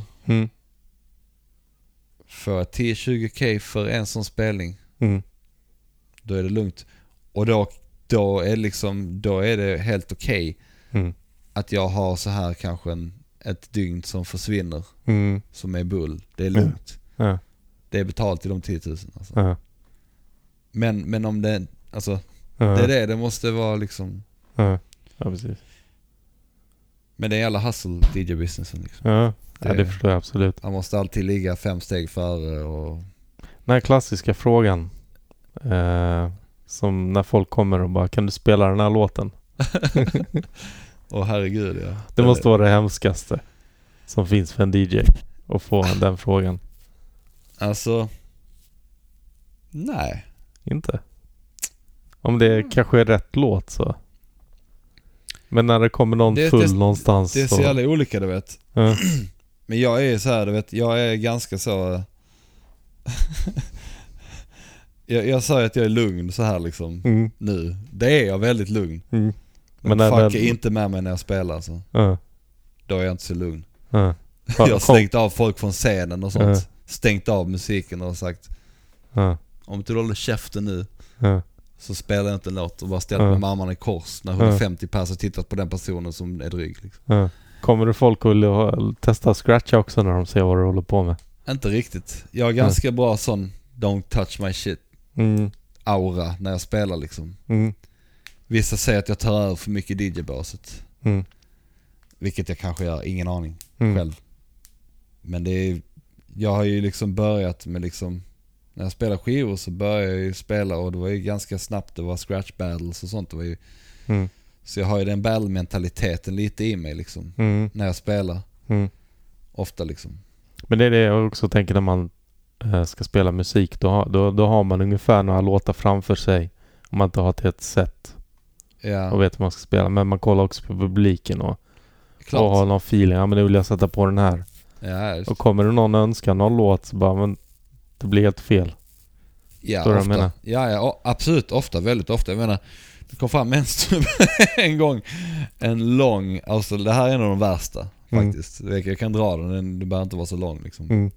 A: För 10-20k för en sån spelning, då är det lugnt. Och då är liksom, då är det helt okej att jag har så här kanske ett dygn som försvinner, som är bull. Det är lugnt. Det är betalt i de 10 000 alltså. Men om det, alltså, det måste vara liksom.
B: Ja, precis.
A: Men det är alla hustle DJ-businessen liksom.
B: Ja, det förstår jag absolut.
A: Man måste alltid ligga 5 steg före och...
B: Den här klassiska frågan, som när folk kommer och bara, kan du spela den här låten?
A: Herregud, ja.
B: Det måste vara det hemskaste som finns för en DJ att få den frågan.
A: Alltså, nej.
B: Inte? Om det kanske är rätt låt så. Men när det kommer någon full någonstans.
A: Det är så jävla olika, du vet. Men jag är så här, du vet, jag är ganska så jag sa att jag är lugn så här liksom nu. Det är jag väldigt lugn. Men fuck är inte med mig när jag spelar så. Då är jag inte så lugn. Jag har stängt av folk från scenen och sånt. Stängt av musiken och sagt om inte du håller käften nu så spelar jag inte en låt och bara ställer med mamman i kors när 150 personer tittat på den personen som är dryg liksom.
B: Kommer det folk att testa scratcha också när de ser vad du håller på med?
A: Inte riktigt. Jag är ganska bra sån don't touch my shit aura när jag spelar liksom. Vissa säger att jag tar över för mycket DJ-baset. Vilket jag kanske gör, ingen aning själv. Men det är, jag har ju liksom börjat med liksom, när jag spelar skivor så började jag ju spela och det var ju ganska snabbt, det var scratch battles och sånt. Det var ju, så jag har ju den battle-mentaliteten lite i mig liksom, när jag spelar. Ofta liksom. Men
B: det är det jag också tänker när man ska spela musik. Då har man ungefär några låtar framför sig om man inte har till ett set. Och vet hur man ska spela. Men man kollar också på publiken och har någon feeling. Ja, men nu vill jag sätta på den här. Och kommer det någon önska någon låt så bara, men det blir helt fel.
A: Ja, ofta. Ja, absolut. Ofta, väldigt ofta. Jag menar, det kom fram en gång en lång, alltså det här är en av de värsta faktiskt. Jag kan dra den, det behöver inte vara så lång liksom.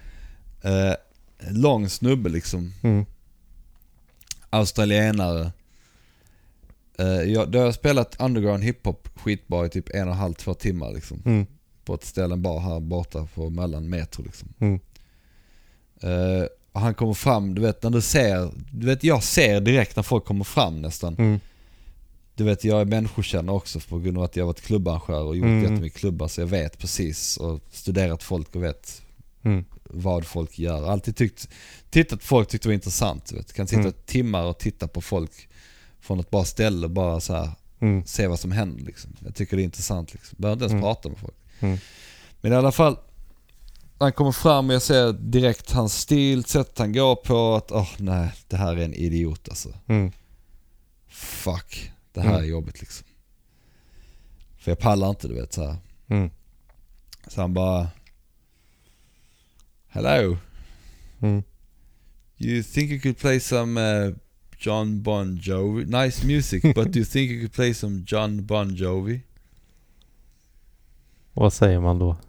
A: Lång snubbe liksom. Australienare. Då har jag spelat underground hiphop skitbra i typ 1,5-2 timmar liksom. På ett ställe bara här borta på mellan metro liksom. Och han kommer fram, du vet när du vet jag ser direkt när folk kommer fram nästan. Du vet jag är människokännare också på grund av att jag har varit klubbarrangör och gjort jättemycket klubbar, så jag vet precis och studerat folk och vet vad folk gör. Alltid tittat folk tyckte det var intressant, vet. Kan sitta timmar och titta på folk från ett bra ställe och bara så här se vad som händer liksom. Jag tycker det är intressant liksom. Behöver inte ens prata med folk. Men i alla fall han kommer fram och jag ser direkt hans stil, sätt han går på att nej, det här är en idiot alltså. Fuck, det här är jobbigt liksom. För jag pallar inte, du vet så här. Så han bara hello. You think you could play some John Bon Jovi? Nice music, but do you think you could play some John Bon Jovi?
B: Vad säger man då?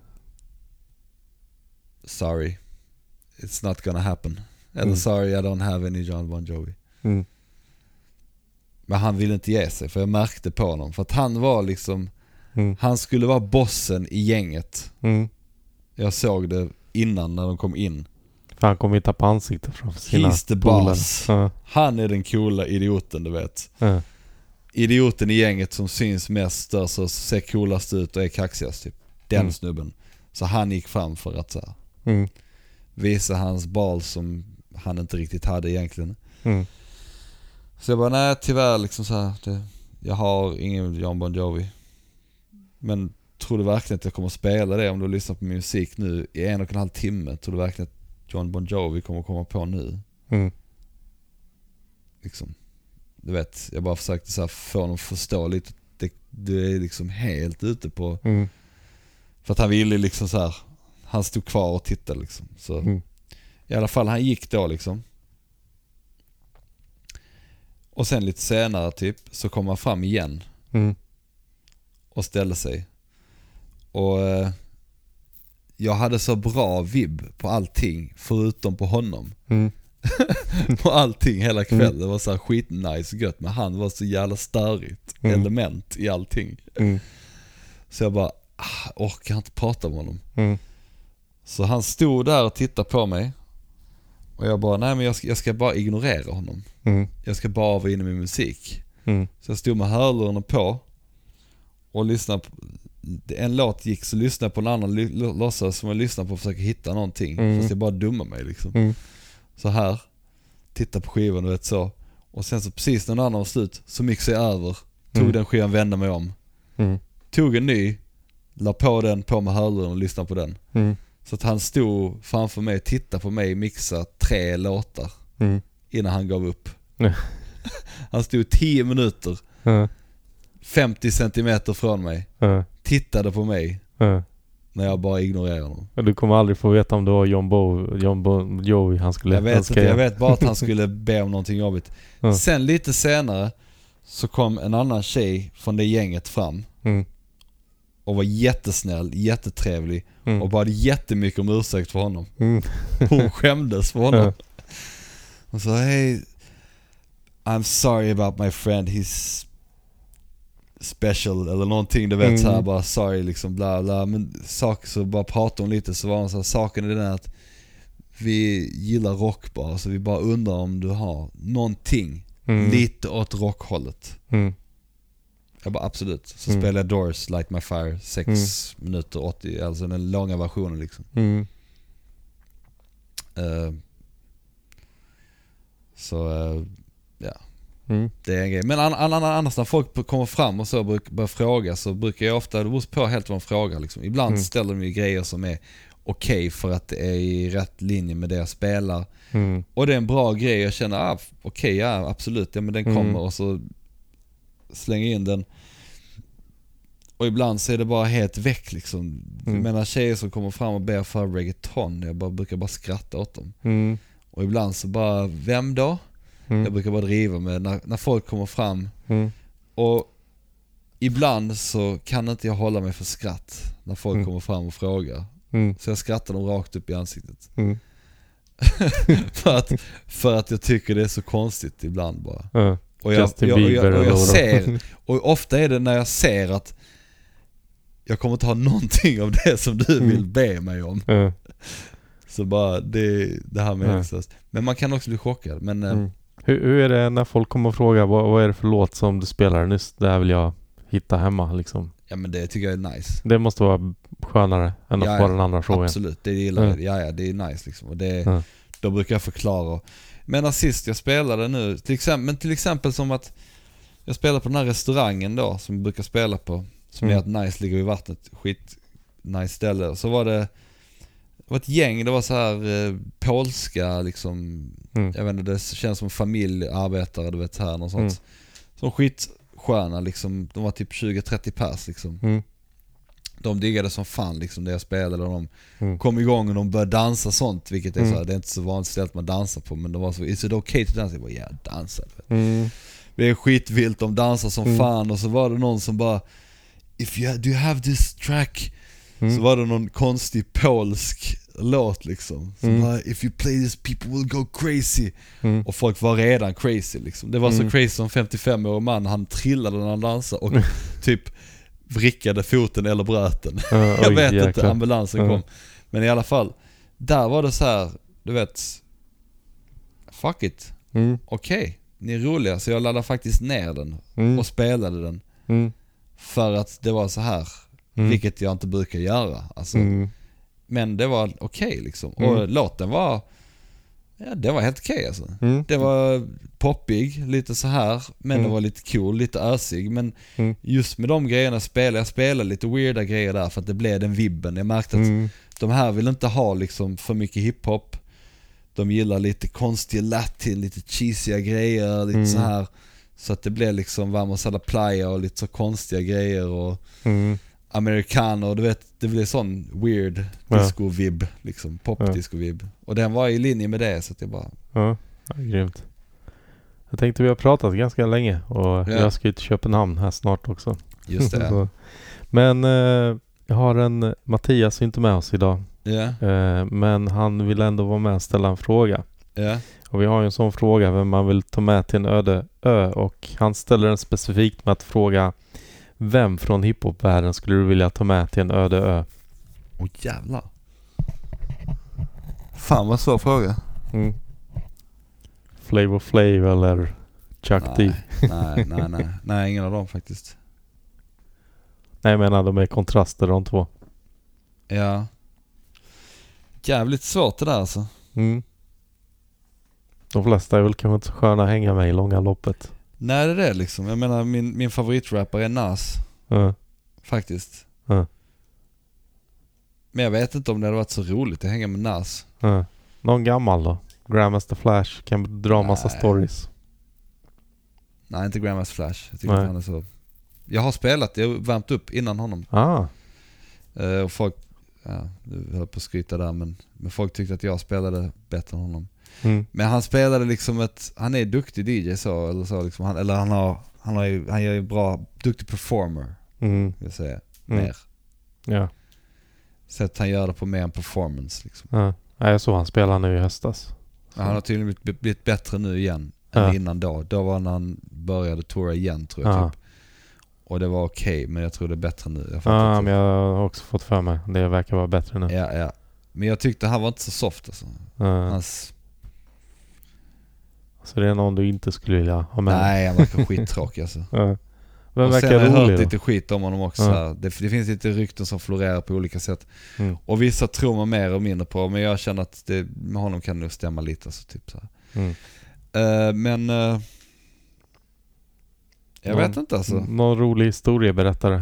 A: Sorry, it's not gonna happen. Eller sorry, I don't have any John Bon Jovi. Men han ville inte ge sig, för jag märkte på honom. För att han var liksom han skulle vara bossen i gänget. Jag såg det innan när de kom in.
B: För han kommer inte på ansiktet från sina
A: He's the boss. Han är den coola idioten, du vet. Idioten i gänget som syns mest, så ser coolast ut och är kaxigast typ. Den snubben. Så han gick fram för att så här, visa hans bal som han inte riktigt hade egentligen. Så jag bara, nej tyvärr liksom så här, jag har ingen John Bon Jovi. Men tror du verkligen att jag kommer spela det om du lyssnar på musik nu i 1,5 timme? Tror du verkligen att John Bon Jovi kommer komma på nu? Liksom, du vet, jag bara försökte så här få honom att förstå lite. Du är liksom helt ute på för att han ville liksom så här, han stod kvar och tittade liksom. Så i alla fall han gick då liksom. Och sen lite senare typ så kom han fram igen och ställde sig. Och jag hade så bra vibb på allting förutom på honom. På allting hela kvällen. Det var så här skitnice gött, men han var så jävla störigt element i allting. Så jag bara orkar inte prata med honom. Så han stod där och tittade på mig. Och jag bara, nej men jag ska bara ignorera honom. Jag ska bara vara inne med musik. Så jag stod med hörlurarna på och lyssnade på en låt gick, så lyssnade jag på en annan låtsas som jag lyssnade på och försöka hitta någonting. Fast jag bara dummar mig liksom. Så här, titta på skivan och vet så. Och sen så precis när den andra var slut så mixade jag över. Tog den skivan, vände mig om. Tog en ny, la på den på med hörluren och lyssnade på den. Så att han stod framför mig, tittade på mig, mixa 3 låtar innan han gav upp. Han stod 10 minuter 50 centimeter från mig. Tittade på mig. När jag bara ignorerar honom.
B: Du kommer aldrig få veta om det var Joey han skulle
A: jag vet bara att han skulle be om någonting jobbigt. Sen lite senare så kom en annan tjej från det gänget fram. Och var jättesnäll, jättetrevlig. Och bad jättemycket om ursäkt för honom. Hon skämdes för honom. Hon sa, hey, I'm sorry about my friend, he's special eller någonting, du vet så här, bara sorry liksom bla bla, men så bara pratade hon lite, så var hon så här, saken är den att vi gillar rock bara, så vi bara undrar om du har någonting lite åt rockhållet. Jag bara absolut, så spelade jag Doors, Light My Fire 6 minuter 80, alltså den långa versionen liksom. Ja. Det är en grej. Men annars när folk kommer fram och så börjar fråga, så brukar jag ofta, det beror på helt vad de frågar liksom. Ibland ställer de ju grejer som är okej för att det är i rätt linje med det jag spelar. Och det är en bra grej, jag känner okej, ja absolut, ja, men den kommer, och så slänger in den. Och ibland så är det bara helt väck liksom. Jag menar tjejer som kommer fram och ber för reggaeton, jag brukar bara skratta åt dem. Och ibland så bara, vem då? Jag brukar bara driva med när folk kommer fram. Och ibland så kan inte jag hålla mig för skratt när folk kommer fram och frågar. Så jag skrattar dem rakt upp i ansiktet. för att jag tycker det är så konstigt ibland bara. Och jag ser, och ofta är det när jag ser att jag kommer inte ha någonting av det som du vill be mig om. Så bara det här med men man kan också bli chockad. Men
B: hur är det när folk kommer och frågar vad är det för låt som du spelar nyss? Det här vill jag hitta hemma liksom.
A: Ja, men det tycker jag är nice.
B: Det måste vara skönare än att få den andra frågan.
A: Absolut, det gillar jag. Ja, det är nice liksom. Och då brukar jag förklara. Men sist jag spelade nu, till exempel som att jag spelar på den här restaurangen då, som jag brukar spela på, som är att nice ligger i vattnet, skit nice ställe. Så var det ett gäng, det var så här polska liksom, jag vet inte, det känns som familjearbetare, du vet här, något sånt. Som skitsköna liksom, de var typ 20-30 pers liksom. De diggade som fan liksom det jag spelade, och de kom igång och de började dansa sånt, vilket är så här, det är inte så vanligt ställt man dansar på, men de var så, is it okay to dance? Jag bara, ja, dansa. Det är skitvilt, de dansar som fan, och så var det någon som bara, do you have this track? Så var det någon konstig polsk låt liksom. Så bara, if you play this people will go crazy. Och folk var redan crazy liksom. Det var så crazy som 55-årig man, han trillade när han dansade och typ vrickade foten eller bröt den. Jag vet inte, ambulansen kom. Men i alla fall, där var det så här, du vet, fuck it. Okej, ni är roliga, så jag laddade faktiskt ner den och spelade den. För att det var så här, vilket jag inte brukar göra alltså. Men det var okej liksom. Och låten var, ja, det var helt okej alltså. Det var poppig, lite så här, men det var lite cool, lite ösig. Men just med de grejerna jag spelade lite weirda grejer där, för att det blev den vibben. Jag märkte att de här vill inte ha liksom för mycket hiphop. De gillar lite konstiga latin, lite cheesiga grejer, lite så här. Så att det blev liksom Vamos a la Playa och lite så konstiga grejer och americano, du vet, det blev sån weird disco-vibb liksom, pop-disco-vibb. Och den var i linje med det, så att jag bara...
B: Ja, grymt. Jag tänkte, vi har pratat ganska länge och jag ska ju till Köpenhamn här snart också.
A: Just det.
B: Men jag har Mattias inte med oss idag. Men han vill ändå vara med och ställa en fråga. Och vi har ju en sån fråga, vem man vill ta med till en öde ö, och han ställer den specifikt med att fråga: vem från hiphopvärlden skulle du vilja ta med till en öde ö?
A: Jävlar. Fan vad svår fråga.
B: Flavor Flav eller Chuck D?
A: Nej, ingen av dem faktiskt.
B: Nej, jag menar, de är kontraster de två.
A: Ja. Jävligt svårt det där alltså.
B: De flesta är väl kanske inte så sköna att hänga med i långa loppet.
A: Nej, det är det liksom. Jag menar, min favoritrapper är Nas. Faktiskt. Men jag vet inte om det hade varit så roligt att hänga med Nas.
B: Någon gammal då? Grandmaster Flash kan dra massa stories.
A: Nej, inte Grandmaster Flash. Jag tycker han är så Jag har spelat, jag har värmt upp innan honom. Och folk, du höll på att skryta där, men folk tyckte att jag spelade bättre än honom. Men han spelade liksom han är duktig DJ så liksom, han är ju bra, duktig performer, vill jag säga, mer.
B: Ja.
A: Så att han gör det på mer en performance liksom.
B: Ja, jag såg han spela nu i höstas.
A: Han har tydligen blivit bättre nu igen än innan då. Då var när han började toura igen, tror jag typ. Och det var okej, men jag tror det är bättre nu.
B: Men jag har också fått för mig. Det verkar vara bättre nu.
A: Ja. Men jag tyckte han var inte så soft alltså.
B: Så det är någon du inte skulle vilja ha med?
A: Nej, han verkar skittråkig alltså.
B: Men
A: och
B: verkar
A: sen har jag hört
B: rolig,
A: lite skit om honom också. Här. Det finns lite rykten som florerar på olika sätt. Och vissa tror man mer och mindre på. Men jag känner att med honom kan det nog stämma lite. Alltså, typ så här. Men jag vet inte alltså.
B: Någon rolig historieberättare?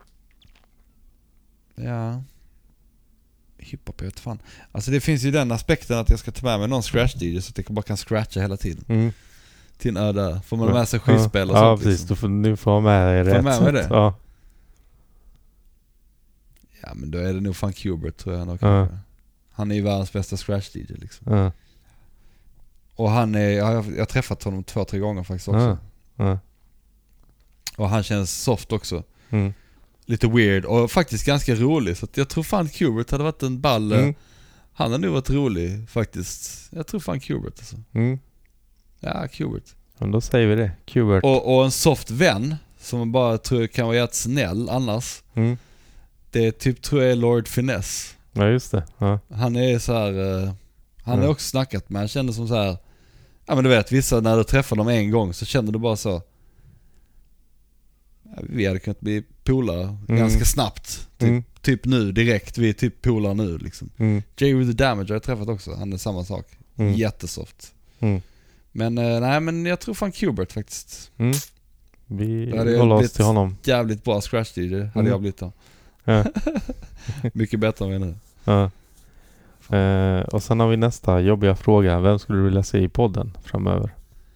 A: Ja. Hiphop, jag vet fan. Alltså det finns ju den aspekten att jag ska ta med mig någon scratch-DJ så att jag bara kan scratcha hela tiden. Till en öde. Får man med sig skivspel och sånt.
B: Ja, precis.
A: Liksom.
B: Du får med dig rätt.
A: Får med mig det?
B: Ja.
A: Ja, men då är det nog fan Qbert, tror jag nog. Han är ju världens bästa scratch-DJ liksom. Och han är, jag har träffat honom 2-3 gånger faktiskt också. Och han känns soft också. Lite weird och faktiskt ganska rolig. Så att jag tror fan Qbert hade varit en ball. Han har nog varit rolig faktiskt. Jag tror fan Qbert alltså. Ja, Qbert.
B: Men då säger vi det, Qbert.
A: Och en soft vän som man bara tror kan vara jätt snäll annars. Det är typ, tror jag, är Lord Finesse.
B: Ja, just det. Ja.
A: Han är så här. Han har också snackat med. Han kände som så här. Ja, men du vet, vissa när du träffar dem en gång så känner du bara så. Vi hade kunnat bli polare ganska snabbt. Typ nu direkt. Vi är typ polare nu liksom. Jay with the Damage har jag träffat också. Han är samma sak. Jättesoft. Men nej, men jag tror fan Qbert faktiskt.
B: Vi håller oss till honom.
A: Jävligt bra scratch DJ hade jag blivit då.
B: Ja.
A: Mycket bättre än vi nu.
B: Ja. Och sen har vi nästa jobbiga fråga. Vem skulle du vilja se i podden framöver?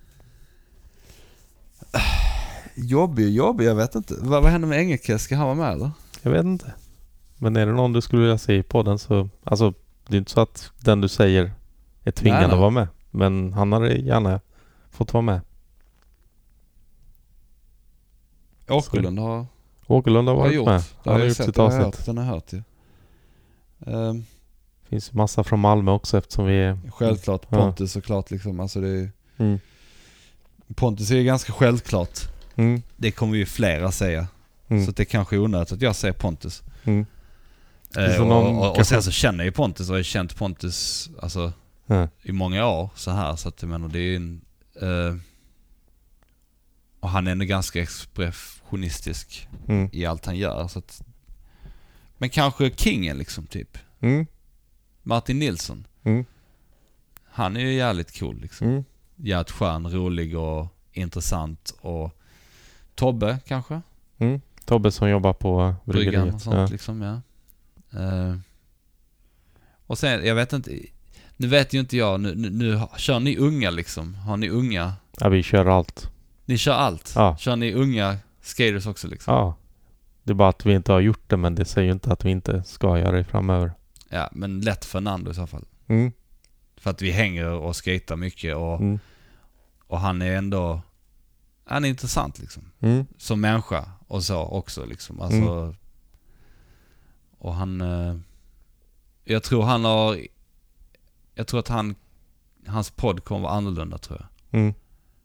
A: Jobbig, jag vet inte. Vad händer med Engelke? Ska han vara med eller?
B: Jag vet inte. Men är det någon du skulle vilja se i podden så... Alltså, det är inte så att den du säger är tvingande att vara med. Men han hade gärna fått vara med.
A: Åkerlund har
B: varit med. Han har gjort sitt avsnitt.
A: Den har hört ju.
B: Finns massa från Malmö också eftersom vi är...
A: Självklart, Pontus såklart liksom. Alltså det är... Pontus är ganska självklart. Det kommer ju flera säga. Så det kanske är onödigt att jag säger Pontus. Och sen så känner jag Pontus och har känt Pontus alltså, i många år så här. Så att jag menar, det är en... och han är ändå ganska expressionistisk i allt han gör. Så att, men kanske Kingen liksom typ. Martin Nilsson. Han är ju jävligt cool liksom. Jävligt skön, rolig och intressant. Och Tobbe kanske.
B: Tobbe som jobbar på
A: bryggan och sånt liksom, ja. Och sen, jag vet inte. Nu vet ju inte jag. Nu kör ni unga liksom. Har ni unga?
B: Ja, vi kör allt.
A: Ni kör allt?
B: Ja.
A: Kör ni unga skaters också liksom?
B: Ja. Det är bara att vi inte har gjort det, men det säger ju inte att vi inte ska göra det framöver.
A: Ja, men lätt för Nando i så fall. För att vi hänger och skater mycket och han är ändå... Han är intressant liksom. Som människa och så också liksom. Alltså, och han... Jag tror att hans podd kommer vara annorlunda, tror jag.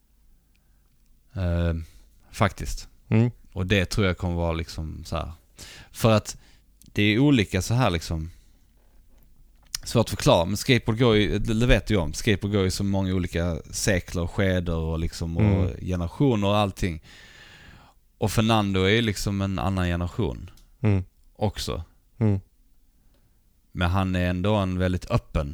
A: Faktiskt. Och det tror jag kommer vara liksom så här. För att det är olika så här liksom. Svårt att förklara, men skateboard går ju, det vet du om, skateboard går ju så många olika sekler och skeder och liksom och generationer och allting. Och Fernando är ju liksom en annan generation också. Men han är ändå en väldigt öppen.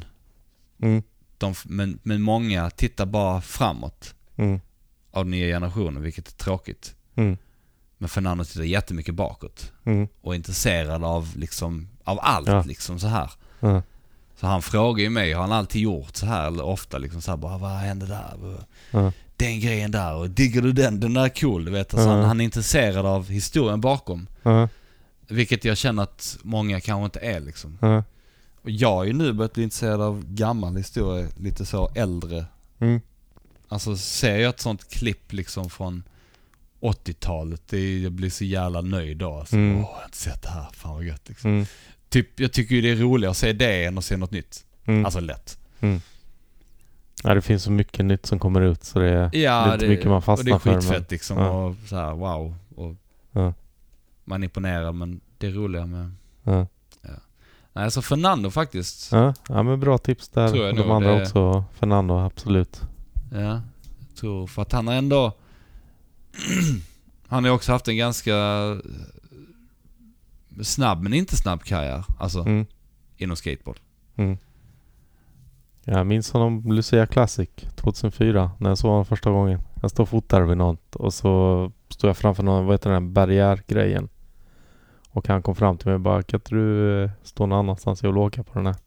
A: Men många tittar bara framåt av nya generationer, vilket är tråkigt. Men Fernando tittar jättemycket bakåt och är intresserad av liksom av allt liksom så här. Så han frågar ju mig, har han alltid gjort så här eller ofta liksom så här bara, vad hände där? den grejen där, och digger du den är cool, du vet. Alltså han är intresserad av historien bakom. Vilket jag känner att många kanske inte är liksom. Och jag är ju nu börjat bli intresserad av gammal historia, lite så äldre. Alltså ser jag ett sånt klipp liksom från 80-talet, jag blir så jävla nöjd då. Alltså, jag har inte sett det här, fan vad gött liksom. Typ, jag tycker ju det är roligare att se det än att se något nytt. Alltså lätt.
B: Ja, det finns så mycket nytt som kommer ut, så det är inte mycket man fastnar för.
A: Och det är skitfett liksom, och så här, wow. Och man är imponerad, men det är roliga med... Nej, alltså Fernando faktiskt.
B: Ja, men bra tips där.
A: Tror jag
B: de andra också. Fernando, absolut.
A: Ja, jag tror, för att han har ändå... han har också haft en ganska snabb, men inte snabb karriär. Alltså, inom skateboard.
B: Jag minns honom Lucia Classic 2004, när jag såg honom första gången. Jag stod och fotade vid något, och så stod jag framför någon, vad heter den här barriärgrejen. Och han kom fram till mig och bara, kan inte du stå någon annanstans och åka på den här?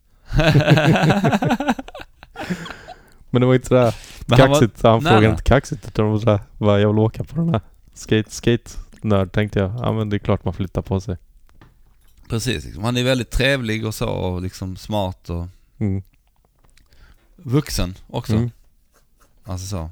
B: Men det var inte sådär kaxigt. Han frågade inte kaxigt, utan det var sådär, vad jag vill åka på den här. Skate-nörd, tänkte jag. Ja, men det är klart man flyttar på sig.
A: Precis, liksom. Han är väldigt trevlig och så, och liksom smart och vuxen också. Alltså så.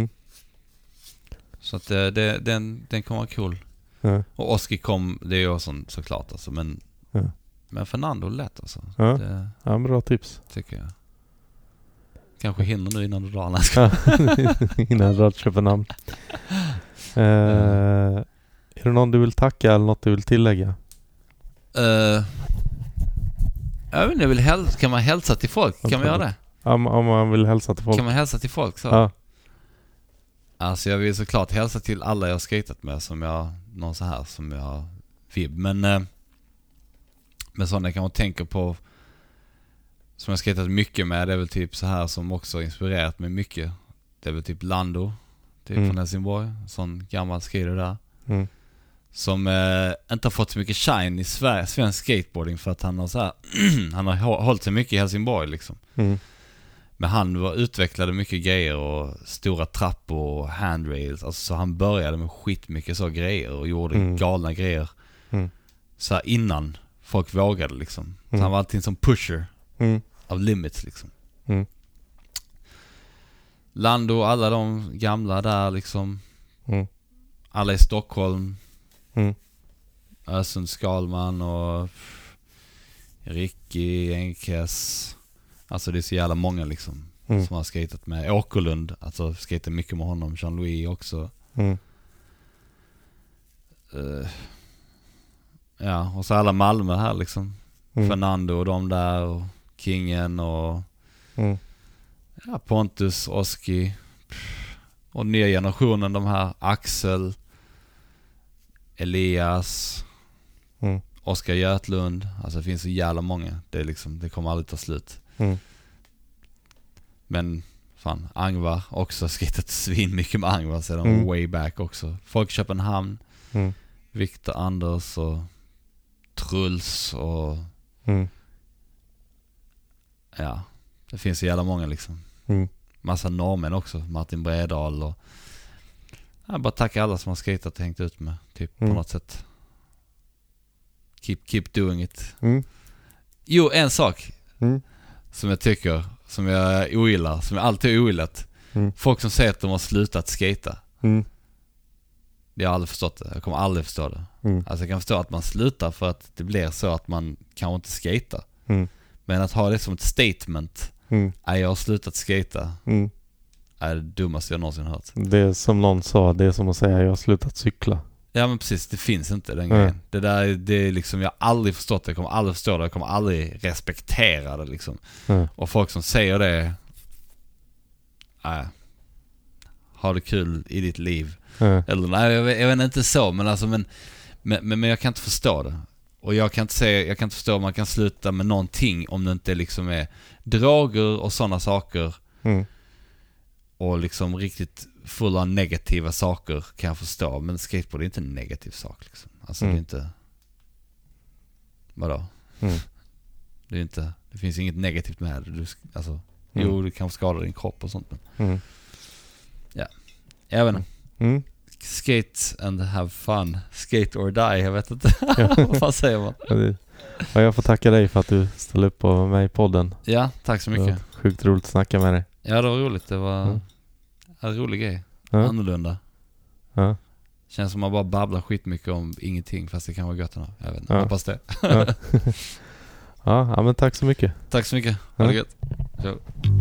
A: Så att den kommer vara cool. Och Oski kom, det är ju såklart alltså, men Fernando lätt alltså.
B: Ja, bra tips.
A: Tycker jag. Kanske hinner nu innan du drar.
B: Innan jag drar att köpa namn. Är det någon du vill tacka eller något du vill tillägga?
A: Jag vet inte, kan man hälsa till folk? Kan man göra det?
B: Om man vill hälsa till folk.
A: Kan man hälsa till folk så?
B: Ja.
A: Alltså jag vill såklart hälsa till alla jag har skatat med, som jag någon så här som jag vibb, men sådana jag kanske tänker på som jag skatat mycket med, det är väl typ så här som också inspirerat mig mycket. Det är väl typ Lando, typ från Helsingborg, sån gammal skater där. Som inte har fått så mycket shine i svensk skateboarding, för att han har så här han har hållit sig mycket i Helsingborg liksom. Men han utvecklade mycket grejer och stora trappor och handrails. Alltså, så han började med skitmycket så grejer och gjorde galna grejer så här innan folk vågade liksom. Så han var alltid som pusher av limits liksom. Lando, alla de gamla där liksom. Alla i Stockholm. Ösund Skalman och Ricky Enkes. Alltså det är så jävla många liksom som har skatat med. Åkerlund, alltså skatat mycket med honom. Jean-Louis också. Ja, och så alla Malmö här liksom. Fernando och de där, och Kingen och Pontus, Oski och nya generationen, de här Axel, Elias, Oskar Götlund. Alltså det finns så jävla många. Det är liksom, det kommer aldrig ta slut. Men fan, Angvar också, skrittat svin mycket med Angvar sedan way back också. Folk Köpenhamn, Viktor Anders och Truls och ja, det finns så jävla många liksom. Massa norrmän också, Martin Bredal, och jag bara tackar alla som har skatat och hängt ut med typ på något sätt. Keep doing it. Jo, en sak som jag tycker, som jag ogillar, som jag alltid ogillat. Folk som säger att de har slutat skata. Jag har aldrig förstått det. Jag kommer aldrig förstå det. Alltså jag kan förstå att man slutar för att det blir så att man kanske inte skata. Men att ha det som ett statement, jag har slutat skata, är det dummaste jag någonsin hört.
B: Det är som någon sa, det är som att säga jag har slutat cykla.
A: Ja men precis, det finns inte den grejen. Det där, det är liksom, jag har aldrig förstått det, jag kommer aldrig förstå det, jag kommer aldrig respektera det liksom. Och folk som säger det, har det kul i ditt liv. Eller nej, jag vet inte så, men alltså men jag kan inte förstå det. Och jag kan inte förstå om man kan sluta med någonting om det inte liksom är droger och sådana saker. Och liksom riktigt fulla negativa saker kan jag förstå. Men skateboard är inte en negativ sak liksom. Alltså det är inte... Vadå? Det är inte... Det finns inget negativt med det. Jo, du kan skada din kropp och sånt. Men... Ja. Jag vet inte.
B: Mm.
A: Skate and have fun. Skate or die, jag vet inte. Vad fan säger man?
B: Ja, jag får tacka dig för att du ställde upp på mig i podden.
A: Ja, tack så mycket.
B: Sjukt roligt att snacka med dig.
A: Ja, det var roligt. Det var en rolig grej. Annorlunda.
B: Ja.
A: Känns som man bara babblar skitmycket om ingenting, fast det kan vara gött. Jag vet inte, hoppas det.
B: Ja, men tack så mycket.
A: Tack så mycket. Ha det gött. Ciao.